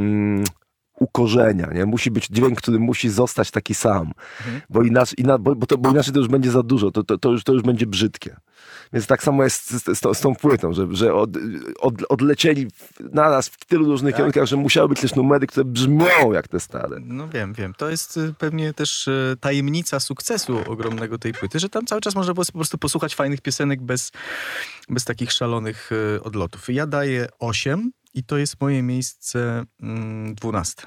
ukorzenia, nie? Musi być dźwięk, który musi zostać taki sam, bo inaczej to już będzie za dużo, to już będzie brzydkie. Więc tak samo jest z tą płytą, że odlecieli naraz w tylu różnych kierunkach, że musiały być też numery, które brzmią jak te stare. No wiem. To jest pewnie też tajemnica sukcesu ogromnego tej płyty, że tam cały czas można było po prostu posłuchać fajnych piosenek bez takich szalonych odlotów. Ja daję 8 i to jest moje miejsce 12.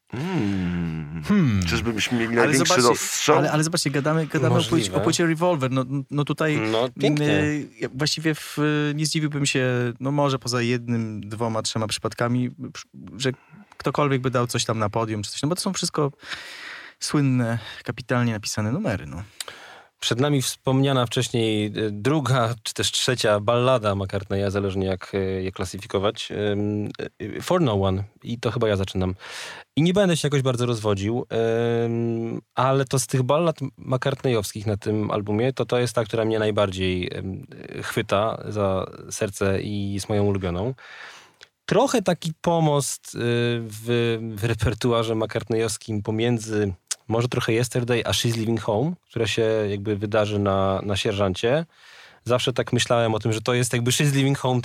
Czyżbyśmy mieli największy rozstrzał? Ale zobaczcie, gadamy o płycie Revolver. No tutaj właściwie nie zdziwiłbym się, no może poza 1, 2, 3 przypadkami, że ktokolwiek by dał coś tam na podium czy coś, no bo to są wszystko słynne, kapitalnie napisane numery. No. Przed nami wspomniana wcześniej druga, czy też trzecia ballada McCartneya, zależnie jak je klasyfikować. For No One. I to chyba ja zaczynam. I nie będę się jakoś bardzo rozwodził, ale to z tych ballad McCartneyowskich na tym albumie, to jest ta, która mnie najbardziej chwyta za serce i jest moją ulubioną. Trochę taki pomost w repertuarze McCartneyowskim pomiędzy może trochę Yesterday, a She's Leaving Home, która się jakby wydarzy na Sierżancie. Zawsze tak myślałem o tym, że to jest jakby She's Leaving Home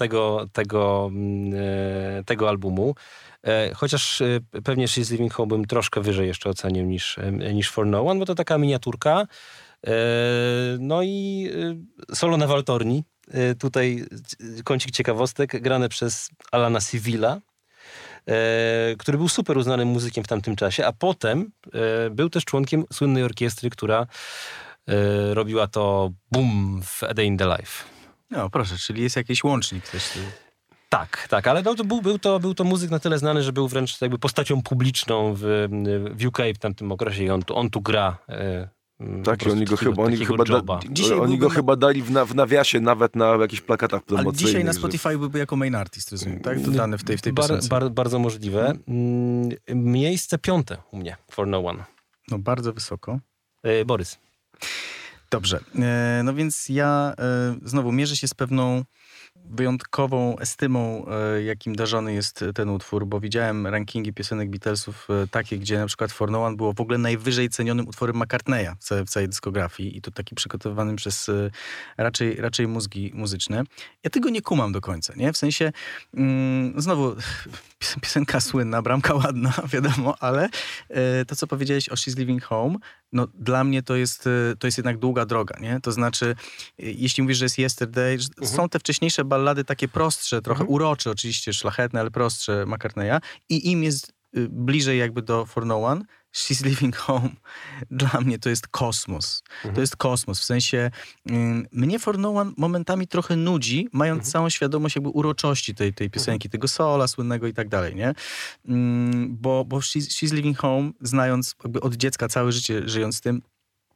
tego albumu. Chociaż pewnie She's Leaving Home bym troszkę wyżej jeszcze ocenił niż For No One, bo to taka miniaturka. No i solo na waltorni. Tutaj kącik ciekawostek, grane przez Alana Civila, który był super uznanym muzykiem w tamtym czasie, a potem był też członkiem słynnej orkiestry, która robiła to boom w A Day in the Life. No proszę, czyli jest jakiś łącznik też. Tak, ale no, był to muzyk na tyle znany, że był wręcz jakby postacią publiczną w UK w tamtym okresie i on tu gra. Tak, i oni go chyba dali w nawiasie, nawet na jakichś plakatach promocyjnych. Ale dzisiaj na Spotify byłby jako main artist, rozumiem, tak? Dodane w tej piosence. Bardzo możliwe. Miejsce 5 u mnie, For No One. No bardzo wysoko. Borys. Dobrze. No więc ja znowu mierzę się z pewną wyjątkową estymą, jakim darzony jest ten utwór, bo widziałem rankingi piosenek Beatlesów takie, gdzie na przykład For No One było w ogóle najwyżej cenionym utworem McCartneya w całej dyskografii i to taki przygotowywanym przez raczej mózgi muzyczne. Ja tego nie kumam do końca, nie? W sensie znowu piosenka słynna, bramka ładna, wiadomo, ale to, co powiedziałeś o She's Leaving Home, no dla mnie to jest jednak długa droga, nie? To znaczy, jeśli mówisz, że jest Yesterday, są te wcześniejsze ballady takie prostsze, trochę urocze, oczywiście szlachetne, ale prostsze McCartneya i im jest bliżej jakby do For No One, She's Leaving Home, dla mnie to jest kosmos. To jest kosmos, w sensie mnie For No One momentami trochę nudzi, mając całą świadomość jakby uroczości tej piosenki, tego sola słynnego i tak dalej, nie? Bo She's Leaving Home, znając jakby od dziecka całe życie, żyjąc z tym,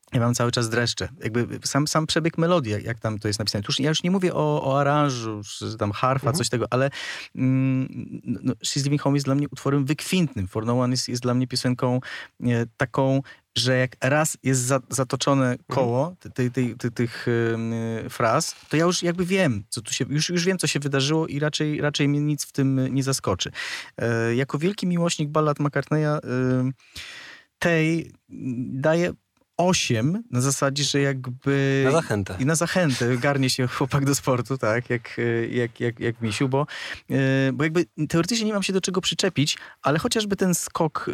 Ja mam cały czas dreszcze. Jakby sam przebieg melodii, jak tam to jest napisane. Ja już nie mówię o aranżu, że tam harfa, coś tego, ale She's Living Home jest dla mnie utworem wykwintnym. For No One jest dla mnie piosenką taką, że jak raz jest zatoczone koło tych fraz, to ja już jakby wiem, co tu się, już wiem, co się wydarzyło i raczej mnie nic w tym nie zaskoczy. Jako wielki miłośnik ballad McCartneya tej daje 8 na zasadzie, że jakby... Na zachętę. I na zachętę garnie się chłopak do sportu, tak, jak misiu, bo jakby teoretycznie nie mam się do czego przyczepić, ale chociażby ten skok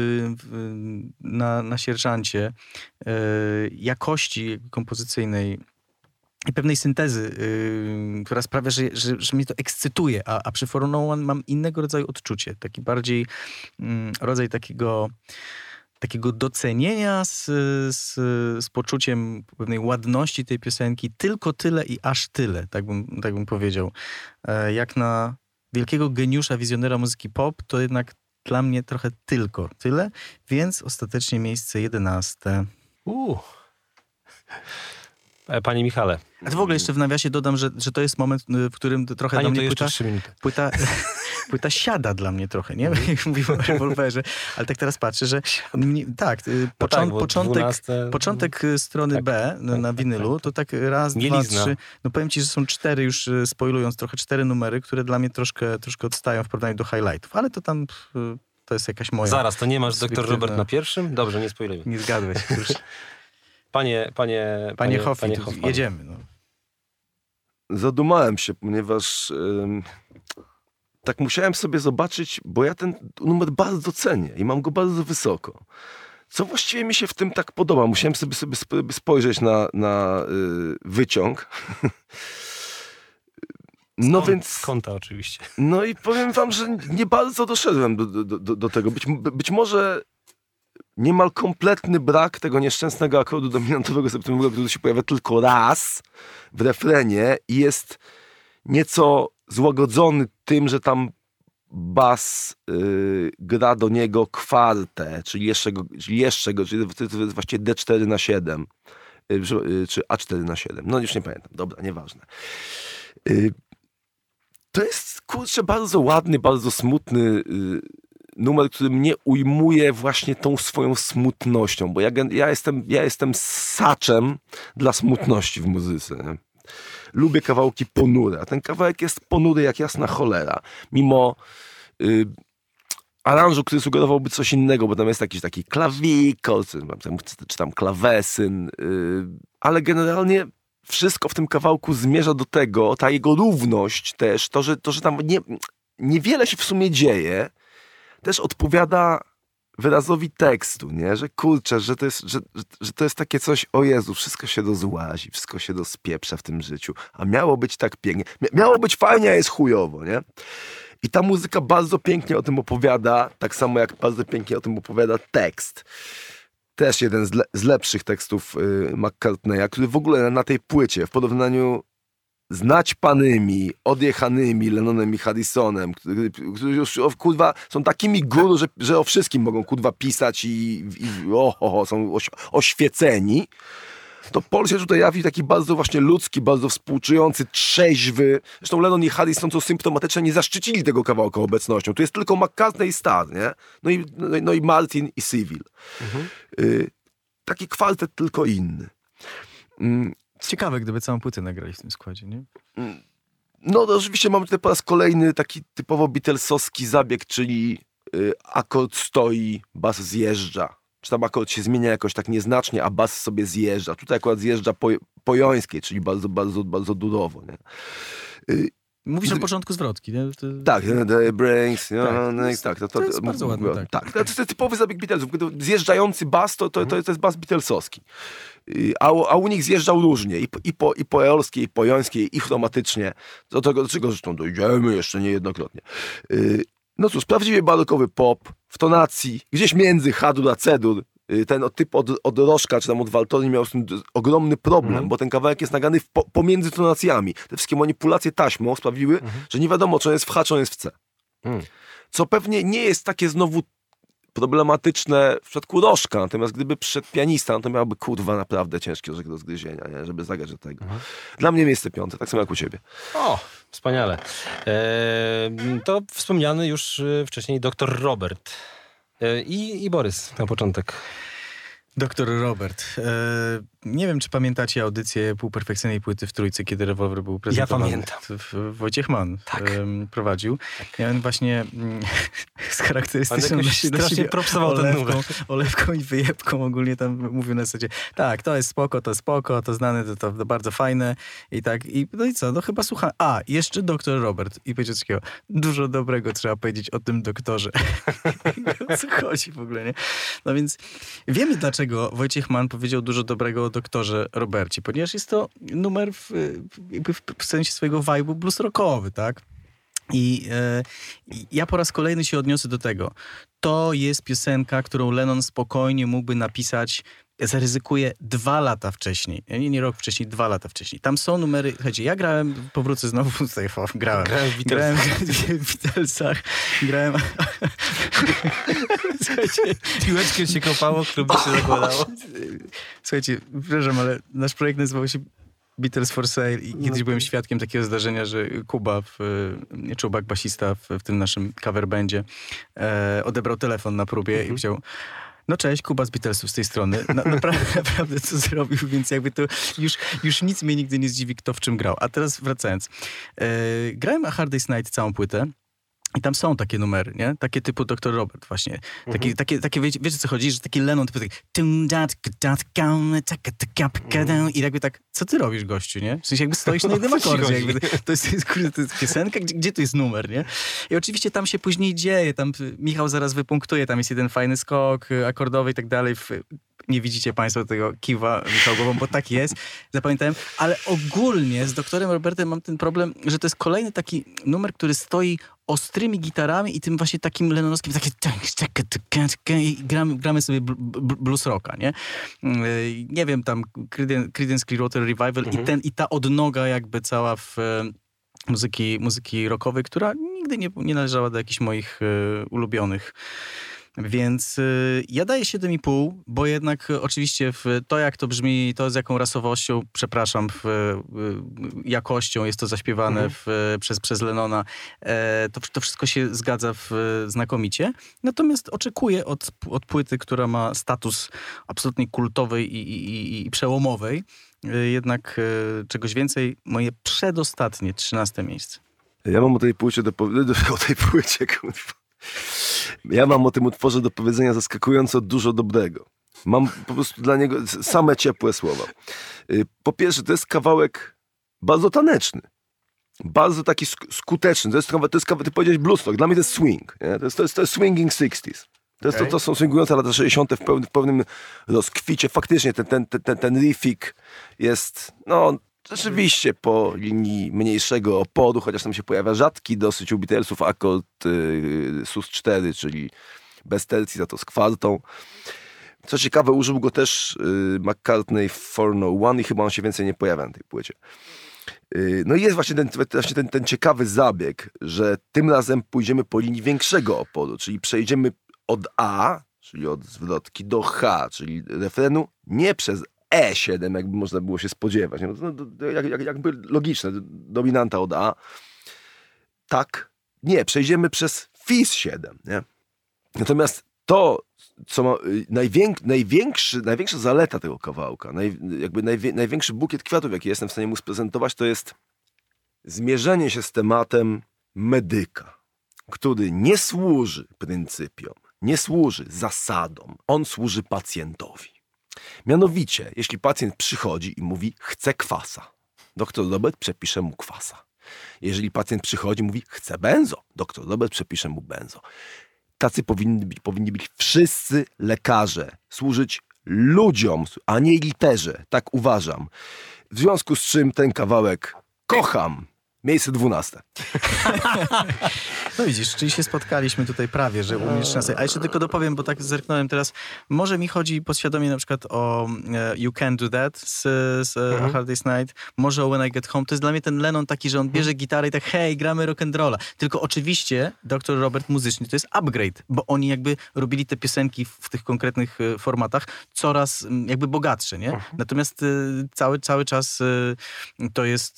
na sierżancie, jakości kompozycyjnej i pewnej syntezy, która sprawia, że mnie to ekscytuje, a przy For No One mam innego rodzaju odczucie, taki bardziej rodzaj takiego docenienia z poczuciem pewnej ładności tej piosenki, tylko tyle i aż tyle, tak bym powiedział. Jak na wielkiego geniusza, wizjonera muzyki pop, to jednak dla mnie trochę tylko tyle, więc ostatecznie miejsce 11. Panie Michale. A to w ogóle jeszcze w nawiasie dodam, że to jest moment, w którym trochę dla mnie płyta siada dla mnie trochę, nie? Jak mówimy o rewolwerze. Ale tak teraz patrzę, że początek strony B na winylu, to tak raz, Mielizna. 2, 3. No powiem ci, że są 4 już, spoilując trochę, 4 numery, które dla mnie troszkę odstają w porównaniu do highlightów. Ale to tam... To jest jakaś moja... Zaraz, to nie masz Dr. Robert na pierwszym? Dobrze, nie spoilujmy. Nie zgadłeś. Panie Hoffman, Hoffman. jedziemy. No. Zadumałem się, ponieważ tak musiałem sobie zobaczyć, bo ja ten numer bardzo cenię i mam go bardzo wysoko. Co właściwie mi się w tym tak podoba? Musiałem sobie spojrzeć na wyciąg. No więc... Konta oczywiście. No i powiem wam, że nie bardzo doszedłem do tego. Być może niemal kompletny brak tego nieszczęsnego akordu dominantowego septymowego, który się pojawia tylko raz w refrenie i jest nieco złagodzony tym, że tam bas gra do niego kwartę, czyli to jest właściwie D4/7 czy A4/7. No już nie pamiętam. Dobra, nieważne. To jest, kurczę, bardzo ładny, bardzo smutny numer, który mnie ujmuje właśnie tą swoją smutnością, bo ja jestem ssaczem dla smutności w muzyce. Nie? Lubię kawałki ponure, a ten kawałek jest ponury jak jasna cholera. Mimo aranżu, który sugerowałby coś innego, bo tam jest jakiś taki klawikol, czy tam klawesyn, ale generalnie wszystko w tym kawałku zmierza do tego, ta jego równość też, to, że tam niewiele się w sumie dzieje, też odpowiada wyrazowi tekstu, nie? Że kurczę, że to jest takie coś, o Jezu, wszystko się rozłazi, wszystko się rozpieprza w tym życiu, a miało być tak pięknie, miało być fajnie, a jest chujowo, nie? I ta muzyka bardzo pięknie o tym opowiada, tak samo jak bardzo pięknie o tym opowiada tekst. Też jeden z lepszych tekstów McCartneya, który w ogóle na tej płycie, w porównaniu z naćpanymi, odjechanymi Lennonem i Harrisonem, którzy już kurwa są takimi guru, że o wszystkim mogą kurwa pisać i są oświeceni, to Paul się tutaj jawi taki bardzo właśnie ludzki, bardzo współczujący, trzeźwy. Zresztą Lennon i Harrison, co symptomatyczne, nie zaszczycili tego kawałka obecnością. Tu jest tylko McCartney i Starr, nie? No i Martin i Civil. Taki kwartet tylko inny. Ciekawe, gdyby całą płytę nagrali w tym składzie, nie? No to oczywiście mamy tutaj po raz kolejny taki typowo Beatlesowski zabieg, czyli akord stoi, bas zjeżdża. Czy tam akord się zmienia jakoś tak nieznacznie, a bas sobie zjeżdża. Tutaj akurat zjeżdża po jońskiej, czyli bardzo, bardzo, bardzo durowo. Nie? Mówisz o początku zwrotki, nie? Tak, The Brains, to jest bardzo ładne. Tak, to jest typowy zabieg Beatlesów. Zjeżdżający bas to jest bas Beatlesowski. A u nich zjeżdżał różnie, i po eolskiej, i po jońskiej, i chromatycznie. Do czego zresztą dojdziemy jeszcze niejednokrotnie. No cóż, prawdziwie barokowy pop w tonacji, gdzieś między H-dur a C-dur. Ten typ od Rożka, czy tam od Waltoni miał z tym ogromny problem, bo ten kawałek jest nagrany pomiędzy tonacjami. Te wszystkie manipulacje taśmą sprawiły, że nie wiadomo, czy on jest w H, czy on jest w C. Co pewnie nie jest takie znowu problematyczne w przypadku Rożka, natomiast gdyby przyszedł pianista, no to miałby kurwa naprawdę ciężki orzech do zgryzienia, nie? Żeby zagrać do tego. Dla mnie miejsce 5, tak samo jak u ciebie. O, wspaniale. To wspomniany już wcześniej dr Robert i Borys na początek. Doktor Robert. Nie wiem, czy pamiętacie audycję półperfekcyjnej płyty w Trójce, kiedy Rewolwer był prezentowany. Ja pamiętam. Wojciech Mann prowadził. Ja on właśnie z charakterystyczną strasznie propsował ten numer. Olewką i wyjebką ogólnie tam mówił na zasadzie, tak, to jest spoko, to znane, to bardzo fajne i tak. No i co, no chyba słucham. A, jeszcze doktor Robert. I powiedział coś takiego, dużo dobrego trzeba powiedzieć o tym doktorze. O co chodzi w ogóle, nie? No więc wiemy, dlaczego Wojciech Mann powiedział dużo dobrego o doktorze Robercie, ponieważ jest to numer w sensie swojego vibe'u blues rockowy, tak? I ja po raz kolejny się odniosę do tego. To jest piosenka, którą Lennon spokojnie mógłby napisać, zaryzykuję 2 lata wcześniej. Nie rok wcześniej, 2 lata wcześniej. Tam są numery, słuchajcie, ja powrócę znowu tutaj, grałem w Beatlesach, grałem... Słuchajcie, piłeczkiem się kopało, kluby się zakładało. Słuchajcie, przepraszam, ale nasz projekt nazywał się Beatles for Sale i kiedyś byłem świadkiem takiego zdarzenia, że Kuba, Czubak, basista w tym naszym cover bandzie, odebrał telefon na próbie i powiedział: no cześć, Kuba z Beatlesów z tej strony. Naprawdę co zrobił, więc jakby to już nic mnie nigdy nie zdziwi, kto w czym grał. A teraz wracając. Grałem A Hard Day's Night całą płytę. I tam są takie numery, nie? Takie typu Dr. Robert właśnie. Takie wiecie co chodzi? Że taki Lennon typu taki... I jakby tak, co ty robisz, gościu, nie? W sensie jakby stoisz na jednym akordzie. Jakby, to jest piosenka, gdzie tu jest numer, nie? I oczywiście tam się później dzieje. Tam Michał zaraz wypunktuje. Tam jest jeden fajny skok akordowy i tak dalej. Nie widzicie państwo tego kiwa Michał głową, bo tak jest. Zapamiętałem. Ale ogólnie z doktorem Robertem mam ten problem, że to jest kolejny taki numer, który stoi ostrymi gitarami i tym właśnie takim lennonowskim, i gramy sobie blues rocka, nie? Nie wiem, tam Creedence Clearwater Revival i ta odnoga jakby cała w muzyki rockowej, która nigdy nie należała do jakichś moich ulubionych. Więc ja daję 7,5, bo jednak oczywiście to, jak to brzmi, to z jaką rasowością, przepraszam, jakością jest to zaśpiewane przez Lennona, to wszystko się zgadza znakomicie. Natomiast oczekuję od płyty, która ma status absolutnie kultowej i przełomowej, jednak czegoś więcej, moje przedostatnie 13 miejsce. Ja mam o tej płycie Ja mam o tym utworze do powiedzenia zaskakująco dużo dobrego. Mam po prostu dla niego same ciepłe słowa. Po pierwsze, to jest kawałek bardzo taneczny. Bardzo taki skuteczny. To jest ty powiedziałeś blues rock. Dla mnie to jest swing. Nie? To jest swinging 60s. To są swingujące lata 60. w pewnym rozkwicie. Faktycznie ten riffik jest, no, rzeczywiście po linii mniejszego oporu, chociaż tam się pojawia rzadki dosyć u Beatlesów akord sus4, czyli bez tercji, za to z kwartą. Co ciekawe, użył go też McCartney w 401 i chyba on się więcej nie pojawia na tej płycie. No i jest właśnie ten ciekawy zabieg, że tym razem pójdziemy po linii większego oporu, czyli przejdziemy od A, czyli od zwrotki, do H, czyli refrenu, nie przez E7, jakby można było się spodziewać. Jakby logiczne, dominanta od A. Tak, nie, przejdziemy przez Fis7, nie? Natomiast to, co ma największa zaleta tego kawałka, największy bukiet kwiatów, jaki jestem w stanie mu sprezentować, to jest zmierzenie się z tematem medyka, który nie służy pryncypiom, nie służy zasadom, on służy pacjentowi. Mianowicie, jeśli pacjent przychodzi i mówi, chce kwasa, doktor Robert przepisze mu kwasa. Jeżeli pacjent przychodzi i mówi, chce benzo, doktor Robert przepisze mu benzo. Tacy powinni być wszyscy lekarze, służyć ludziom, a nie literze, tak uważam. W związku z czym ten kawałek kocham Miejsce 12. No widzisz, czyli się spotkaliśmy tutaj prawie, że umiesz szansę. A jeszcze tylko dopowiem, bo tak zerknąłem teraz, może mi chodzi podświadomie na przykład o You Can't Do That z A Hard Day's Night, może o When I Get Home. To jest dla mnie ten Lennon taki, że on bierze gitarę i tak hej, gramy rock'n'rolla. Tylko oczywiście Dr. Robert muzycznie to jest upgrade, bo oni jakby robili te piosenki w tych konkretnych formatach coraz jakby bogatsze, nie? Natomiast cały czas to jest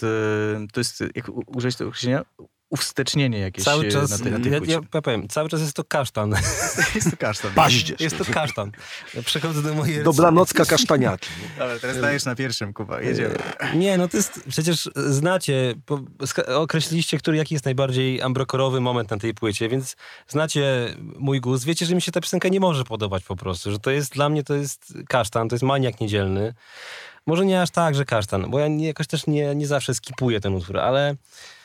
jak użyć tego określenia? Uwstecznienie jakieś cały czas, na tej płycie. ja powiem, cały czas jest to kasztan. Jest to kasztan. Paździerz. Jest to kasztan. Ja przechodzę do mojej... Dobranocka kasztaniaki. Dobra, teraz dajesz na pierwszym, Kuba, jedziemy. Nie, no to jest, przecież znacie, określiliście, jaki jest najbardziej ambrokorowy moment na tej płycie, więc znacie mój gust, wiecie, że mi się ta piosenka nie może podobać po prostu, że to jest, dla mnie to jest kasztan, to jest maniak niedzielny. Może nie aż tak, że kasztan, bo ja jakoś też nie zawsze skipuję ten utwór, ale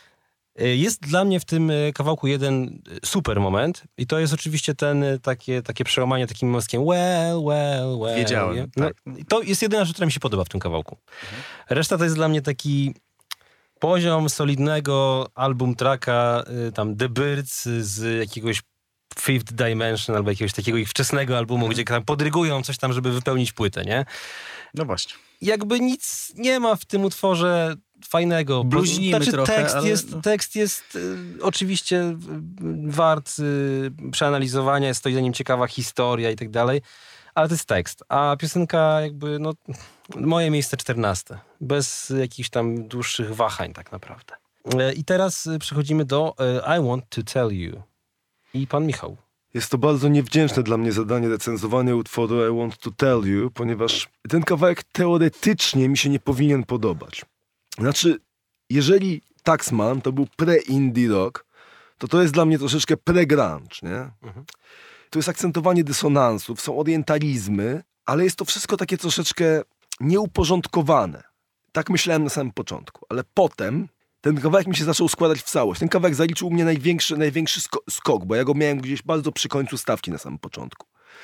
jest dla mnie w tym kawałku jeden super moment i to jest oczywiście takie przełamanie takim mostkiem well. Wiedziałem, no, tak. to jest jedyna rzecz, która mi się podoba w tym kawałku. Reszta to jest dla mnie taki poziom solidnego album tracka, tam The Birds z jakiegoś Fifth Dimension albo jakiegoś takiego ich wczesnego albumu, gdzie tam podrygują coś tam, żeby wypełnić płytę, nie? No właśnie. Jakby nic nie ma w tym utworze fajnego. Bluźnimy trochę, tekst jest oczywiście wart przeanalizowania, jest to za nim ciekawa historia i tak dalej, ale to jest tekst. A piosenka jakby, no, moje miejsce 14. Bez jakichś tam dłuższych wahań tak naprawdę. I teraz przechodzimy do I Want to Tell You. I pan Michał. Jest to bardzo niewdzięczne dla mnie zadanie recenzowania utworu I Want to Tell You, ponieważ ten kawałek teoretycznie mi się nie powinien podobać. Znaczy, jeżeli Taxman to był pre-indie rock, to jest dla mnie troszeczkę pre-grunge, nie? Tu jest akcentowanie dysonansów, są orientalizmy, ale jest to wszystko takie troszeczkę nieuporządkowane. Tak myślałem na samym początku, ale potem ten kawałek mi się zaczął składać w całość. Ten kawałek zaliczył u mnie największy skok, bo ja go miałem gdzieś bardzo przy końcu stawki na samym początku.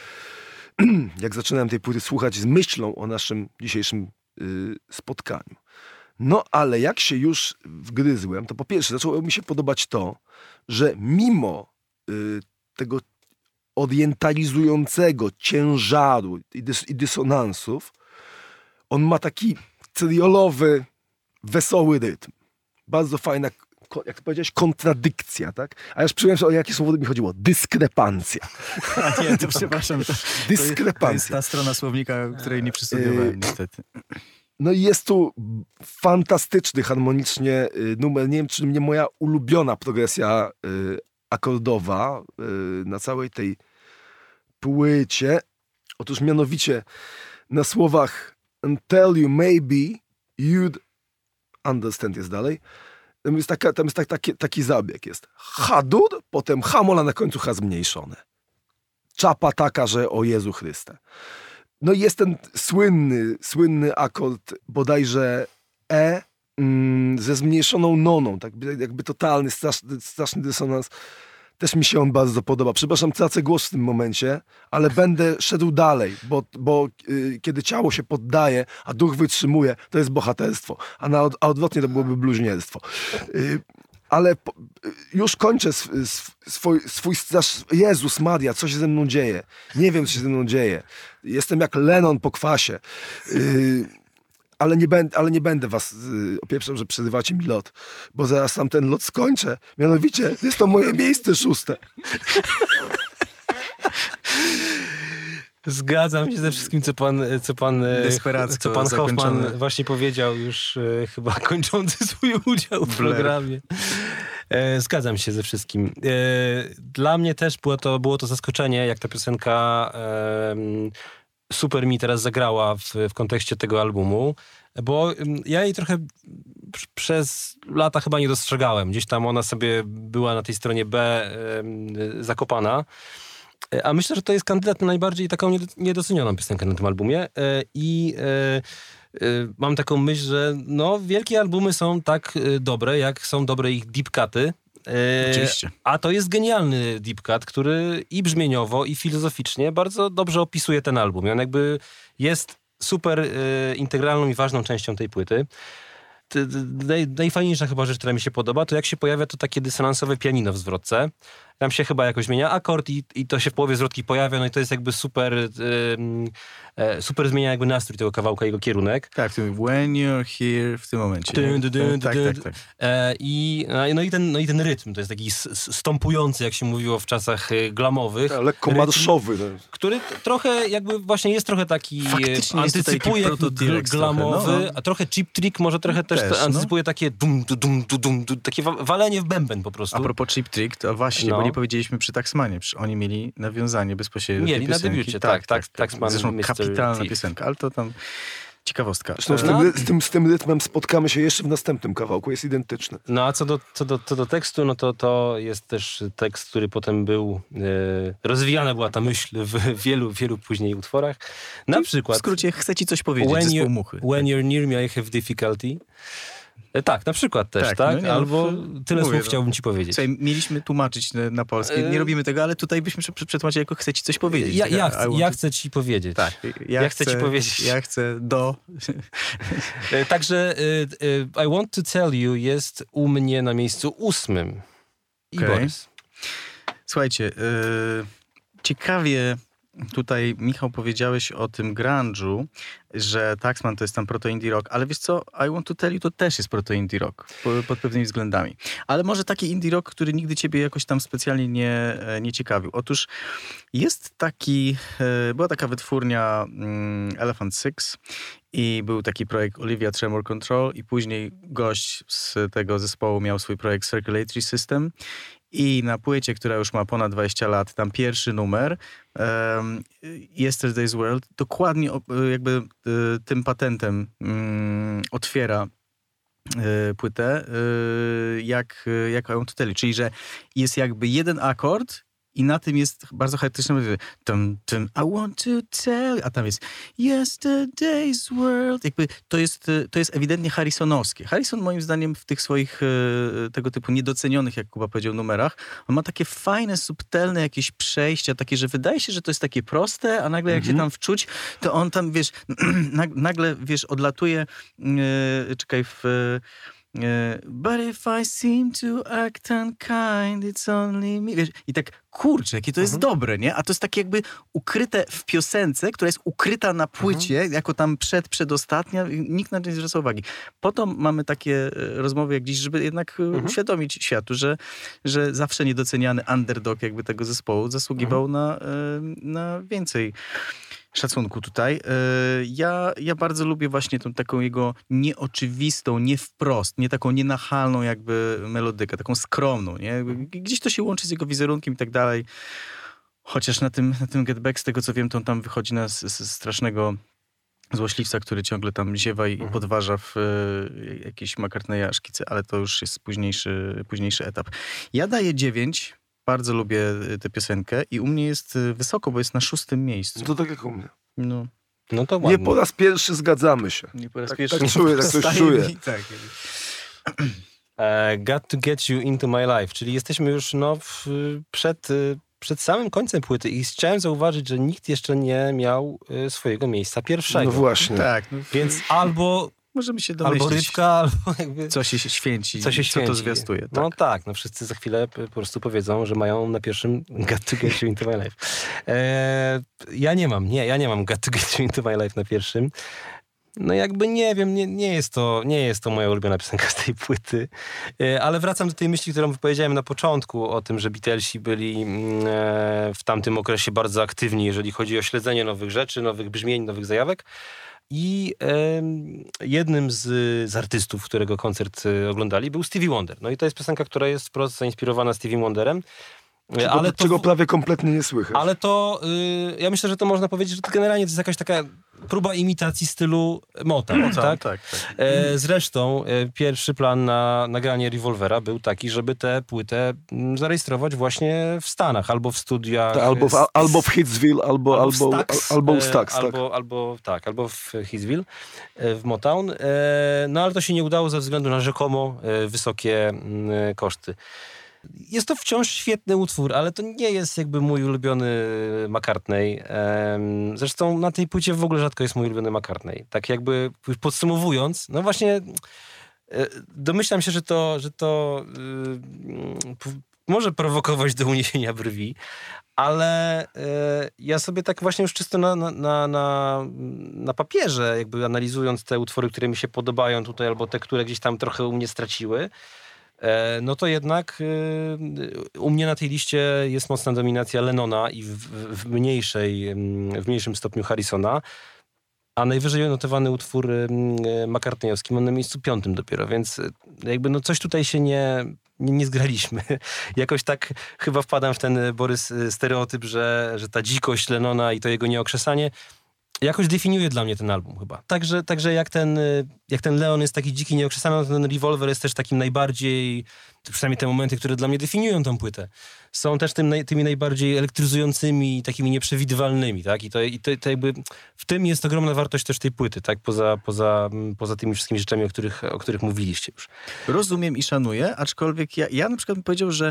Jak zaczynałem tej płyty słuchać z myślą o naszym dzisiejszym spotkaniu. No ale jak się już wgryzłem, to po pierwsze zaczęło mi się podobać to, że mimo tego orientalizującego ciężaru i dysonansów, on ma taki triolowy, wesoły rytm. Bardzo fajna, jak to powiedziałeś, kontradykcja, tak? A już przypomniałem sobie, o jakie słowo mi chodziło. Dyskrepancja. A nie, to przepraszam. Dyskrepancja. To jest ta strona słownika, której nie przysługiwałem niestety. No i jest tu fantastyczny harmonicznie numer. Nie wiem, czy mnie moja ulubiona progresja akordowa na całej tej płycie. Otóż mianowicie na słowach Until you maybe you'd understand jest dalej. Tam jest taki zabieg jest. Ha-dur, potem ha-mola na końcu ha zmniejszone. Czapa taka, że o Jezu Chryste. No i jest ten słynny akord bodajże E ze zmniejszoną noną. Tak jakby totalny, straszny dysonans. Też mi się on bardzo podoba. Przepraszam, tracę głos w tym momencie, ale będę szedł dalej, bo kiedy ciało się poddaje, a duch wytrzymuje, to jest bohaterstwo. A odwrotnie to byłoby bluźnierstwo. Ale już kończę swój straż. Jezus Maria, co się ze mną dzieje? Nie wiem, co się ze mną dzieje. Jestem jak Lennon po kwasie. Ale nie będę was opieprzał, że przerywacie mi lot, bo zaraz tam ten lot skończę. Mianowicie jest to moje miejsce 6. Zgadzam się ze wszystkim, co pan Hoffman właśnie powiedział, już chyba kończący swój udział w programie. Zgadzam się ze wszystkim. Dla mnie też było to zaskoczenie, jak ta piosenka super mi teraz zagrała w kontekście tego albumu, bo ja jej trochę przez lata chyba nie dostrzegałem. Gdzieś tam ona sobie była na tej stronie B zakopana. A myślę, że to jest kandydat na najbardziej taką niedocenioną piosenkę na tym albumie. I mam taką myśl, że no, wielkie albumy są tak dobre, jak są dobre ich deep cuty. Oczywiście. A to jest genialny deep cut, który i brzmieniowo, i filozoficznie bardzo dobrze opisuje ten album. I on jakby jest super integralną i ważną częścią tej płyty. najfajniejsza chyba rzecz, która mi się podoba, to jak się pojawia to takie dysonansowe pianino w zwrotce. Tam się chyba jakoś zmienia akord i to się w połowie zwrotki pojawia, no i to jest jakby super zmienia jakby nastrój tego kawałka, jego kierunek. Tak, when you're here w tym momencie. Tak. No i ten rytm, to jest taki stąpujący, jak się mówiło w czasach glamowych. Lekko marszowy. Który trochę jakby właśnie jest trochę taki, faktycznie antycypuje jest taki glamowy, trochę, no. A trochę Cheap Trick może trochę też antycypuje takie takie walenie w bęben po prostu. A propos Cheap Trick, to właśnie, bo nie powiedzieliśmy przy Taxmanie, oni mieli nawiązanie bezpośrednio do tej piosenki. Mieli na debiucie, tak. Taxman, zresztą kapitalna piosenka, ale to tam ciekawostka. Zresztą z tym rytmem spotkamy się jeszcze w następnym kawałku, jest identyczny. No a co do tekstu, no to jest też tekst, który potem był, rozwijana była ta myśl w wielu później utworach. Na przykład... W skrócie, chcę ci coś powiedzieć, zespół Muchy. When you're near me, I have difficulty. Tak, na przykład też, tak? No, albo tyle mówię, słów chciałbym ci powiedzieć. Słuchaj, mieliśmy tłumaczyć na polski, nie robimy tego, ale tutaj byśmy przetłumaczyli jako chcę ci coś powiedzieć. Ja chcę ci powiedzieć. Tak, ja chcę ci powiedzieć. Ja chcę Także I want to tell you jest u mnie na miejscu 8. I Borys. Słuchajcie, ciekawie tutaj, Michał, powiedziałeś o tym grunge'u, że Taxman to jest tam proto-indie rock, ale wiesz co, I Want to Tell You to też jest proto-indie rock, pod pewnymi względami. Ale może taki indie rock, który nigdy ciebie jakoś tam specjalnie nie ciekawił. Otóż jest była taka wytwórnia Elephant Six i był taki projekt Olivia Tremor Control i później gość z tego zespołu miał swój projekt Circulatory System i na płycie, która już ma ponad 20 lat, tam pierwszy numer, Yesterday's World, dokładnie jakby tym patentem otwiera płytę, jak I Want to Tell You. Czyli, że jest jakby jeden akord i na tym jest bardzo charakterystyczne I want to tell, a tam jest Yesterday's world. Jakby to jest ewidentnie Harrisonowskie. Harrison moim zdaniem w tych swoich tego typu niedocenionych, jak Kuba powiedział, numerach, on ma takie fajne, subtelne jakieś przejścia, takie, że wydaje się, że to jest takie proste, a nagle jak się tam wczuć, to on tam, wiesz, nagle, wiesz, odlatuje, but if I seem to act unkind, it's only me. Wiesz, i tak, kurczę, jakie to jest dobre, nie? A to jest takie jakby ukryte w piosence, która jest ukryta na płycie, jako tam przedostatnia. Nikt na to nie zwraca uwagi. Potem mamy takie rozmowy jak dziś, żeby jednak uświadomić światu, że zawsze niedoceniany underdog jakby tego zespołu zasługiwał na więcej szacunku tutaj. Ja bardzo lubię właśnie tą taką jego nieoczywistą, nie wprost, nie taką nienachalną jakby melodykę, taką skromną, nie? Gdzieś to się łączy z jego wizerunkiem i tak dalej. Chociaż na tym Get Back, z tego co wiem, to on tam wychodzi na strasznego złośliwca, który ciągle tam ziewa i podważa w jakieś McCartneya szkice, ale to już jest późniejszy etap. Ja daję 9. Bardzo lubię tę piosenkę i u mnie jest wysoko, bo jest na 6. miejscu. To tak jak u mnie. No to ładnie. Nie po raz pierwszy zgadzamy się. Nie po raz pierwszy. Tak czuję, tak coś czuję. Tak. Got to Get You Into My Life, czyli jesteśmy już przed samym końcem płyty i chciałem zauważyć, że nikt jeszcze nie miał swojego miejsca pierwszego. No właśnie. Tak. Więc albo możemy się domyślić. Albo rybka, albo jakby... Co się święci. Co to zwiastuje. Tak. No tak, wszyscy za chwilę po prostu powiedzą, że mają na pierwszym Got to Get You Into My Life. Ja nie mam Got to Get You Into My Life na pierwszym. No jakby nie wiem, nie jest to moja ulubiona piosenka z tej płyty. Ale wracam do tej myśli, którą wypowiedziałem na początku o tym, że Beatlesi byli w tamtym okresie bardzo aktywni, jeżeli chodzi o śledzenie nowych rzeczy, nowych brzmień, nowych zajawek. I jednym z artystów, którego koncert oglądali, był Stevie Wonder. No i to jest piosenka, która jest wprost zainspirowana Stevie Wonderem. Czego prawie kompletnie nie słychać. Ale to, ja myślę, że to można powiedzieć, że to generalnie to jest jakaś taka próba imitacji stylu Motown, tak? Zresztą pierwszy plan na nagranie Revolvera był taki, żeby tę płytę zarejestrować właśnie w Stanach, albo w studiach... Albo w Hitsville, albo u Stax. Albo w Hitsville, w Motown. No ale to się nie udało ze względu na rzekomo wysokie koszty. Jest to wciąż świetny utwór, ale to nie jest jakby mój ulubiony McCartney. Zresztą na tej płycie w ogóle rzadko jest mój ulubiony McCartney. Tak jakby podsumowując, no właśnie domyślam się, że to może prowokować do uniesienia brwi, ale ja sobie tak właśnie już czysto na papierze, jakby analizując te utwory, które mi się podobają tutaj, albo te, które gdzieś tam trochę u mnie straciły, no to jednak u mnie na tej liście jest mocna dominacja Lennona i w mniejszym stopniu Harrisona, a najwyżej notowany utwór McCartneyowski ma na miejscu 5 dopiero, więc jakby no coś tutaj się nie zgraliśmy. Jakoś tak chyba wpadam w ten, Borys, stereotyp, że ta dzikość Lennona i to jego nieokrzesanie jakoś definiuje dla mnie ten album chyba. Także jak ten Leon jest taki dziki, nieokrzesany, to ten Revolver jest też takim najbardziej, przynajmniej te momenty, które dla mnie definiują tą płytę, są też tymi najbardziej elektryzującymi, takimi nieprzewidywalnymi, tak? I to jakby w tym jest ogromna wartość też tej płyty, tak? Poza tymi wszystkimi rzeczami, o których mówiliście już. Rozumiem i szanuję, aczkolwiek ja na przykład bym powiedział, że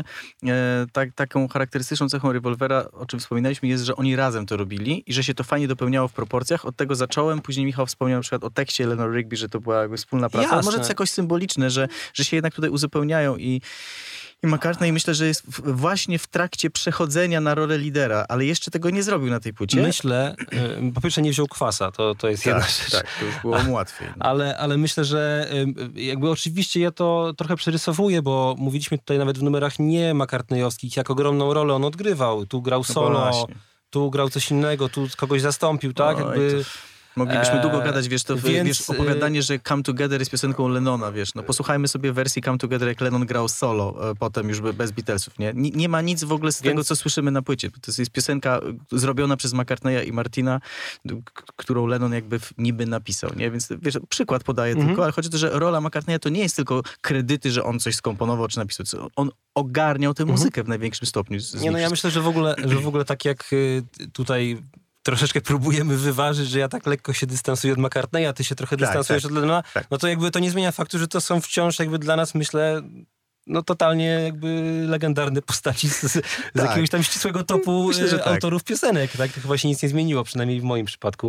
taką charakterystyczną cechą Revolvera, o czym wspominaliśmy, jest, że oni razem to robili i że się to fajnie dopełniało w proporcjach. Od tego zacząłem, później Michał wspomniał na przykład o tekście Eleanor Rigby, że to była jakby wspólna praca. Jasne. Może to jest jakoś symboliczne, że się jednak tutaj uzupełniają i McCartney myślę, że jest właśnie w trakcie przechodzenia na rolę lidera, ale jeszcze tego nie zrobił na tej płycie. Myślę, po pierwsze nie wziął kwasa, to jest jedna rzecz. Tak, to już było mu łatwiej. No. Ale myślę, że jakby oczywiście ja to trochę przerysowuję, bo mówiliśmy tutaj nawet w numerach nie McCartneyowskich, jak ogromną rolę on odgrywał. Tu grał solo, tu grał coś innego, tu kogoś zastąpił, tak? Jakby... Moglibyśmy długo gadać, wiesz, opowiadanie, że Come Together jest piosenką Lennona, wiesz, no posłuchajmy sobie wersji Come Together, jak Lennon grał solo, potem już bez Beatlesów, nie? Nie ma nic w ogóle z tego, co słyszymy na płycie. To jest piosenka zrobiona przez McCartneya i Martina, którą Lennon jakby niby napisał, nie? Więc wiesz, przykład podaję tylko, ale chodzi o to, że rola McCartneya to nie jest tylko kredyty, że on coś skomponował czy napisał, on ogarniał tę muzykę w największym stopniu. Ja myślę, że w ogóle tak jak tutaj troszeczkę próbujemy wyważyć, że ja tak lekko się dystansuję od McCartneya, ty się trochę dystansujesz od Lennona, no to jakby to nie zmienia faktu, że to są wciąż jakby dla nas, myślę, no totalnie jakby legendarne postaci z jakiegoś tam ścisłego topu autorów piosenek. Tak? To chyba się nic nie zmieniło, przynajmniej w moim przypadku.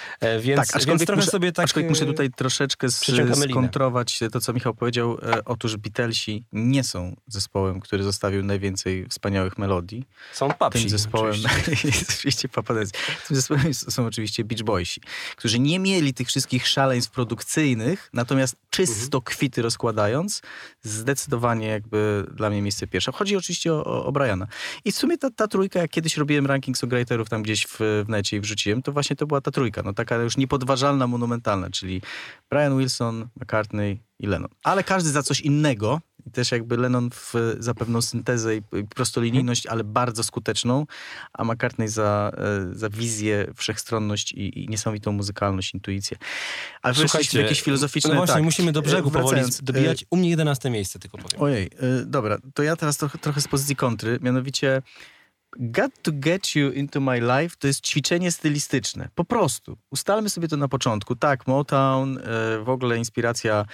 Więc trochę sobie tak... Aczkolwiek muszę tutaj troszeczkę skontrować to, co Michał powiedział. Otóż Beatlesi nie są zespołem, który zostawił najwięcej wspaniałych melodii. Są Papsi. Tym zespołem jest oczywiście Papadenz. Tym zespołem są oczywiście Beach Boysi, którzy nie mieli tych wszystkich szaleństw produkcyjnych, natomiast czysto kwity rozkładając, zdecydowanie jakby dla mnie miejsce pierwsze. Chodzi oczywiście o Briana. I w sumie ta trójka, jak kiedyś robiłem ranking songwriterów tam gdzieś w necie i wrzuciłem, to właśnie to była ta trójka. No taka już niepodważalna, monumentalna, czyli Brian Wilson, McCartney i Lennon. Ale każdy za coś innego. I też jakby Lennon za pewną syntezę i prostolinijność, ale bardzo skuteczną, a McCartney za wizję, wszechstronność i niesamowitą muzykalność, intuicję. Ale słuchajcie, jakieś filozoficzne... No właśnie, musimy do brzegu powoli dobijać. U mnie 11 miejsce tylko powiem. Ojej, dobra. To ja teraz trochę z pozycji kontry, mianowicie Got to Get You Into My Life to jest ćwiczenie stylistyczne. Po prostu. Ustalmy sobie to na początku. Tak, Motown, w ogóle inspiracja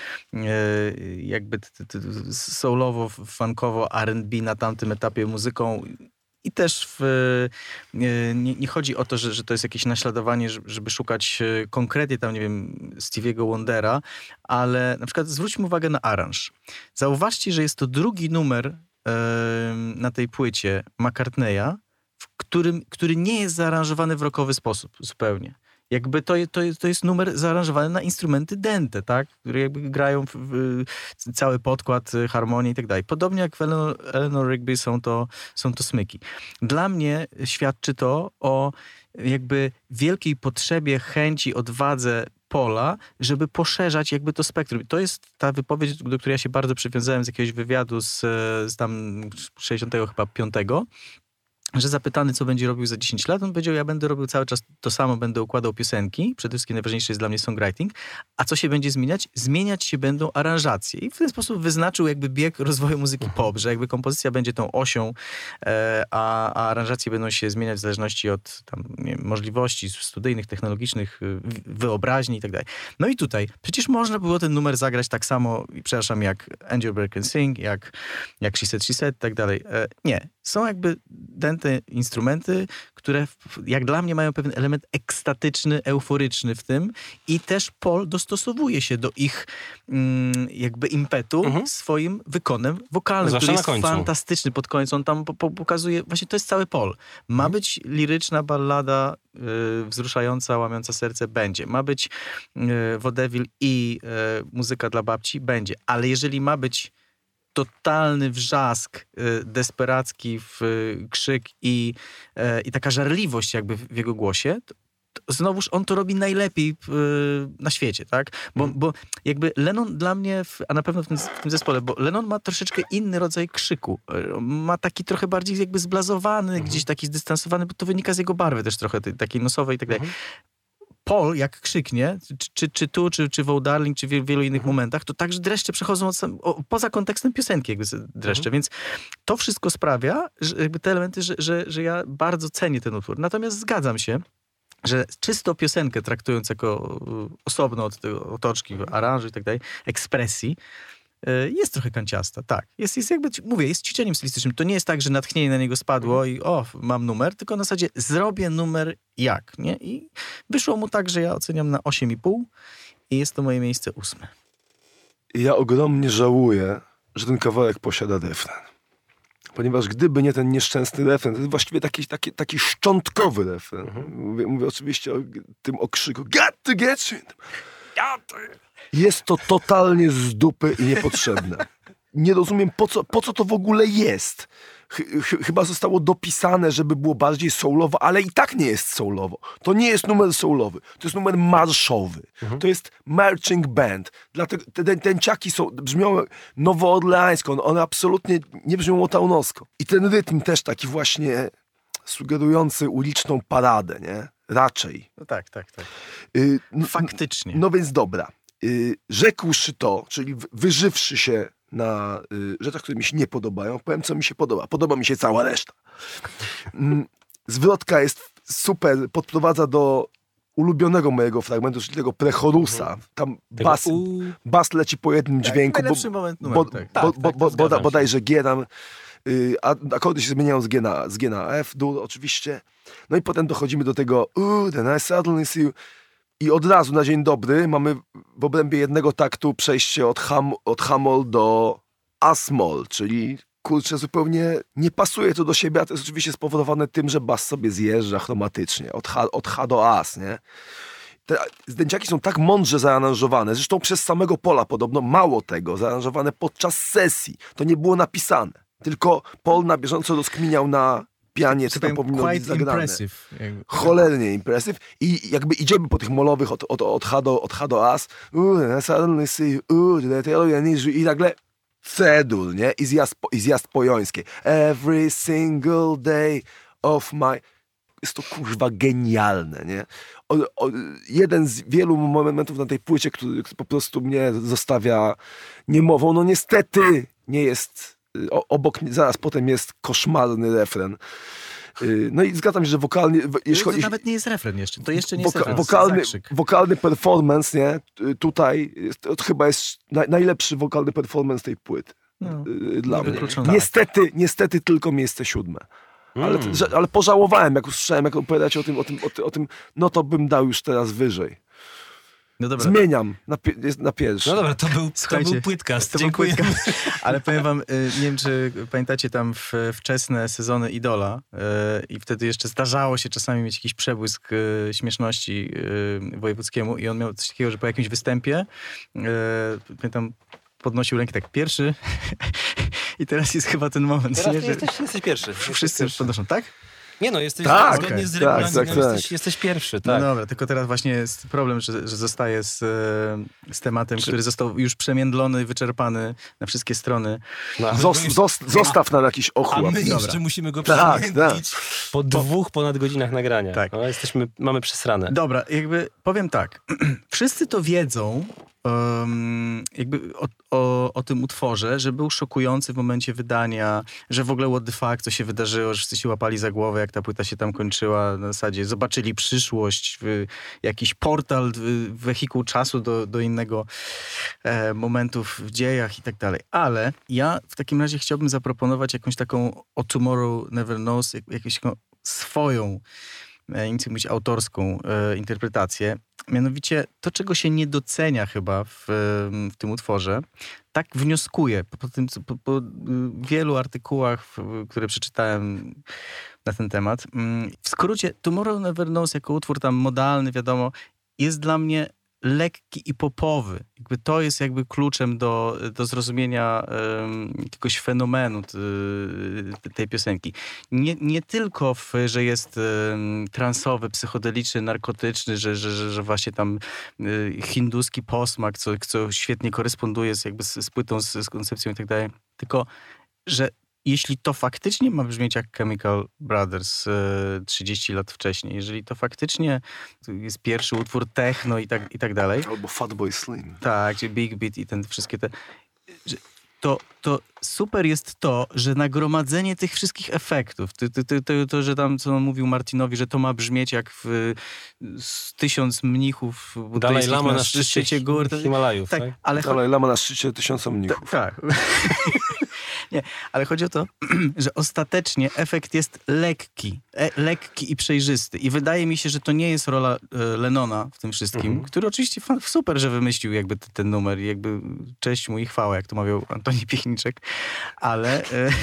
jakby soulowo, funkowo, R&B na tamtym etapie muzyką. I też nie chodzi o to, że to jest jakieś naśladowanie, żeby szukać konkretnie tam, nie wiem, Stevie'ego Wondera, ale na przykład zwróćmy uwagę na aranż. Zauważcie, że jest to drugi numer na tej płycie McCartneya, który nie jest zaaranżowany w rockowy sposób zupełnie. Jakby to jest numer zaaranżowany na instrumenty dęte, tak? Które jakby grają cały podkład, harmonię i tak dalej. Podobnie jak w Eleanor Rigby są to smyki. Dla mnie świadczy to o jakby wielkiej potrzebie, chęci, odwadze Paula, żeby poszerzać jakby to spektrum. To jest ta wypowiedź, do której ja się bardzo przywiązałem z jakiegoś wywiadu z tam 65, że zapytany, co będzie robił za 10 lat, on powiedział, ja będę robił cały czas to samo, będę układał piosenki, przede wszystkim najważniejsze jest dla mnie songwriting, a co się będzie zmieniać? Zmieniać się będą aranżacje. I w ten sposób wyznaczył jakby bieg rozwoju muzyki pop, że jakby kompozycja będzie tą osią, a aranżacje będą się zmieniać w zależności od tam, nie wiem, możliwości studyjnych, technologicznych, wyobraźni i tak dalej. No i tutaj, przecież można było ten numer zagrać tak samo, przepraszam, jak Angel Birkin Sing, jak She Said, i tak dalej. Nie. są jakby dęte instrumenty, które jak dla mnie mają pewien element ekstatyczny, euforyczny w tym i też Paul dostosowuje się do ich jakby impetu swoim wykonem wokalnym, Zwłaszcza który jest na końcu. fantastyczny pod koniec. On tam pokazuje, właśnie to jest cały Paul. Ma być liryczna ballada wzruszająca, łamiąca serce, będzie. Ma być vaudeville i muzyka dla babci, będzie. Ale jeżeli ma być totalny wrzask, desperacki krzyk i taka żarliwość jakby w jego głosie, to znowuż on to robi najlepiej na świecie, tak? Bo jakby Lennon dla mnie, a na pewno w tym zespole, bo Lennon ma troszeczkę inny rodzaj krzyku. Ma taki trochę bardziej jakby zblazowany, gdzieś taki zdystansowany, bo to wynika z jego barwy też trochę, takiej nosowej i tak dalej. Paul, jak krzyknie, czy tu, czy w Oh Darling, czy w wielu innych momentach, to także dreszcze przechodzą poza kontekstem piosenki, jakby dreszcze. Więc to wszystko sprawia, że jakby te elementy, że ja bardzo cenię ten utwór. Natomiast zgadzam się, że czysto piosenkę traktując jako osobno od tego otoczki, aranżu i tak dalej, ekspresji, jest trochę kanciasta, tak. Jest jakby, mówię, jest ćwiczeniem stylistycznym. To nie jest tak, że natchnienie na niego spadło i mam numer, tylko na zasadzie zrobię numer jak, nie? I wyszło mu tak, że ja oceniam na 8,5 i jest to moje miejsce 8. Ja ogromnie żałuję, że ten kawałek posiada refren. Ponieważ gdyby nie ten nieszczęsny refren, to jest właściwie taki szczątkowy refren. Mówię oczywiście o tym okrzyku Got to get you! Jest to totalnie z dupy i niepotrzebne. Nie rozumiem, po co to w ogóle jest. Chyba zostało dopisane, żeby było bardziej soulowo, ale i tak nie jest soulowo. To nie jest numer soulowy, to jest numer marszowy. To jest marching band. Dlatego te dęciaki brzmią nowoorleańsko, one absolutnie nie brzmią motownowsko. I ten rytm też taki właśnie sugerujący uliczną paradę, nie? Raczej. No tak. Faktycznie. No więc dobra. Rzekłszy to, czyli wyżywszy się na rzeczach, które mi się nie podobają, powiem, co mi się podoba. Podoba mi się cała reszta. Zwrotka jest super, podprowadza do ulubionego mojego fragmentu, czyli tego prechorusa. Tam bas leci po jednym dźwięku, najlepszy moment numeru, bodajże G tam, a akordy się zmieniają z G na F, dur oczywiście. No i potem dochodzimy do tego then I suddenly see you. I od razu na dzień dobry mamy w obrębie jednego taktu przejście od H-moll do A-moll, czyli kurczę, zupełnie nie pasuje to do siebie, a to jest oczywiście spowodowane tym, że bas sobie zjeżdża chromatycznie, od H do As, nie? Te zdjęciaki są tak mądrze zaaranżowane, zresztą przez samego Paula podobno, mało tego, zaaranżowane podczas sesji. To nie było napisane, tylko Paul na bieżąco rozkminiał na pianie, co tam powinno być zagrane. Cholernie impresyw. I jakby idziemy po tych molowych od H do As. I nagle C-dur, nie? I zjazd po jońskiej. Every single day of my... Jest to kurwa genialne, nie? Jeden z wielu momentów na tej płycie, który po prostu mnie zostawia niemową. No niestety nie jest... Obok, zaraz potem jest koszmarny refren. No i zgadzam się, że wokalnie... To nawet nie jest refren jeszcze. To jeszcze nie jest refren. Wokalny performance, nie? Tutaj to chyba jest najlepszy wokalny performance tej płyty. Dla mnie. Niestety tylko miejsce 7. Ale pożałowałem, jak usłyszałem, jak opowiadacie o tym, no to bym dał już teraz wyżej. No dobra. Zmieniam na pierwszy. No dobra, to był płytkast. Dziękuję. Ale powiem wam, nie wiem, czy pamiętacie tam wczesne sezony Idola i wtedy jeszcze zdarzało się czasami mieć jakiś przebłysk śmieszności Wojewódzkiemu i on miał coś takiego, że po jakimś występie pamiętam, podnosił rękę tak, pierwszy i teraz jest chyba ten moment. Teraz jesteś pierwszy. Wszyscy podnoszą, tak? Nie no, jesteś tak, zgodnie z regulaminem, jesteś pierwszy, tak. No dobra, tylko teraz właśnie jest problem, że zostaje z tematem, który został już przemiędlony, wyczerpany na wszystkie strony. No, zostaw nam jakiś ochłap. A my jeszcze musimy go przemiętnić po 2 ponad godzinach nagrania. Tak. No, mamy przesrane. Dobra, jakby powiem tak. Wszyscy to wiedzą, jakby o tym utworze, że był szokujący w momencie wydania, że w ogóle what the fuck, co się wydarzyło, że wszyscy się łapali za głowę, jak ta płyta się tam kończyła. Na zasadzie zobaczyli przyszłość, jakiś portal, wehikuł czasu do innego momentu w dziejach i tak dalej. Ale ja w takim razie chciałbym zaproponować jakąś taką o Tomorrow Never Knows, jakąś swoją, nie chcę mówić autorską interpretację. Mianowicie to, czego się nie docenia chyba w tym utworze, tak wnioskuję po wielu artykułach, które przeczytałem na ten temat. W skrócie, Tomorrow Never Knows jako utwór tam modalny, wiadomo, jest dla mnie lekki i popowy. Jakby to jest jakby kluczem do zrozumienia jakiegoś fenomenu tej piosenki. Nie tylko, że jest transowy, psychodeliczny, narkotyczny, że właśnie tam hinduski posmak, co świetnie koresponduje z płytą, z koncepcją i tak dalej, tylko, że jeśli to faktycznie ma brzmieć jak Chemical Brothers 30 lat wcześniej, jeżeli to faktycznie jest pierwszy utwór techno i tak dalej. Albo Fatboy Slim. Tak, czy Big Beat i wszystkie te... To super jest to, że nagromadzenie tych wszystkich efektów, to, że tam, co on mówił Martinowi, że to ma brzmieć jak 1000 mnichów Dalaj Lama na szczycie gór. Himalajów, tak? Ale Dalaj Lama na szczycie 1000 mnichów. Tak. Nie, ale chodzi o to, że ostatecznie efekt jest lekki i przejrzysty. I wydaje mi się, że to nie jest rola Lennona w tym wszystkim, który oczywiście super, że wymyślił jakby ten numer i jakby cześć mu i chwała, jak to mawiał Antoni Piechniczek, ale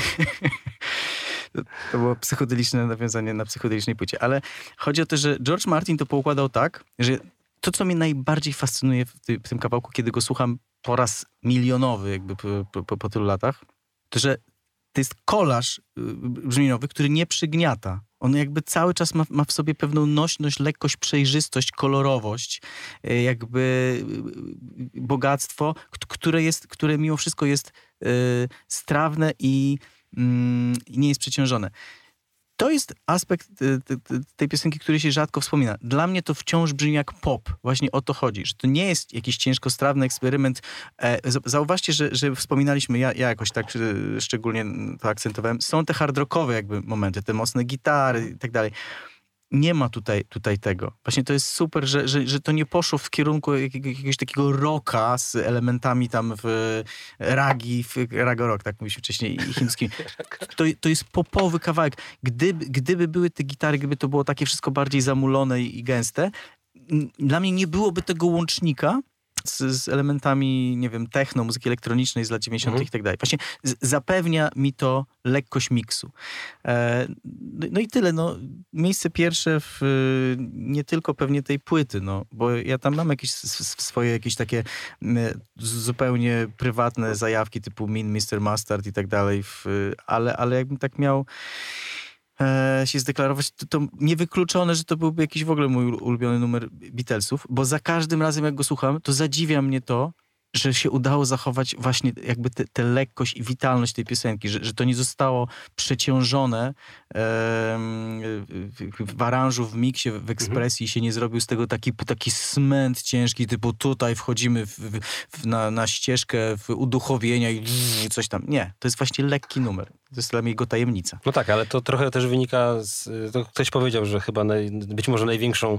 to było psychodeliczne nawiązanie na psychodelicznej płycie. Ale chodzi o to, że George Martin to poukładał tak, że to, co mnie najbardziej fascynuje w tym kawałku, kiedy go słucham po raz milionowy jakby po tylu latach, to, że to jest kolaż brzmieniowy, który nie przygniata. On jakby cały czas ma w sobie pewną nośność, lekkość, przejrzystość, kolorowość, jakby bogactwo, które mimo wszystko jest strawne i nie jest przeciążone. To jest aspekt tej piosenki, który się rzadko wspomina. Dla mnie to wciąż brzmi jak pop. Właśnie o to chodzi, że to nie jest jakiś ciężkostrawny eksperyment. Zauważcie, że wspominaliśmy, ja jakoś tak szczególnie to akcentowałem, są te hard rockowe jakby momenty, te mocne gitary i tak dalej. Nie ma tutaj tego. Właśnie to jest super, że to nie poszło w kierunku jakiegoś takiego rocka z elementami tam w rago rock, tak mówiliśmy wcześniej, chińskim. To jest popowy kawałek. Gdyby były te gitary, gdyby to było takie wszystko bardziej zamulone i gęste, dla mnie nie byłoby tego łącznika z elementami, nie wiem, techno, muzyki elektronicznej z lat 90. i tak dalej. Właśnie zapewnia mi to lekkość miksu. No i tyle. No, miejsce pierwsze nie tylko pewnie tej płyty, no, bo ja tam mam swoje jakieś takie zupełnie prywatne zajawki typu Mean Mr. Mustard i tak dalej, ale jakbym tak miał się zdeklarować, to niewykluczone, że to byłby jakiś w ogóle mój ulubiony numer Beatlesów, bo za każdym razem, jak go słucham, to zadziwia mnie to, że się udało zachować właśnie jakby tę lekkość i witalność tej piosenki, że to nie zostało przeciążone w aranżu, w miksie, w ekspresji, się nie zrobił z tego taki smęt ciężki, typu tutaj wchodzimy na ścieżkę uduchowienia i coś tam. Nie, to jest właśnie lekki numer. To jest dla mnie jego tajemnica. No tak, ale to trochę też wynika to ktoś powiedział, że chyba być może największą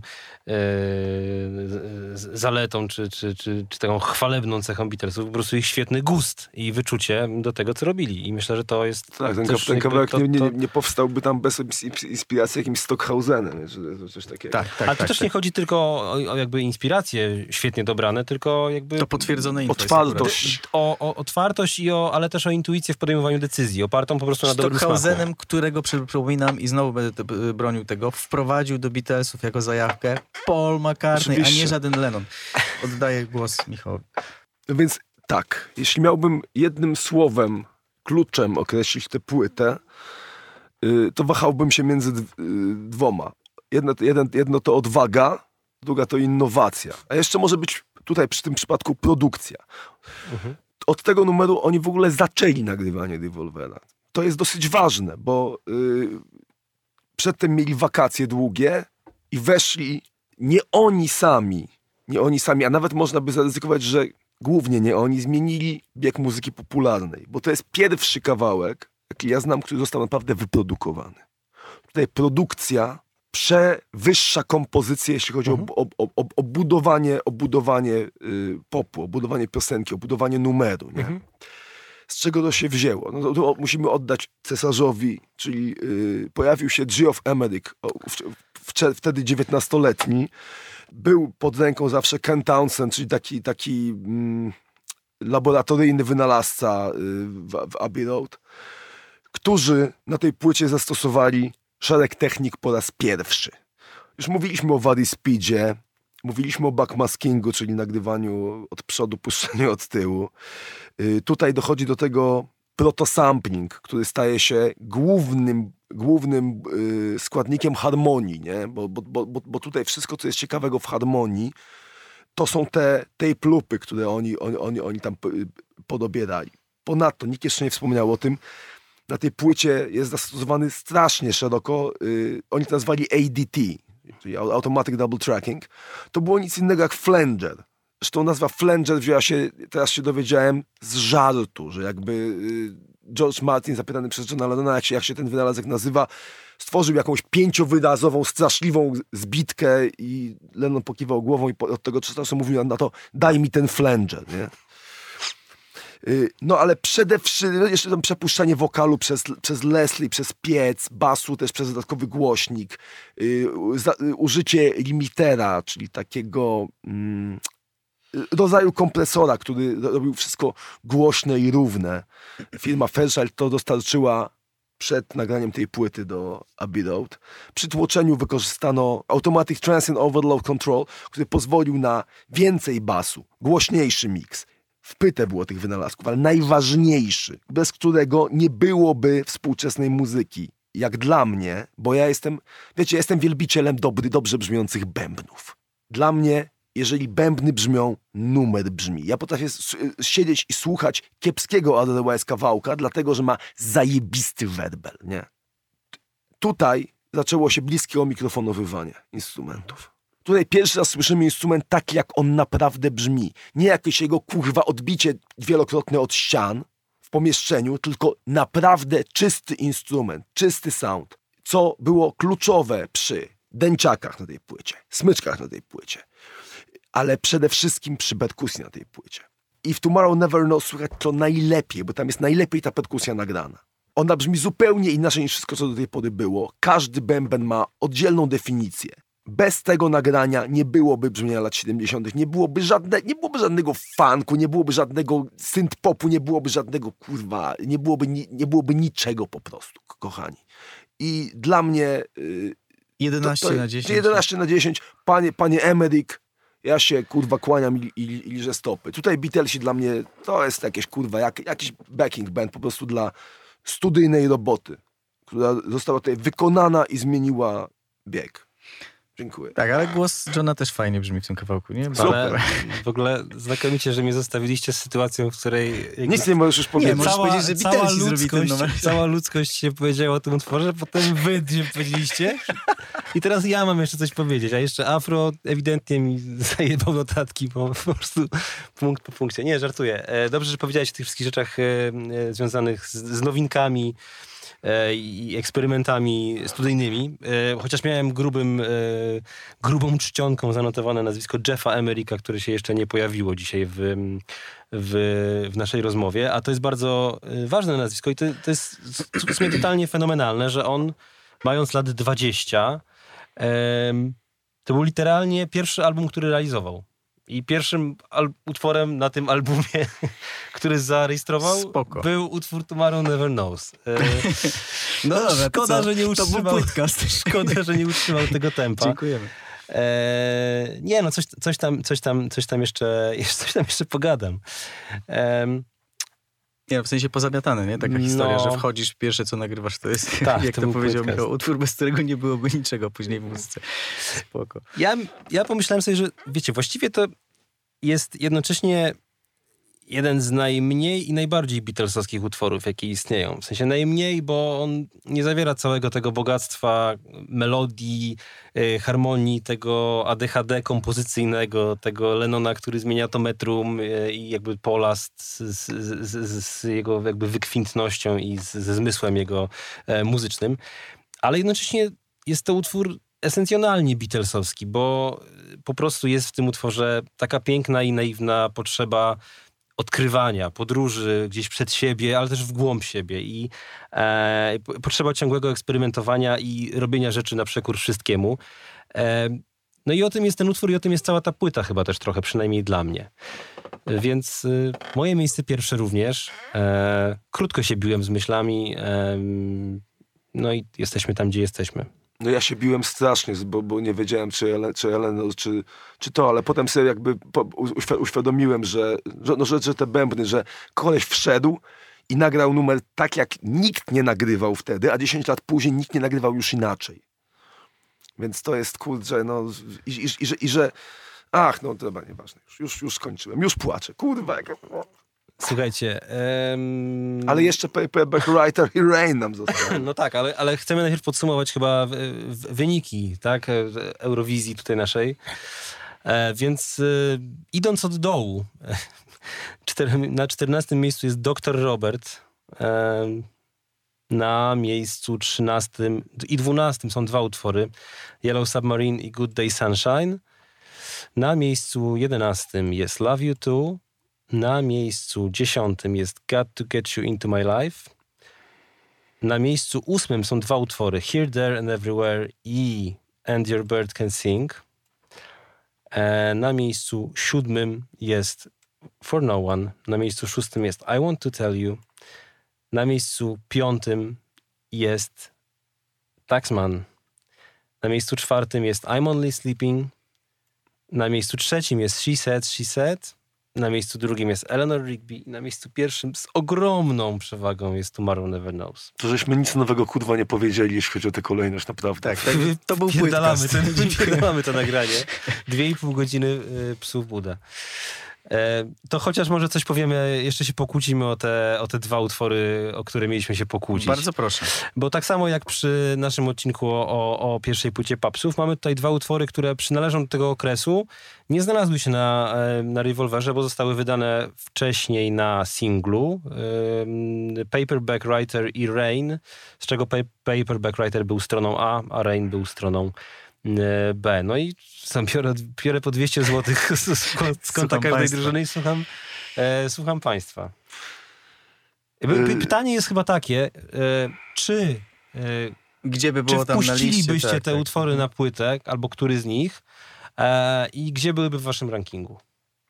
zaletą, czy taką chwalebną cechą Beatlesów po prostu ich świetny gust i wyczucie do tego, co robili. I myślę, że to jest... Tak, ten kawałek nie powstałby tam bez inspiracji jakimś Stockhausenem, czy coś takiego. Tak, ale to też nie chodzi tylko o jakby inspiracje świetnie dobrane, tylko jakby... To potwierdzone info. Otwartość. O otwartość, ale też o intuicję w podejmowaniu decyzji, opartą po prostu na dobrym smaku. Stockhausenem, którego przypominam i znowu będę bronił tego, wprowadził do Beatlesów jako zajawkę Paul McCartney, a nie żaden Lennon. Oddaję głos Michałowi. No więc tak, jeśli miałbym jednym słowem, kluczem określić tę płytę, to wahałbym się między dwoma. Jedno to odwaga, druga to innowacja. A jeszcze może być tutaj przy tym przypadku produkcja. Od tego numeru oni w ogóle zaczęli nagrywanie Revolvera. To jest dosyć ważne, bo przedtem mieli wakacje długie i weszli nie oni sami Nie oni sami, a nawet można by zaryzykować, że głównie nie oni zmienili bieg muzyki popularnej, bo to jest pierwszy kawałek, jaki ja znam, który został naprawdę wyprodukowany. Tutaj produkcja przewyższa kompozycję, jeśli chodzi o budowanie popu, o budowanie piosenki, o budowanie numeru. Nie? Z czego to się wzięło? No to musimy oddać cesarzowi, czyli pojawił się Geoff Emerick, wtedy 19-letni. Był pod ręką zawsze Ken Townsend, czyli taki laboratoryjny wynalazca w Abbey Road, którzy na tej płycie zastosowali szereg technik po raz pierwszy. Już mówiliśmy o Vari Speedzie, mówiliśmy o backmaskingu, czyli nagrywaniu od przodu, puszczaniu od tyłu. Tutaj dochodzi do tego protosampling, który staje się głównym składnikiem harmonii, nie? Bo tutaj wszystko, co jest ciekawego w harmonii, to są te tape loopy, które oni tam podobierali. Ponadto, nikt jeszcze nie wspomniał o tym, na tej płycie jest zastosowany strasznie szeroko, oni to nazwali ADT, czyli Automatic Double Tracking. To było nic innego jak flanger. Zresztą nazwa flanger wzięła się, teraz się dowiedziałem, z żartu, że jakby George Martin, zapytany przez Johna Lennona, jak się ten wynalazek nazywa, stworzył jakąś 5-wyrazową, straszliwą zbitkę i Lennon pokiwał głową i od tego czasu mówił na to, daj mi ten flanger, nie? No ale przede wszystkim jeszcze tam przepuszczanie wokalu przez Leslie, przez piec, basu też przez dodatkowy głośnik, użycie limitera, czyli takiego rodzaju kompresora, który robił wszystko głośne i równe. Firma Fairchild to dostarczyła przed nagraniem tej płyty do Abbey Road. Przy tłoczeniu wykorzystano Automatic Transient Overload Control, który pozwolił na więcej basu, głośniejszy miks. Wpyte było tych wynalazków, ale najważniejszy, bez którego nie byłoby współczesnej muzyki. Jak dla mnie, bo ja jestem wielbicielem dobrze brzmiących bębnów. Dla mnie, jeżeli bębny brzmią, numer brzmi. Ja potrafię siedzieć i słuchać kiepskiego otherwise kawałka, dlatego, że ma zajebisty werbel, nie? Tutaj zaczęło się bliskie mikrofonowywanie instrumentów. Tutaj pierwszy raz słyszymy instrument taki, jak on naprawdę brzmi. Nie jakieś jego odbicie wielokrotne od ścian w pomieszczeniu, tylko naprawdę czysty instrument, czysty sound. Co było kluczowe przy dęciakach na tej płycie, smyczkach na tej płycie, ale przede wszystkim przy perkusji na tej płycie. I w Tomorrow Never Knows słychać to najlepiej, bo tam jest najlepiej ta perkusja nagrana. Ona brzmi zupełnie inaczej niż wszystko, co do tej pory było. Każdy bęben ma oddzielną definicję. Bez tego nagrania nie byłoby brzmienia lat 70., nie byłoby żadnego funku, nie byłoby żadnego synth-popu, nie byłoby żadnego nie byłoby niczego po prostu, kochani. I dla mnie 11 na 10. 11 na 10. Panie Emerick, ja się kłaniam i liżę stopy. Tutaj Beatlesi dla mnie to jest jakieś jakiś backing band po prostu dla studyjnej roboty, która została tutaj wykonana i zmieniła bieg. Dziękuję. Tak, ale głos Johna też fajnie brzmi w tym kawałku, nie? Ale w ogóle znakomicie, że mnie zostawiliście z sytuacją, w której... Nic nie możesz już powiedzieć. Możesz powiedzieć, że Beatlesi zrobili ten numer. Cała ludzkość się powiedziała o tym utworze, potem wy się powiedzieliście i teraz ja mam jeszcze coś powiedzieć, a jeszcze Afro ewidentnie mi zajebał notatki, bo po prostu punkt po punkcie. Nie, żartuję. Dobrze, że powiedziałeś o tych wszystkich rzeczach związanych z nowinkami i eksperymentami studyjnymi, chociaż miałem grubą czcionką zanotowane nazwisko Jeffa Emericka, które się jeszcze nie pojawiło dzisiaj w naszej rozmowie, a to jest bardzo ważne nazwisko i to jest w sumie totalnie fenomenalne, że on, mając lat 20, to był literalnie pierwszy album, który realizował. I pierwszym utworem na tym albumie, który zarejestrował, był utwór Tomorrow Never Knows. No dobra, szkoda, że nie utrzymał. To był podcast. Szkoda, że nie utrzymał tego tempa. Dziękujemy. Nie no, coś tam jeszcze pogadam. Nie, w sensie pozamiatane, nie? Taka historia, że wchodzisz, pierwsze co nagrywasz to jest, tak, jak to powiedział podcast. Michał, utwór, bez którego nie byłoby niczego później w muzyce. Spoko. Ja pomyślałem sobie, że wiecie, właściwie to jest jednocześnie jeden z najmniej i najbardziej Beatlesowskich utworów, jakie istnieją. W sensie najmniej, bo on nie zawiera całego tego bogactwa melodii, harmonii, tego ADHD kompozycyjnego, tego Lennona, który zmienia to metrum i jakby Paula z jego jakby wykwintnością i ze zmysłem jego muzycznym. Ale jednocześnie jest to utwór esencjonalnie Beatlesowski, bo po prostu jest w tym utworze taka piękna i naiwna potrzeba odkrywania, podróży gdzieś przed siebie, ale też w głąb siebie i potrzeba ciągłego eksperymentowania i robienia rzeczy na przekór wszystkiemu. No i o tym jest ten utwór i o tym jest cała ta płyta chyba też trochę, przynajmniej dla mnie. Więc moje miejsce pierwsze również. Krótko się biłem z myślami, no i jesteśmy tam, gdzie jesteśmy. No ja się biłem strasznie, bo nie wiedziałem, czy Eleanor, czy to, ale potem sobie jakby uświadomiłem, że te bębny, że koleś wszedł i nagrał numer tak, jak nikt nie nagrywał wtedy, a 10 lat później nikt nie nagrywał już inaczej. Więc to jest, kurczę, no i że ach, no to chyba nieważne, już skończyłem, już płaczę, kurwa, jak... Słuchajcie... Ale jeszcze Paperback Writer i Rain nam zostało. No tak, ale chcemy najpierw podsumować chyba wyniki, tak, Eurowizji tutaj naszej. Więc idąc od dołu, na 14 miejscu jest Dr. Robert, na miejscu 13 i 12 są dwa utwory, Yellow Submarine i Good Day Sunshine. Na miejscu 11 jest Love You Too. Na miejscu 10 jest Got to Get You Into My Life. Na miejscu 8 są dwa utwory, Here, There and Everywhere i And Your Bird Can Sing. Na miejscu 7 jest For No One. Na miejscu 6 jest I Want to Tell You. Na miejscu 5 jest Taxman. Na miejscu 4 jest I'm Only Sleeping. Na miejscu 3 jest She Said, She Said. Na miejscu 2 jest Eleanor Rigby i na miejscu 1 z ogromną przewagą jest Tomorrow Never Knows. To żeśmy nic nowego, kurwa, nie powiedzieli, jeśli chodzi o tę kolejność, naprawdę. Tak, to był Pierdalamy to nagranie. 2,5 godziny Psów Buda. To chociaż może coś powiemy, jeszcze się pokłócimy o te dwa utwory, o które mieliśmy się pokłócić. Bardzo proszę. Bo tak samo jak przy naszym odcinku o pierwszej płycie Papsów, mamy tutaj dwa utwory, które przynależą do tego okresu. Nie znalazły się na Revolverze, bo zostały wydane wcześniej na singlu. Paperback Writer i Rain, z czego Paperback Writer był stroną A Rain był stroną B. No i sam biorę po 200 zł z konta każdej drużyny i słucham państwa. Pytanie jest chyba takie, czy gdzie by było czy tam na liście? wpuścilibyście te utwory na płytę, albo który z nich i gdzie byłyby w waszym rankingu?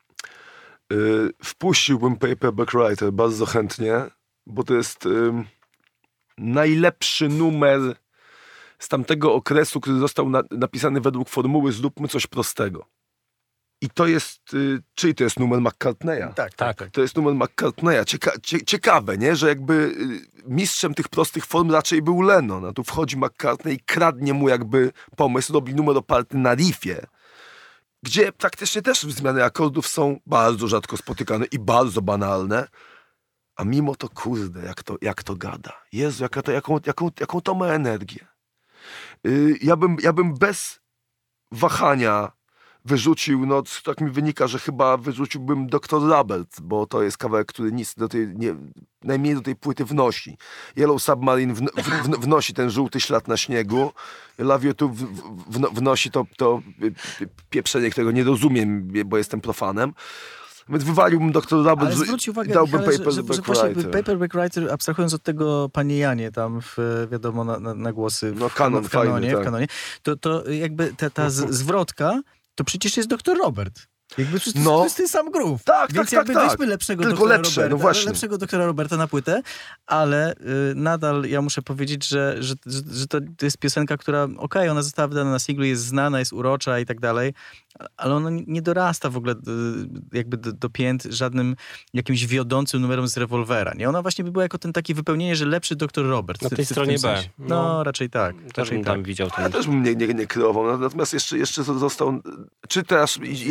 Wpuściłbym Paperback Writer bardzo chętnie, bo to jest najlepszy numer z tamtego okresu, który został napisany według formuły Zróbmy coś prostego. I to jest, czyli to jest numer McCartneya. Tak. To jest numer McCartneya. Ciekawe, nie? Że jakby mistrzem tych prostych form raczej był Lennon. A tu wchodzi McCartney i kradnie mu jakby pomysł, robi numer oparty na riffie, gdzie praktycznie też zmiany akordów są bardzo rzadko spotykane i bardzo banalne. A mimo to, kurde, jak to gada. Jezu, jaką to ma energię. Ja bym bez wahania wyrzucił, no tak mi wynika, że chyba wyrzuciłbym Dr. Robert, bo to jest kawałek, który nic najmniej do tej płyty wnosi. Yellow Submarine wnosi ten żółty ślad na śniegu. Love You Too wnosi to pieprzenie, którego nie rozumiem, bo jestem profanem. Więc wywaliłbym Dr. Robert i dałbym Paperback Writer, abstrahując od tego Panie Janie tam wiadomo na głosy w kanon, kanonie, tak. w kanonie, to jakby ta zwrotka to przecież jest Dr. Robert. Jakby to jest ten sam groove. Więc weźmy lepszego tylko doktora lepsze, Roberta, no właśnie. lepszego doktora Roberta na płytę, ale nadal ja muszę powiedzieć, że to jest piosenka, która ona została wydana na singlu, jest znana, jest urocza i tak dalej, ale ona nie dorasta w ogóle jakby do pięt żadnym jakimś wiodącym numerem z Revolvera. Nie? Ona właśnie by była jako ten takie wypełnienie, że lepszy doktor Robert. Na tej stronie B. No, raczej tak. Też bym tam widział ten. Ja też bym nie kreował. Natomiast jeszcze został... Czy teraz jedziemy znowu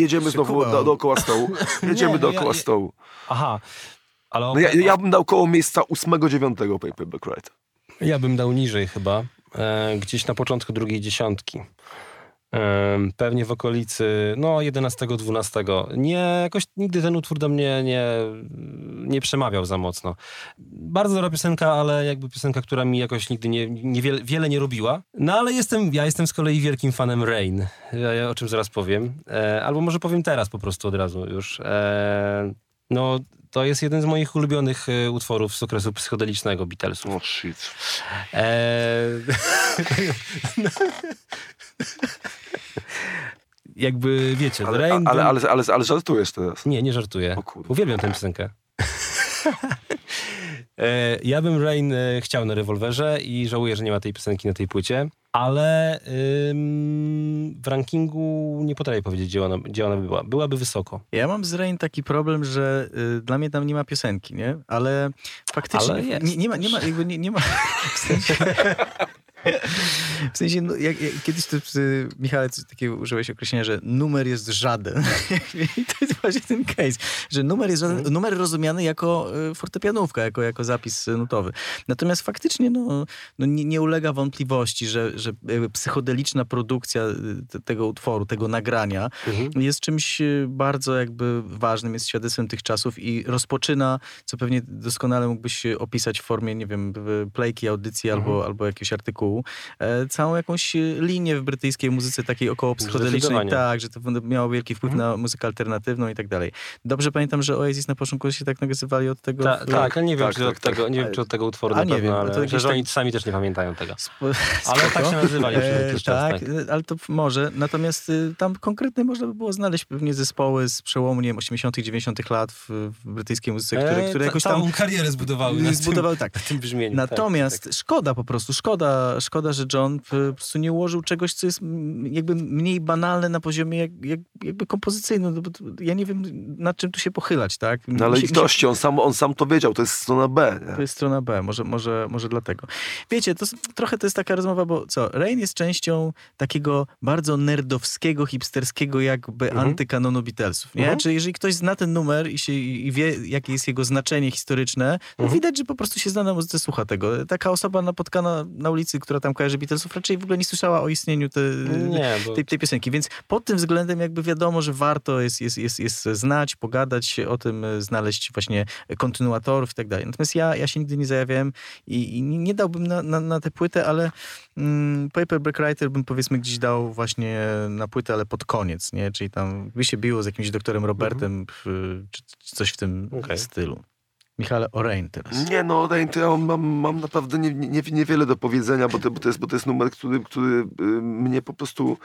dookoła stołu. Jedziemy dookoła stołu. Aha. Ale No ja bym dał koło miejsca 8-9 Paperback Writer. Ja bym dał niżej chyba. Gdzieś na początku drugiej dziesiątki. Pewnie w okolicy 11-12. Jakoś nigdy ten utwór do mnie nie przemawiał za mocno. Bardzo dobra piosenka, ale jakby piosenka, która mi jakoś nigdy wiele nie robiła. No ale ja jestem z kolei wielkim fanem Rain, o czym zaraz powiem. Albo może powiem teraz po prostu od razu już. To jest jeden z moich ulubionych utworów z okresu psychodelicznego Beatlesów. Oh shit. Jakby wiecie, Ale żartujesz teraz. Nie żartuję. O kurde. Uwielbiam tę piosenkę. Ja bym Rain chciał na rewolwerze i żałuję, że nie ma tej piosenki na tej płycie, ale w rankingu nie potrafię powiedzieć, gdzie ona by była. Byłaby wysoko. Ja mam z Rain taki problem, że dla mnie tam nie ma piosenki, nie? Ale faktycznie ale jest. Nie ma w sensie... W sensie, kiedyś ty, Michale, coś takiego użyłeś określenia, że numer jest żaden. I to jest właśnie ten case, że numer jest żaden, numer rozumiany jako fortepianówka, jako zapis nutowy. Natomiast faktycznie nie ulega wątpliwości, że psychodeliczna produkcja tego utworu, tego nagrania jest czymś bardzo jakby ważnym, jest świadectwem tych czasów i rozpoczyna, co pewnie doskonale mógłbyś opisać w formie, nie wiem, playki, audycji albo jakiegoś artykułu, całą jakąś linię w brytyjskiej muzyce takiej około psychodelicznej. Tak, że to miało wielki wpływ na muzykę alternatywną i tak dalej. Dobrze pamiętam, że Oasis na początku się tak nazywali od tego... Tak, ale nie wiem, czy od tego utworu na pewno, ale że oni sami też nie pamiętają tego. Ale tak się nazywali przez jakiś czas. Tak, ale to może. Natomiast tam konkretnie można by było znaleźć pewnie zespoły z przełomu, nie wiem, 80 90 lat w brytyjskiej muzyce, które jakoś tam... Całą karierę zbudowały tak. na tym brzmieniu. Natomiast szkoda po prostu, szkoda, że John po prostu nie ułożył czegoś, co jest jakby mniej banalne na poziomie jakby kompozycyjnym. No bo ja nie wiem, nad czym tu się pochylać, tak? No ale litości, on sam to wiedział, to jest strona B. Nie? To jest strona B, może dlatego. Wiecie, trochę to jest taka rozmowa, bo Rain jest częścią takiego bardzo nerdowskiego, hipsterskiego jakby antykanonu Beatlesów, nie? Czyli jeżeli ktoś zna ten numer i wie, jakie jest jego znaczenie historyczne, to widać, że po prostu się zna na muzyce, słucha tego. Taka osoba napotkana na ulicy, która tam kojarzy Beatlesów, raczej w ogóle nie słyszała o istnieniu tej piosenki. Więc pod tym względem jakby wiadomo, że warto jest znać, pogadać o tym, znaleźć właśnie kontynuatorów i tak dalej. Natomiast ja się nigdy nie zajawiałem i nie dałbym na tę płytę, ale Paperback Writer bym powiedzmy gdzieś dał właśnie na płytę, ale pod koniec, nie? Czyli tam by się biło z jakimś doktorem Robertem, czy coś w tym stylu. Michale, o Rain teraz. Nie, Rain to ja mam naprawdę niewiele do powiedzenia, bo to jest numer, który mnie po prostu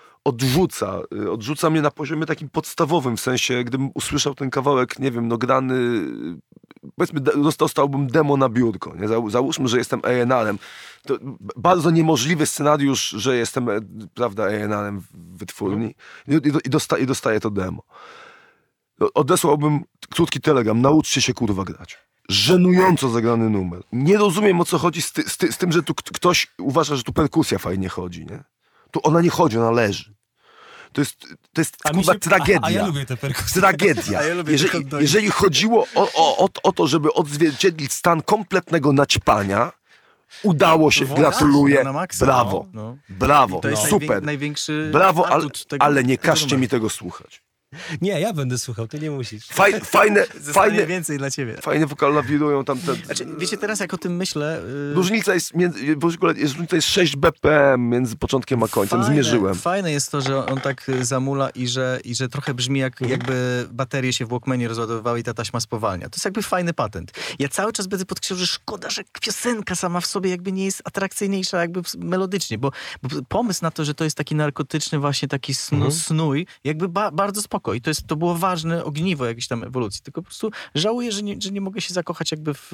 odrzuca mnie na poziomie takim podstawowym, w sensie, gdybym usłyszał ten kawałek, nie wiem, grany, powiedzmy, dostałbym demo na biurko, nie? Załóżmy, że jestem A&R-em. To bardzo niemożliwy scenariusz, że jestem, prawda, A&R-em w wytwórni i dostaję to demo. Odesłałbym krótki telegram, nauczcie się kurwa grać. Żenująco zagrany numer. Nie rozumiem, o co chodzi z tym, że tu ktoś uważa, że tu perkusja fajnie chodzi, nie? Tu ona nie chodzi, ona leży. To jest kurwa tragedia. A ja lubię tę perkusję. Tragedia. Ja lubię jeżeli chodziło o to, żeby odzwierciedlić stan kompletnego naćpania, udało się, gratuluję, brawo, brawo, to jest super. Największy brawo, ale nie tego każcie numeru. mi tego słuchać. Nie, ja będę słuchał, ty nie musisz. Fajne więcej dla ciebie. Fajne wokale wirują tam te... Znaczy, wiecie, teraz jak o tym myślę... Różnica jest 6 BPM między początkiem a końcem, zmierzyłem. Fajne jest to, że on tak zamula i że trochę brzmi jakby baterie się w Walkmanie rozładowywały i ta taśma spowalnia. To jest jakby fajny patent. Ja cały czas będę podkreślał, że szkoda, że piosenka sama w sobie jakby nie jest atrakcyjniejsza jakby melodycznie, bo pomysł na to, że to jest taki narkotyczny właśnie taki snój, jakby bardzo spoko. I to było ważne ogniwo jakiejś tam ewolucji. Tylko po prostu żałuję, że nie mogę się zakochać jakby w...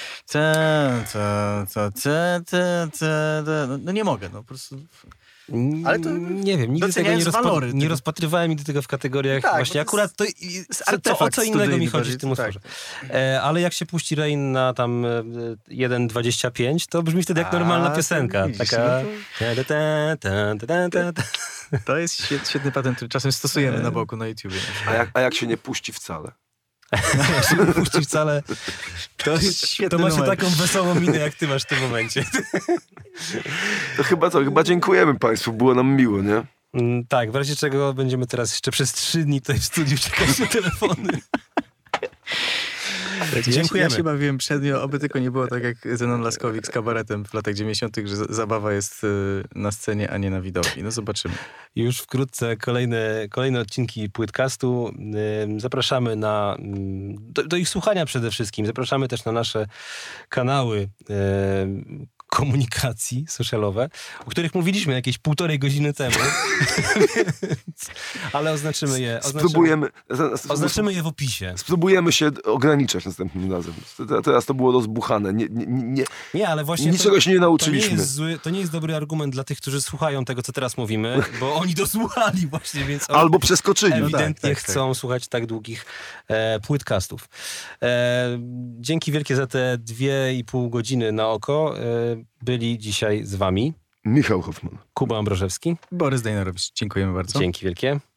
No nie mogę, no po prostu... Ale to nie wiem, nigdy tego nie rozpatrywałem nigdy tego w kategoriach właśnie akurat to o co innego mi chodzi w tym utworze. Ale jak się puści Rain na tam 1.25, to brzmi wtedy jak normalna piosenka. Taka... To jest świetny patent, który czasem stosujemy na boku na YouTubie. A jak się nie puści wcale? Jak się nie puści wcale, To jest świetny to macie numer. taką wesołą minę, jak ty masz w tym momencie. To chyba dziękujemy państwu, było nam miło, nie? Tak, w razie czego będziemy teraz jeszcze przez 3 dni tutaj w studiu czekać na telefony. Dziękujemy. Ja się bawiłem przednio, oby tylko nie było tak jak Zenon Laskowik z kabaretem w latach 90., że zabawa jest na scenie, a nie na widowni. No zobaczymy. Już wkrótce kolejne odcinki Płytcastu. Zapraszamy do ich słuchania przede wszystkim. Zapraszamy też na nasze kanały komunikacji socialowe, o których mówiliśmy jakieś 1,5 godziny temu. Ale oznaczymy je w opisie. Spróbujemy się ograniczać następnym razem. Teraz to było rozbuchane. Nie, ale właśnie niczego się nie nauczyliśmy. To nie jest dobry argument dla tych, którzy słuchają tego, co teraz mówimy, bo oni dosłuchali właśnie, więc Albo przeskoczyli. ewidentnie tak. chcą słuchać tak długich płytcastów. Dzięki wielkie za te 2,5 godziny na oko. Byli dzisiaj z wami Michał Hoffman. Kuba Ambrożewski. Borys Dejnorowicz, dziękujemy bardzo. Dzięki wielkie.